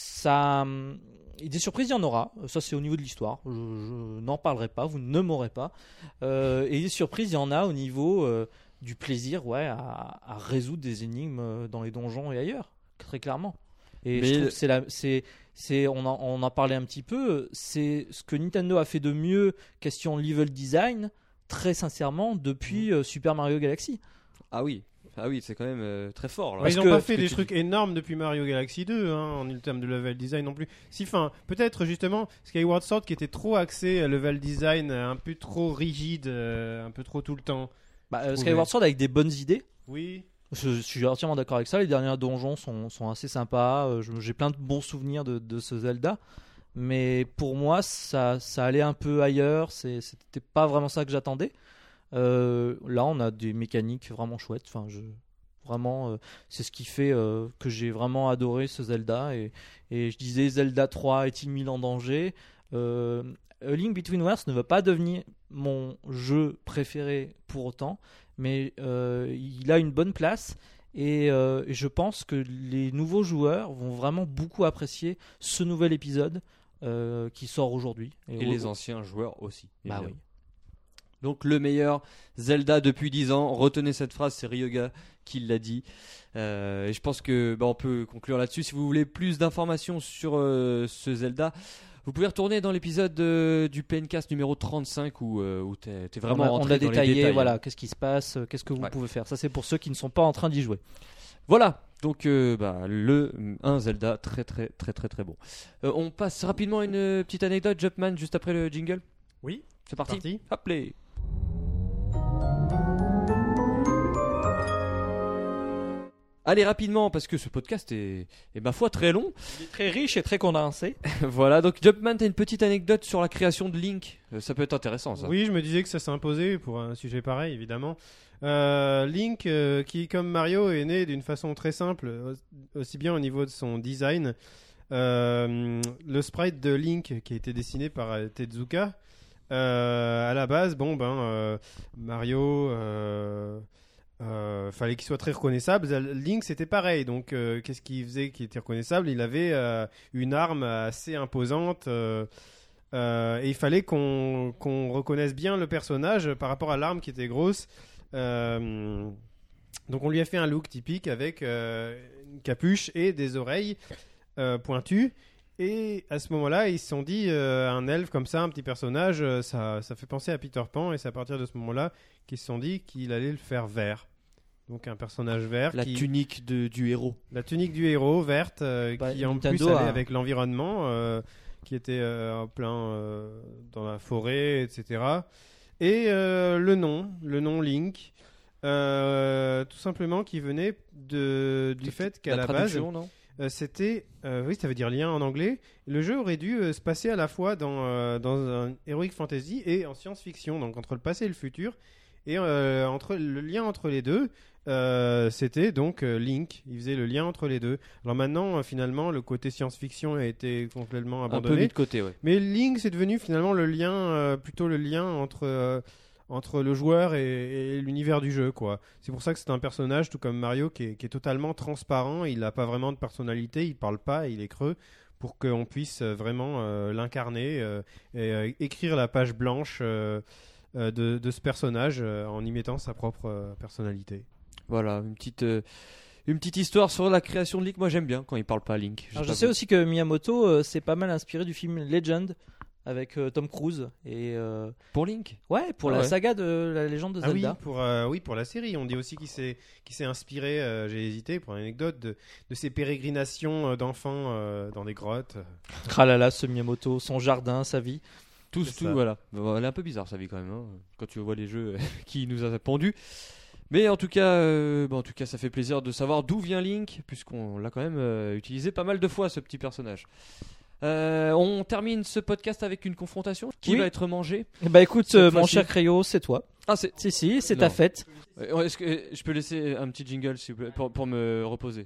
ça, des surprises, il y en aura. Ça, c'est au niveau de l'histoire. Je, je n'en parlerai pas. Vous ne m'aurez pas. Euh, et des surprises, il y en a au niveau euh, du plaisir, ouais, à, à résoudre des énigmes euh, dans les donjons et ailleurs, très clairement. Et Mais je trouve le- que c'est la, c'est, c'est, on en, on en parlait un petit peu. C'est ce que Nintendo a fait de mieux question level design, très sincèrement, depuis euh, Super Mario Galaxy. Ah oui, ah oui, c'est quand même euh, très fort. Là. Ouais, ils parce n'ont que- pas fait que des tu trucs énormes depuis Mario Galaxy deux, hein, en termes de level design non plus. Si, fin, peut-être justement Skyward Sword qui était trop axé à level design, euh, un peu trop rigide, euh, un peu trop tout le temps. Bah, euh, trouvais. Skyward Sword avec des bonnes idées. Oui. Je, je suis entièrement d'accord avec ça. Les derniers donjons sont, sont assez sympas. Euh, je- j'ai plein de bons souvenirs de, de ce Zelda. Mais pour moi, ça, ça allait un peu ailleurs. C'est, c'était pas vraiment ça que j'attendais. Euh, là, on a des mécaniques vraiment chouettes. Enfin, je, vraiment, euh, c'est ce qui fait euh, que j'ai vraiment adoré ce Zelda. Et, et je disais, Zelda trois est-il mis en danger? euh, A Link Between Worlds ne va pas devenir mon jeu préféré pour autant. Mais euh, il a une bonne place et, euh, et je pense que les nouveaux joueurs vont vraiment beaucoup apprécier ce nouvel épisode euh, qui sort aujourd'hui. Et les anciens joueurs aussi. Bah évidemment. oui. Donc le meilleur Zelda depuis dix ans. Retenez cette phrase, c'est Ryoga qui l'a dit. Euh, et je pense que bah, on peut conclure là-dessus. Si vous voulez plus d'informations sur euh, ce Zelda, vous pouvez retourner dans l'épisode euh, du P N Cast numéro trente-cinq où, euh, où t'es, t'es vraiment on a, rentré on a dans les détaillé détails. voilà, qu'est-ce qui se passe, euh, qu'est-ce que vous Ouais. pouvez faire. Ça c'est pour ceux qui ne sont pas en train d'y jouer. Voilà, donc euh, bah, le un Zelda très très très très très bon. Euh, on passe rapidement à une euh, petite anecdote, Jumpman, juste après le jingle. Oui. C'est parti. Parti. Hop les. Allez rapidement parce que ce podcast est, est ma foi très long. Il est très riche et très condensé. Voilà, donc Jumpman, t'as une petite anecdote sur la création de Link. Euh, ça peut être intéressant ça. Oui, je me disais que ça s'imposait pour un sujet pareil, évidemment. Euh, Link, euh, qui comme Mario est né d'une façon très simple, au- aussi bien au niveau de son design. Euh, le sprite de Link, qui a été dessiné par euh, Tezuka, Euh, à la base, bon ben euh, Mario, euh, euh, fallait qu'il soit très reconnaissable. Link, c'était pareil. Donc, euh, qu'est-ce qu'il faisait qui était reconnaissable? Il avait euh, une arme assez imposante. Euh, euh, et il fallait qu'on qu'on reconnaisse bien le personnage par rapport à l'arme qui était grosse. Euh, donc, on lui a fait un look typique avec euh, une capuche et des oreilles euh, pointues. Et à ce moment-là, ils se sont dit, euh, un elfe comme ça, un petit personnage, euh, ça, ça fait penser à Peter Pan. Et c'est à partir de ce moment-là qu'ils se sont dit qu'il allait le faire vert. Donc un personnage vert. La qui... tunique de, du héros. La tunique du héros, verte, euh, Bah, qui en Nintendo plus allait a- avec l'environnement, euh, qui était euh, en plein euh, dans la forêt, et cetera. Et euh, le nom, le nom Link, euh, tout simplement qui venait de, du fait qu'à la, base... traduction, non Euh, c'était, euh, oui, ça veut dire lien en anglais. Le jeu aurait dû euh, se passer à la fois dans, euh, dans un heroic fantasy et en science-fiction, donc entre le passé et le futur. Et euh, entre le lien entre les deux, euh, c'était donc euh, Link. Il faisait le lien entre les deux. Alors maintenant, euh, finalement, le côté science-fiction a été complètement Un peu abandonné. mis de côté, ouais. Mais Link, c'est devenu finalement le lien, euh, plutôt le lien entre, euh, entre le joueur et, et l'univers du jeu, quoi. C'est pour ça que c'est un personnage, tout comme Mario, qui est, qui est totalement transparent. Il n'a pas vraiment de personnalité, il parle pas, il est creux, pour qu'on puisse euh, vraiment euh, l'incarner euh, et euh, écrire la page blanche euh, euh, de, de ce personnage euh, en y mettant sa propre euh, personnalité. Voilà, une petite, euh, une petite histoire sur la création de Link. Moi, j'aime bien quand il parle pas à Link. Alors, je pas sais vous. aussi que Miyamoto euh, s'est pas mal inspiré du film Legend avec euh, Tom Cruise et euh, Pour Link ouais pour Ah la ouais. saga de la légende de Ah oui, Zelda. pour, euh, oui, pour la série. On dit aussi qu'il s'est, qu'il s'est inspiré, euh, j'ai hésité pour l'anecdote, de, de ses pérégrinations euh, d'enfants euh, dans des grottes. Ah là là, ce Miyamoto, son jardin, sa vie. Tous, C'est tout, ça. voilà. Bon, elle est un peu bizarre sa vie quand même, hein, quand tu vois les jeux qui nous a pondus. Mais en tout cas, euh, bon, en tout cas, ça fait plaisir de savoir d'où vient Link, puisqu'on l'a quand même euh, utilisé pas mal de fois ce petit personnage. Euh, on termine ce podcast avec une confrontation. Qui Oui. va être mangé? Eh bah écoute, Cette euh, mon fois-ci. cher Cryo, c'est toi. Ah, c'est. Si si, c'est Non. ta fête. Euh, Est-ce que euh, je peux laisser un petit jingle s'il vous plaît, pour, pour me reposer?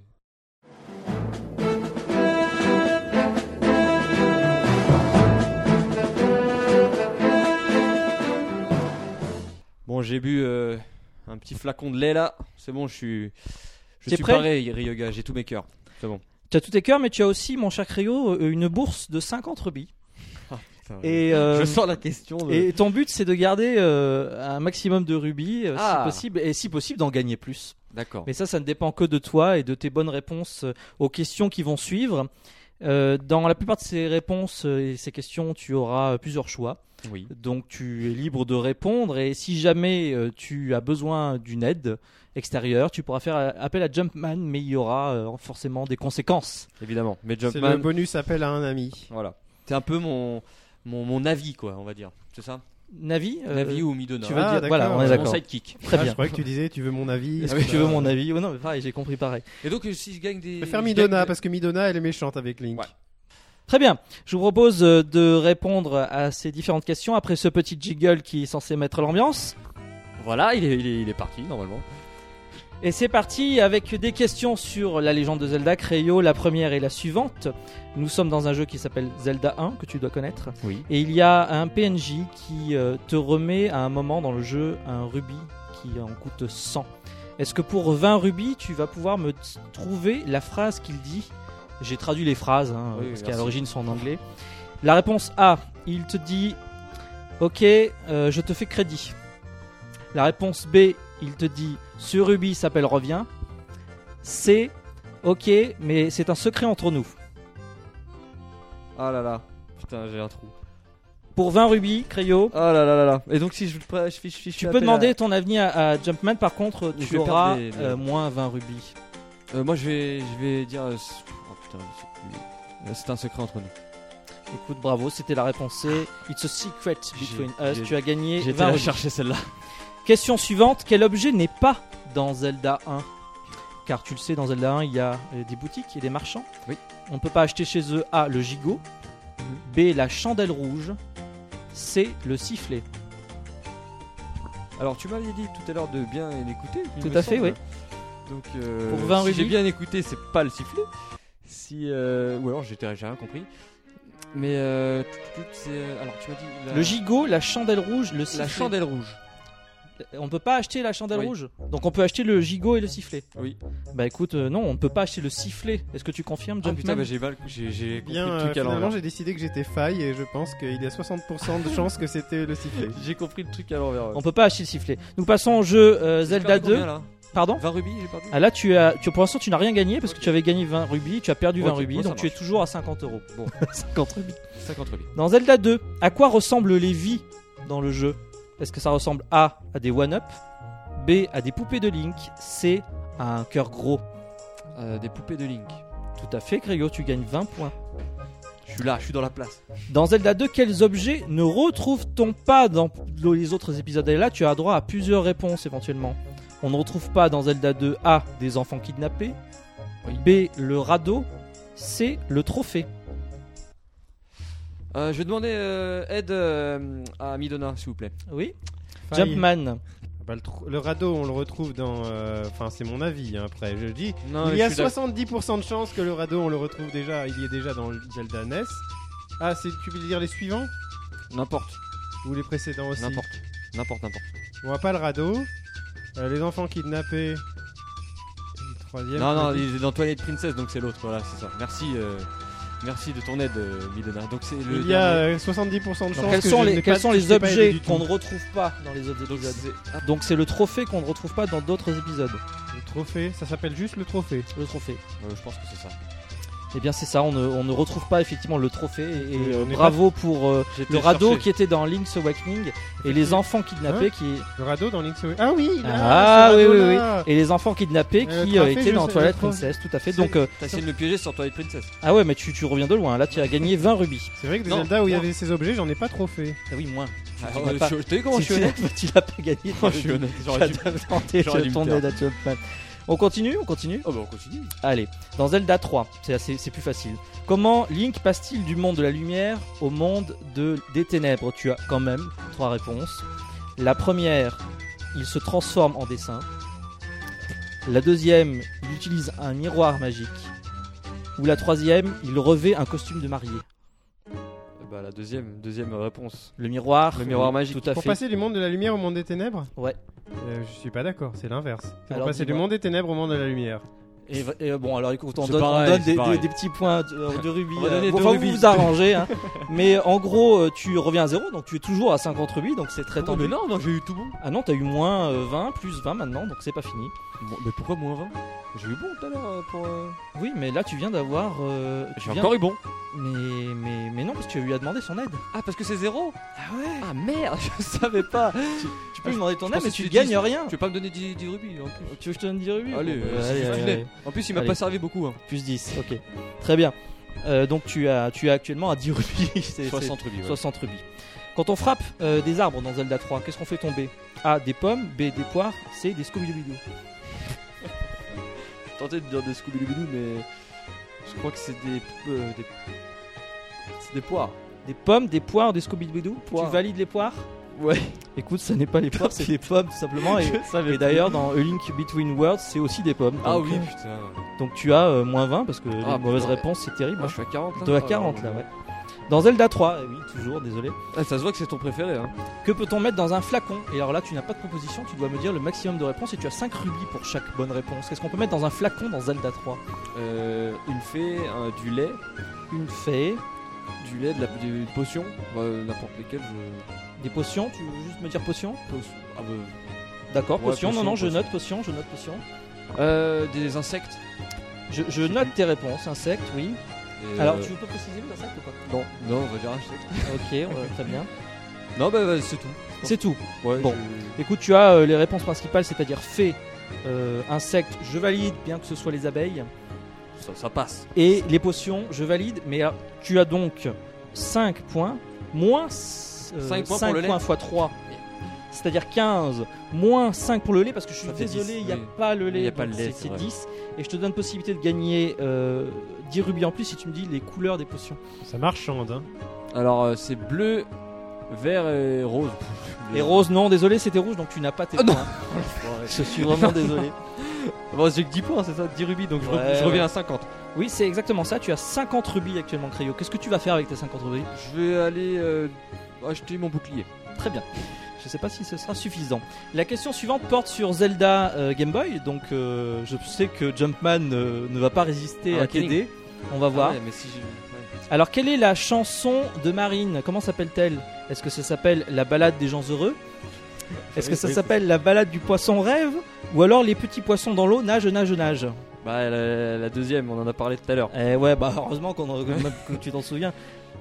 Bon, j'ai bu euh, un petit flacon de lait là. C'est bon, je suis. Je T'es suis prêt pareil, Ryoga. J'ai tous mes cœurs. C'est bon. Tu as tous tes cœurs, mais tu as aussi, mon cher Cryo, euh, une bourse de cinquante rubis. Putain, Et, euh, je sens la question. De... et ton but, c'est de garder euh, un maximum de rubis, euh, Ah. si possible, et si possible, d'en gagner plus. D'accord. Mais ça, ça ne dépend que de toi et de tes bonnes réponses euh, aux questions qui vont suivre. Euh, dans la plupart de ces réponses euh, et ces questions, tu auras euh, plusieurs choix. Oui. Donc tu es libre de répondre et si jamais euh, tu as besoin d'une aide extérieure, tu pourras faire euh, appel à Jumpman, mais il y aura euh, forcément des conséquences. Évidemment. Mais C'est Jumpman. le bonus appel à un ami. Voilà. C'est un peu mon, mon, mon avis, quoi, on va dire. C'est ça? Navi, euh, Navi ou Midona. tu veux Ah, dire voilà, d'accord. on est Mon d'accord. sidekick. Très Ah, bien. je croyais que tu disais, tu veux mon avis. Est-ce que tu veux mon avis? Ouais, non, mais pareil, j'ai compris pareil. Et donc, euh, si je gagne des. Je vais faire je Midona, gagne- parce que Midona, elle est méchante avec Link. Ouais. Très bien. Je vous propose euh, de répondre à ces différentes questions après ce petit jiggle qui est censé mettre l'ambiance. Voilà, il est, il est, il est parti normalement. Et c'est parti avec des questions sur la légende de Zelda, Cryo. La première et la suivante. Nous sommes dans un jeu qui s'appelle Zelda un, que tu dois connaître. Oui. Et il y a un P N J qui euh, te remet à un moment dans le jeu un rubis qui en coûte cent. Est-ce que pour vingt rubis, tu vas pouvoir me t- trouver la phrase qu'il dit? J'ai traduit les phrases, hein, Oui, parce qu'à merci. l'origine sont en anglais. La réponse A, il te dit ok, euh, je te fais crédit. La réponse B, il te dit ce rubis s'appelle Reviens. C, ok, mais c'est un secret entre nous. Ah là là. Putain, j'ai un trou. Pour vingt rubis, Cryo, Ah là là là là. Et donc, si je, je, je, je, je tu peux demander ton avis à, à Jumpman. Par contre, Je tu vais auras perdre les- les- euh, moins vingt rubis. Euh, moi, je vais, je vais dire. euh, c'est- Oh putain, je sais plus. Euh, C'est un secret entre nous. Écoute, bravo, c'était la réponse C. It's a secret between J'ai- us. j'ai- Tu as gagné J'ai été vingt la rubis. chercher celle-là. Question suivante, quel objet n'est pas dans Zelda un? Car tu le sais, dans Zelda un, il y a euh, des boutiques et des marchands. Oui. On ne peut pas acheter chez eux A, le gigot, B, la chandelle rouge, C, le sifflet. Alors, tu m'avais dit tout à l'heure de bien écouter. il Tout me à fait, semble. oui. Donc, euh, Pour vingt si j'ai rubis. bien écouté, c'est pas le sifflet. Si, euh, ou alors j'étais, j'ai rien compris. Mais euh, tout- tout- c'est euh, alors tu m'as dit la, Le gigot, la chandelle rouge, le sifflet. la chandelle rouge. On peut pas acheter la chandelle Oui. rouge. Donc on peut acheter le gigot et le sifflet. Oui. Bah écoute, euh, non, on ne peut pas acheter le sifflet. Est-ce que tu confirmes, Ah Jumpman? putain, bah j'ai mal, j'ai j'ai compris Bien, le euh, truc à finalement, l'envers. j'ai décidé que j'étais faille et je pense qu'il y a soixante pour cent de chances que c'était le sifflet. J'ai compris le truc à l'envers. ouais. On peut pas acheter le sifflet. Nous passons au jeu euh, J'ai Zelda perdu deux. combien, là Pardon? vingt rubis, j'ai perdu. Ah là tu as, tu, pour l'instant tu n'as rien gagné parce que Ok. tu avais gagné vingt rubis, tu as perdu vingt Ok, rubis, bon, ça donc tu es marche. toujours à cinquante euros. Bon. cinquante rubis. cinquante rubis. Dans Zelda deux, à quoi ressemblent les vies dans le jeu? Est-ce que ça ressemble A à des one-up, B à des poupées de Link, C à un cœur gros? Euh, des poupées de Link. Tout à fait, Grégo, tu gagnes vingt points. Je suis là, je suis dans la place. Dans Zelda deux, quels objets ne retrouve-t-on pas dans les autres épisodes? Et là, tu as droit à plusieurs réponses éventuellement. On ne retrouve pas dans Zelda deux A des enfants kidnappés, Oui. B le radeau, C le trophée. Euh, je vais demander euh, aide euh, à Midona, s'il vous plaît. Oui. Faille. Jumpman. Bah, le, tr- le radeau, on le retrouve dans. euh, Enfin, c'est mon avis. hein, après, je dis. Non, il y a je suis d'accord. soixante-dix pour cent de chances que le radeau, on le retrouve déjà. Il y est déjà dans le Zelda N E S. Ah, c'est, tu veux dire les suivants N'importe, ou les précédents aussi? n'importe, n'importe, n'importe. On voit pas le radeau. Euh, les enfants kidnappés. Et le troisième. Non, non, peut-être- il est dans Twilight Princess, donc c'est l'autre. Voilà, c'est ça. Merci, euh, merci de ton aide, euh, Midona. Donc c'est le. Il y a dernier. euh, soixante-dix pour cent de chances. Quels que sont je les, n'ai quels pas- sont que les je t'ai pas aidé objets du tout. qu'on ne retrouve pas dans les autres Donc épisodes? c'est- ah, Donc c'est le trophée qu'on ne retrouve pas dans d'autres épisodes. Le trophée, ça s'appelle juste le trophée. Le trophée. euh, je pense que c'est ça. Eh bien c'est ça, on ne, on ne retrouve pas effectivement le trophée. Et, et, Oui, euh, on est bravo pour euh, J'étais le radeau cherché. qui était dans Link's Awakening et les enfants kidnappés qui... Le radeau dans Link's Awakening. Ah oui. Ah ce oui, oui, oui. radeau-là. Et les enfants kidnappés Euh, qui le euh, trophée, étaient je dans sais, Twilight le trophée. Princess, tout à fait. C'est- Donc, euh, T'as essayé de me piéger sur Twilight Princess. ah ouais, mais tu, tu reviens de loin. Là, tu as gagné vingt rubis. C'est vrai que des Non, Zelda où il y moi. avait ces objets, j'en ai pas trop fait. Ah oui, moins. Ah, tu ouais, n'as pas- je- T'as vu comment Si je suis tu honnête n'as pas- tu l'as pas gagné. Oh, je suis honnête. J'aurais dû. J'aurais j'aurais dû me ton taire. aide à Jumpman. On continue, on continue. Oh bah on continue. Allez, dans Zelda trois, c'est assez, c'est plus facile. Comment Link passe-t-il du monde de la lumière au monde de, des ténèbres? Tu as quand même trois réponses. La première, il se transforme en dessin. La deuxième, il utilise un miroir magique. Ou la troisième, il revêt un costume de mariée. Bah la deuxième, deuxième réponse. Le miroir, Le miroir oui, magique. tout à Pour fait. passer du monde de la lumière au monde des ténèbres Ouais. Euh, Je suis pas d'accord, c'est l'inverse. C'est pour Alors, passer du dis-moi. monde des ténèbres au monde de la lumière. Et, et, euh, bon, alors écoute, on C'est donne, on pareil, donne c'est des, pareil. des- des petits points de, de rubis. On va donner bon, deux enfin, rubis. vous vous arrangez. Hein. Mais en gros, euh, tu reviens à zéro, donc tu es toujours à cinquante rubis, donc c'est très Oh, tendu. mais non, non, j'ai eu tout bon. Ah non, t'as eu moins euh, vingt, plus vingt maintenant, donc c'est pas fini. Bon, mais pourquoi moins vingt? J'ai eu bon tout à l'heure euh, pour. euh, Oui, mais là tu viens d'avoir. euh, tu J'ai viens- encore eu bon. Mais, mais, mais non, parce que tu as eu à demander son aide. Ah, parce que c'est zéro? Ah ouais. Ah merde, je savais pas. Tu peux lui demander ton Je aide, pensais mais que tu tu gagnes dis- rien. Tu veux pas me donner dix, dix rubis en plus? Tu veux que je te donne dix rubis? Allez, Bon, euh, bah, c'est allez, juste allez, du lait. allez. En plus, il m'a Allez. pas servi beaucoup. Hein. Plus dix, ok. Très bien. Euh, donc tu as, tu as actuellement à dix rubis. C'est- c'est- soixante rubis. Ouais. soixante rubis. Quand on frappe euh, des arbres dans Zelda trois, qu'est-ce qu'on fait tomber? A. Des pommes, B. Des poires, C. Des Scooby-Doo. J'ai tenté de dire des Scooby-Doo, mais je crois que c'est des, euh, des... c'est des poires. Des pommes, des poires, des Scooby-Doo. Tu Poires. valides les poires? Ouais. Écoute, ça n'est pas les poires, c'est des pommes tout simplement. Et, et d'ailleurs, dans A Link Between Worlds, c'est aussi des pommes. Ah Donc, oui, euh, putain. Donc tu as euh, moins vingt parce que Ah, les mauvaises putain. réponses, c'est terrible. Moi, hein. je suis à quarante là. De à Ah, quarante non, là, mais- ouais. Dans Zelda trois, eh oui, toujours, désolé. Ah, ça se voit que c'est ton préféré. Hein. Que peut-on mettre dans un flacon? Et alors là, tu n'as pas de proposition, tu dois me dire le maximum de réponses et tu as cinq rubis pour chaque bonne réponse. Qu'est-ce qu'on peut mettre dans un flacon dans Zelda trois? Euh, une fée, un, du lait, Une fée, du lait, de la du- une potion, bah, euh, n'importe lesquelles. Je... des potions, tu veux juste me dire potion? Potion. Ah, bah, D'accord, Ouais, potion, non, potion, non, je potion. note potion, je note potion. euh, des insectes. Je, je note tes réponses, insectes, oui. Et, Alors, euh, tu veux pas préciser les insectes ou pas? Non, non, on va dire insectes. Ok, ouais, très bien. Non, bah, bah, c'est tout. C'est tout. Ouais, Bon. je- Écoute, tu as euh, les réponses principales, c'est-à-dire fée, euh, insectes, je valide, bien que ce soit les abeilles. Ça, ça passe. Et les potions, je valide, mais euh, tu as donc cinq points, moins euh, cinq points cinq pour le lait. points fois trois, c'est-à-dire quinze, moins cinq pour le lait, parce que je suis Ça fait désolé, dix, il n'y a oui. pas le lait, Il y a pas donc le lait, c'est- c'est c'est vrai. dix, et je te donne possibilité de gagner euh, dix rubis en plus si tu me dis les couleurs des potions. Ça marchande, hein. Alors, euh, c'est bleu, vert et rose. Pff, Et rose, non, désolé, c'était rouge, donc tu n'as pas tes Ah non. points. Je suis vraiment désolé. Bon, j'ai que dix points, c'est ça, dix rubis, donc je, re- Ouais, je reviens ouais. à cinquante. Oui, c'est exactement ça. Tu as cinquante rubis actuellement, Cryo. Qu'est-ce que tu vas faire avec tes cinquante rubis? Je vais aller euh, acheter mon bouclier. Très bien. Je sais pas si ce sera suffisant. La question suivante porte sur Zelda euh, Game Boy. Donc, euh, je sais que Jumpman euh, ne va pas résister Ah, à Kenny. t'aider. On va voir. Ah ouais, mais si je... ouais. Alors, quelle est la chanson de Marine? Comment s'appelle-t-elle? Est-ce que ça s'appelle La balade des gens heureux? Est-ce que ça Oui. s'appelle La balade du poisson rêve? Ou alors Les petits poissons dans l'eau nagent, nagent, nagent? Bah, la, la deuxième, on en a parlé tout à l'heure. Eh ouais, bah heureusement qu'on en- que tu t'en souviens.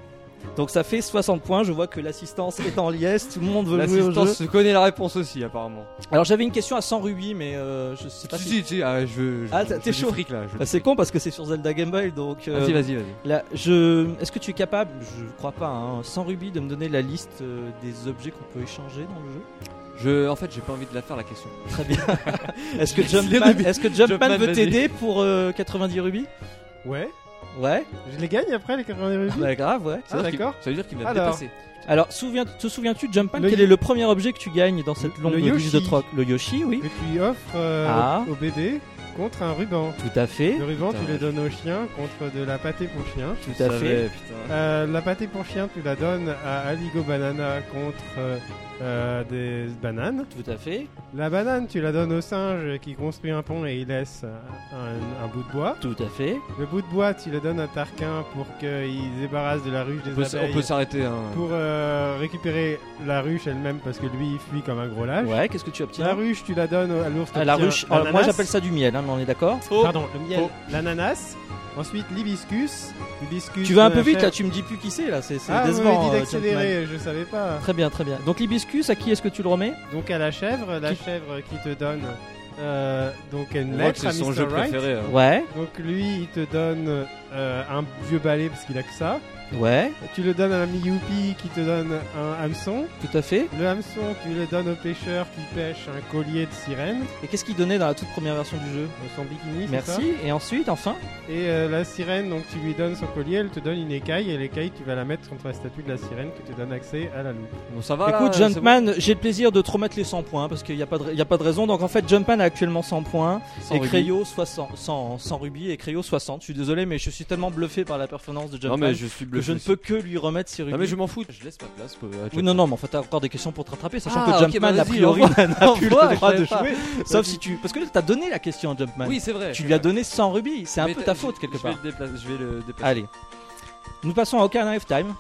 Donc ça fait soixante points. Je vois que l'assistance est en liesse. Tout le monde veut jouer au jeu. L'assistance se connaît la réponse aussi, apparemment. Alors j'avais une question à cent rubis, mais euh, je sais pas Si, si. si, si, ah, je veux. je- Ah, je t'es veux du chaud. fric, là. je veux Bah, du c'est fric. con parce que c'est sur Zelda Game Boy, donc. euh, Vas-y, vas-y, vas-y. Là, je. Est-ce que tu es capable, je crois pas, hein, cent rubis, de me donner la liste euh, des objets qu'on peut échanger dans le jeu? Je, en fait, j'ai pas envie de la faire la question. Très bien. Est-ce que Je l'ai Jumpman, rubis. est-ce que Jumpman Jumpman, veut vas-y. t'aider pour euh, quatre-vingt-dix rubis? Ouais. Ouais. Je les gagne après les quatre-vingts rubis. Bah grave, ouais. Ah, d'accord. Ça veut dire qu'il va te Alors. dépasser. Alors, souviens, te souviens-tu, Jumpman, Le quel Yo- est le premier objet que tu gagnes dans cette Le longue Yoshi. liste de troc? Le Yoshi, oui. Que tu lui offres euh, Ah. au, au bébé contre un ruban. Tout à fait. Le ruban, Putain, tu le donnes au chien contre de la pâtée pour chien. Tout Je à savais, fait. putain. Euh, la pâtée pour chien, tu la donnes à Aligo Banana contre euh, euh, des bananes. Tout à fait. La banane, tu la donnes au singe qui construit un pont et il laisse un, un bout de bois. Tout à fait. Le bout de bois, tu le donnes à Tarquin pour qu'il se débarrasse de la ruche des On peut, s- on abeilles. peut s'arrêter. Hein. Pour euh, récupérer la ruche elle-même parce que lui il fuit comme un gros lâche. Ouais, qu'est-ce que tu obtiens? La ruche, tu la donnes à l'ours. qui Ah, la obtient ruche. Alors, moi l'ananas. j'appelle ça du miel, hein, mais on est d'accord? Pardon, le miel, l'ananas. Ensuite, l'hibiscus. L'hibiscus. Tu vas un de peu la vite chèvre. là, tu me dis plus qui c'est là, c'est c'est Ah, vous décevant. m'avez dit euh, d'accélérer, je savais pas. Jumpman. Très bien, très bien. Donc l'hibiscus, à qui est-ce que tu le remets? Donc à la chèvre, la Qui- chèvre qui te donne euh, donc une On voit que lettre c'est à son mister jeu Wright. préféré. hein. Ouais, Donc lui, il te donne euh, un vieux balai parce qu'il a que ça. ouais, Tu le donnes à l'ami Youpi qui te donne un hameçon. tout à fait. Le hameçon, tu le donnes au pêcheur qui pêche un collier de sirène. Et qu'est-ce qu'il donnait dans la toute première version du jeu? euh, Son bikini, c'est ça. Merci. Et ensuite, enfin? Et euh, la sirène, donc tu lui donnes son collier, elle te donne une écaille. Et l'écaille, tu vas la mettre contre la statue de la sirène qui te donne accès à la loupe. Bon, ça va là, Écoute, c'est bon. Jumpman, j'ai le plaisir de te remettre les cent points parce qu'il n'y a, pas de- il y a pas de raison. Donc en fait, Jumpman a actuellement cent points. Sans et rubis. Crayo soixante, cent, cent rubis et Crayo soixante. Je suis désolé, mais je suis tellement bluffé par la performance de Non, Jumpman mais je suis que bluffé je ne aussi. peux que lui remettre ses rubis. Non, mais je m'en fous. Je laisse ma place. pour- à Oui, non, non, mais en fait, t'as encore des questions pour te rattraper, sachant Ah, que ok, Jumpman, bah, a vas-y, priori, envoie. n'a plus Envoie, le droit je de savais pas. jouer. Sauf si tu. Parce que t'as donné la question à Jumpman. Oui, c'est vrai. Tu c'est lui as vrai. donné cent rubis. C'est un Mais peu t'as- ta faute, je- quelque je part. vais le déplacer- Je vais le déplacer. Allez. Nous passons à Ocarina of Time.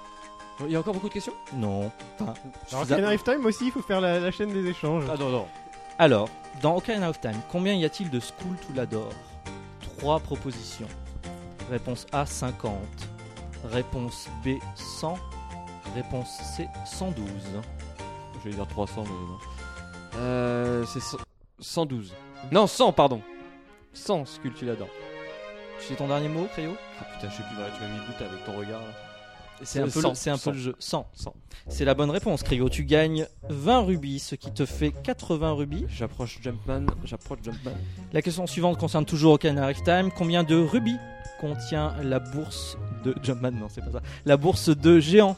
Il y a encore beaucoup de questions Non. Enfin, Alors, suffisamment- Ocarina of Time aussi, il faut faire la, la chaîne des échanges. Ah non, non. Alors, dans Ocarina of Time, combien y a-t-il de Skull Toulador? Trois propositions. Réponse A, cinquante. Réponse B, cent. Réponse C, cent douze. Je vais dire trois cents, mais non. Euh, c'est cent- cent douze. Non, cent, pardon. cent, ce que tu l'adores. C'est ton dernier mot, Crayo? Ah putain, je sais plus, tu m'as mis le doute avec ton regard là. C'est un, peu, cent, le, c'est un cent. peu le jeu. cent. cent. C'est la bonne réponse, Crayo. Tu gagnes vingt rubis, ce qui te fait quatre-vingts rubis. J'approche Jumpman, j'approche Jumpman. La question suivante concerne toujours Ocarina of Time. Combien de rubis contient la bourse de Jumpman? Non, c'est pas ça. La bourse de géant.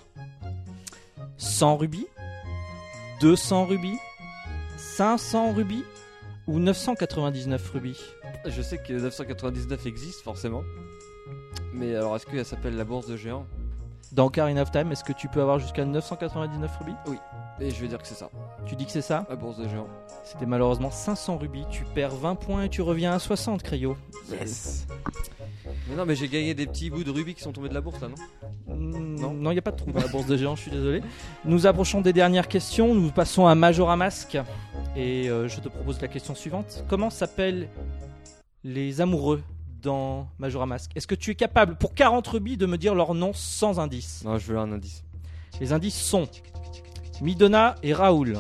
cent rubis, deux cents rubis, cinq cents rubis ou neuf cent quatre-vingt-dix-neuf rubis? Je sais que neuf cent quatre-vingt-dix-neuf existe forcément. Mais alors, est-ce qu'elle s'appelle la bourse de géant? Dans Ocarina of Time, est-ce que tu peux avoir jusqu'à neuf cent quatre-vingt-dix-neuf rubis? Et je vais dire que c'est ça, Tu dis que c'est ça? la bourse de géant. C'était malheureusement cinq cents rubis. Tu perds vingt points et tu reviens à soixante, Crayo. Yes. Mais non, mais j'ai gagné des petits bouts de rubis qui sont tombés de la bourse là, non? Non, non, il n'y a pas de trou dans la bourse de géant, je suis désolé. Nous approchons des dernières questions. Nous passons à Majora Mask. Et euh, je te propose la question suivante. Comment s'appellent les amoureux dans Majora Mask? Est-ce que tu es capable, pour quarante rubis, de me dire leur nom sans indice? Non, je veux un indice. Les indices sont Midona et Raoul.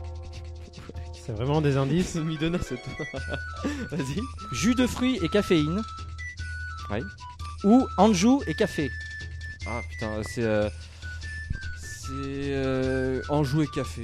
C'est vraiment des indices. Midona, c'est toi. Vas-y. Jus de fruits et caféine. Oui. Ou Anjou et café. Ah putain, c'est. Euh, c'est. Euh, Anjou et café.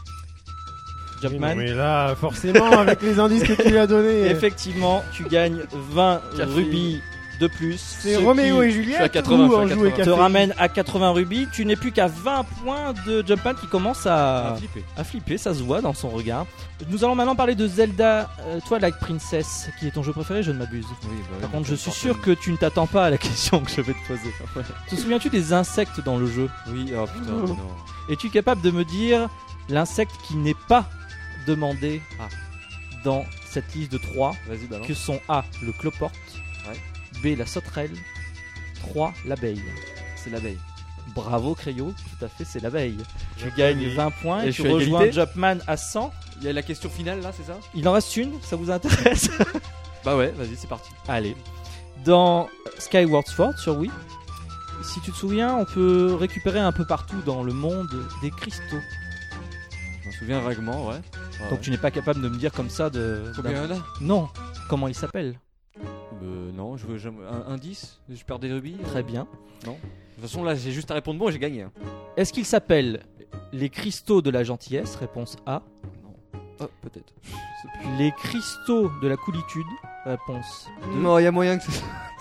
Jumpman. Mais là, forcément, avec les indices que tu lui as donnés. Effectivement, tu gagnes vingt Café. rubis de plus. C'est Ce Roméo qui- et je suis à Juliette quatre-vingts, ou je suis à Anjou et quatre-vingts. Te Café. ramène à quatre-vingts rubis. Tu n'es plus qu'à vingt points de Jumpman qui commence Ah, à, flippé. à flipper, ça se voit dans son regard. Nous allons maintenant parler de Zelda euh, Twilight Princess, qui est ton jeu préféré, je ne m'abuse. Oui, bah, Par oui, contre, je c'est suis forcément. sûr que tu ne t'attends pas à la question que je vais te poser. Te souviens-tu des insectes dans le jeu? Oui, oh putain, Oh. non. Es-tu capable de me dire l'insecte qui n'est pas demandé Ah. dans cette liste de trois, Vas-y, balance. que sont A, le cloporte, Ouais. B, la sauterelle, trois, l'abeille? C'est l'abeille. Bravo Crayo, tout à fait, c'est l'abeille. Tu Je gagnes valide. vingt points Et et je tu suis à rejoins égalité Jumpman à cent. Il y a la question finale là, c'est ça? Il en reste une, ça vous intéresse? Bah ouais, vas-y, c'est parti. Allez. Dans Skyward Sword sur Wii, si tu te souviens, on peut récupérer un peu partout dans le monde des cristaux. Je m'en souviens vaguement, ouais. Ah, Donc ouais. tu n'es pas capable de me dire comme ça de... Combien il y en a? Non, comment il s'appelle? Euh, non, je veux jamais- un, un dix. Je perds des rubis. Très bien. De toute façon, là, j'ai juste à répondre bon et j'ai gagné. hein. Est-ce qu'il s'appelle les cristaux de la gentillesse? Réponse A. Oh, peut-être. Je sais plus. Les cristaux de la coolitude? Réponse deux. Non, il y a moyen que ça.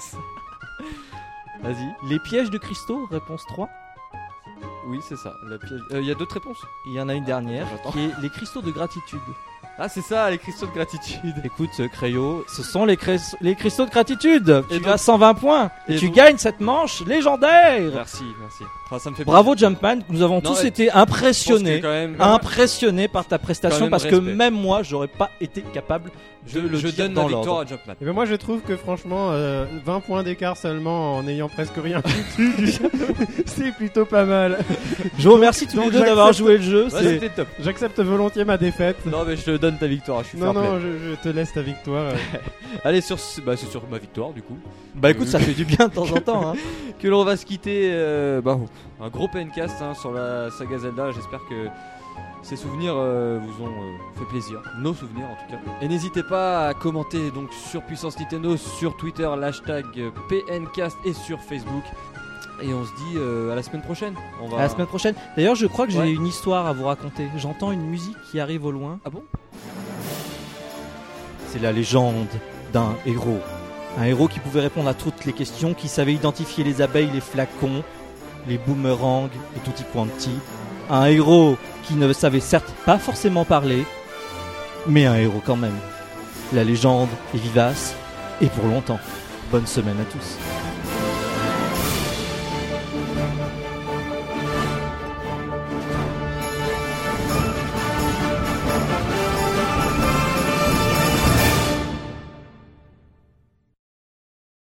Vas-y. Les pièges de cristaux? Réponse trois. Oui, c'est ça. la piège- Euh, Il y a d'autres réponses? Il y en a une dernière J'attends. qui est les cristaux de gratitude. Ah, c'est ça, les cristaux de gratitude. Écoute, euh, Crayo, ce sont les, cris- les cristaux de gratitude. Et tu donc- as cent vingt points et, et tu donc- gagnes cette manche légendaire. Merci, merci. Enfin, ça me fait Bravo plaisir. Jumpman, nous avons Non, tous et- été Je pense que impressionnés. quand même, Impressionnés par ta prestation Quand même parce que respect. même moi j'aurais pas été capable je, de le je dire donne dans la victoire l'ordre. à Jumpman. Eh ben moi je trouve que franchement euh, vingt points d'écart seulement en ayant presque rien foutu, c'est plutôt pas mal. Je vous remercie tous Donc les deux d'avoir j'accepte- joué le jeu. Ouais, c'est- c'était top. J'accepte volontiers ma défaite. Non, mais je te donne ta victoire. Je suis Non, fair play. non, je, je te laisse ta victoire. Allez, sur ce- bah, c'est sur ma victoire du coup. Bah écoute, ça fait du bien de temps en temps. Hein. Que l'on va se quitter. euh, bah, un gros P N cast hein, sur la saga Zelda. J'espère que ces souvenirs euh, vous ont euh, fait plaisir. Nos souvenirs en tout cas. Et n'hésitez pas à commenter donc sur Puissance Nintendo, sur Twitter, l'hashtag euh, P N cast et sur Facebook. Et on se dit euh, à la semaine prochaine. On va... À la semaine prochaine. D'ailleurs, je crois que j'ai Ouais. une histoire à vous raconter. J'entends une musique qui arrive au loin. Ah bon? C'est la légende d'un héros. Un héros qui pouvait répondre à toutes les questions, qui savait identifier les abeilles, les flacons, les boomerangs et tutti quanti. Un héros qui ne savait certes pas forcément parler, mais un héros quand même. La légende est vivace et pour longtemps. Bonne semaine à tous.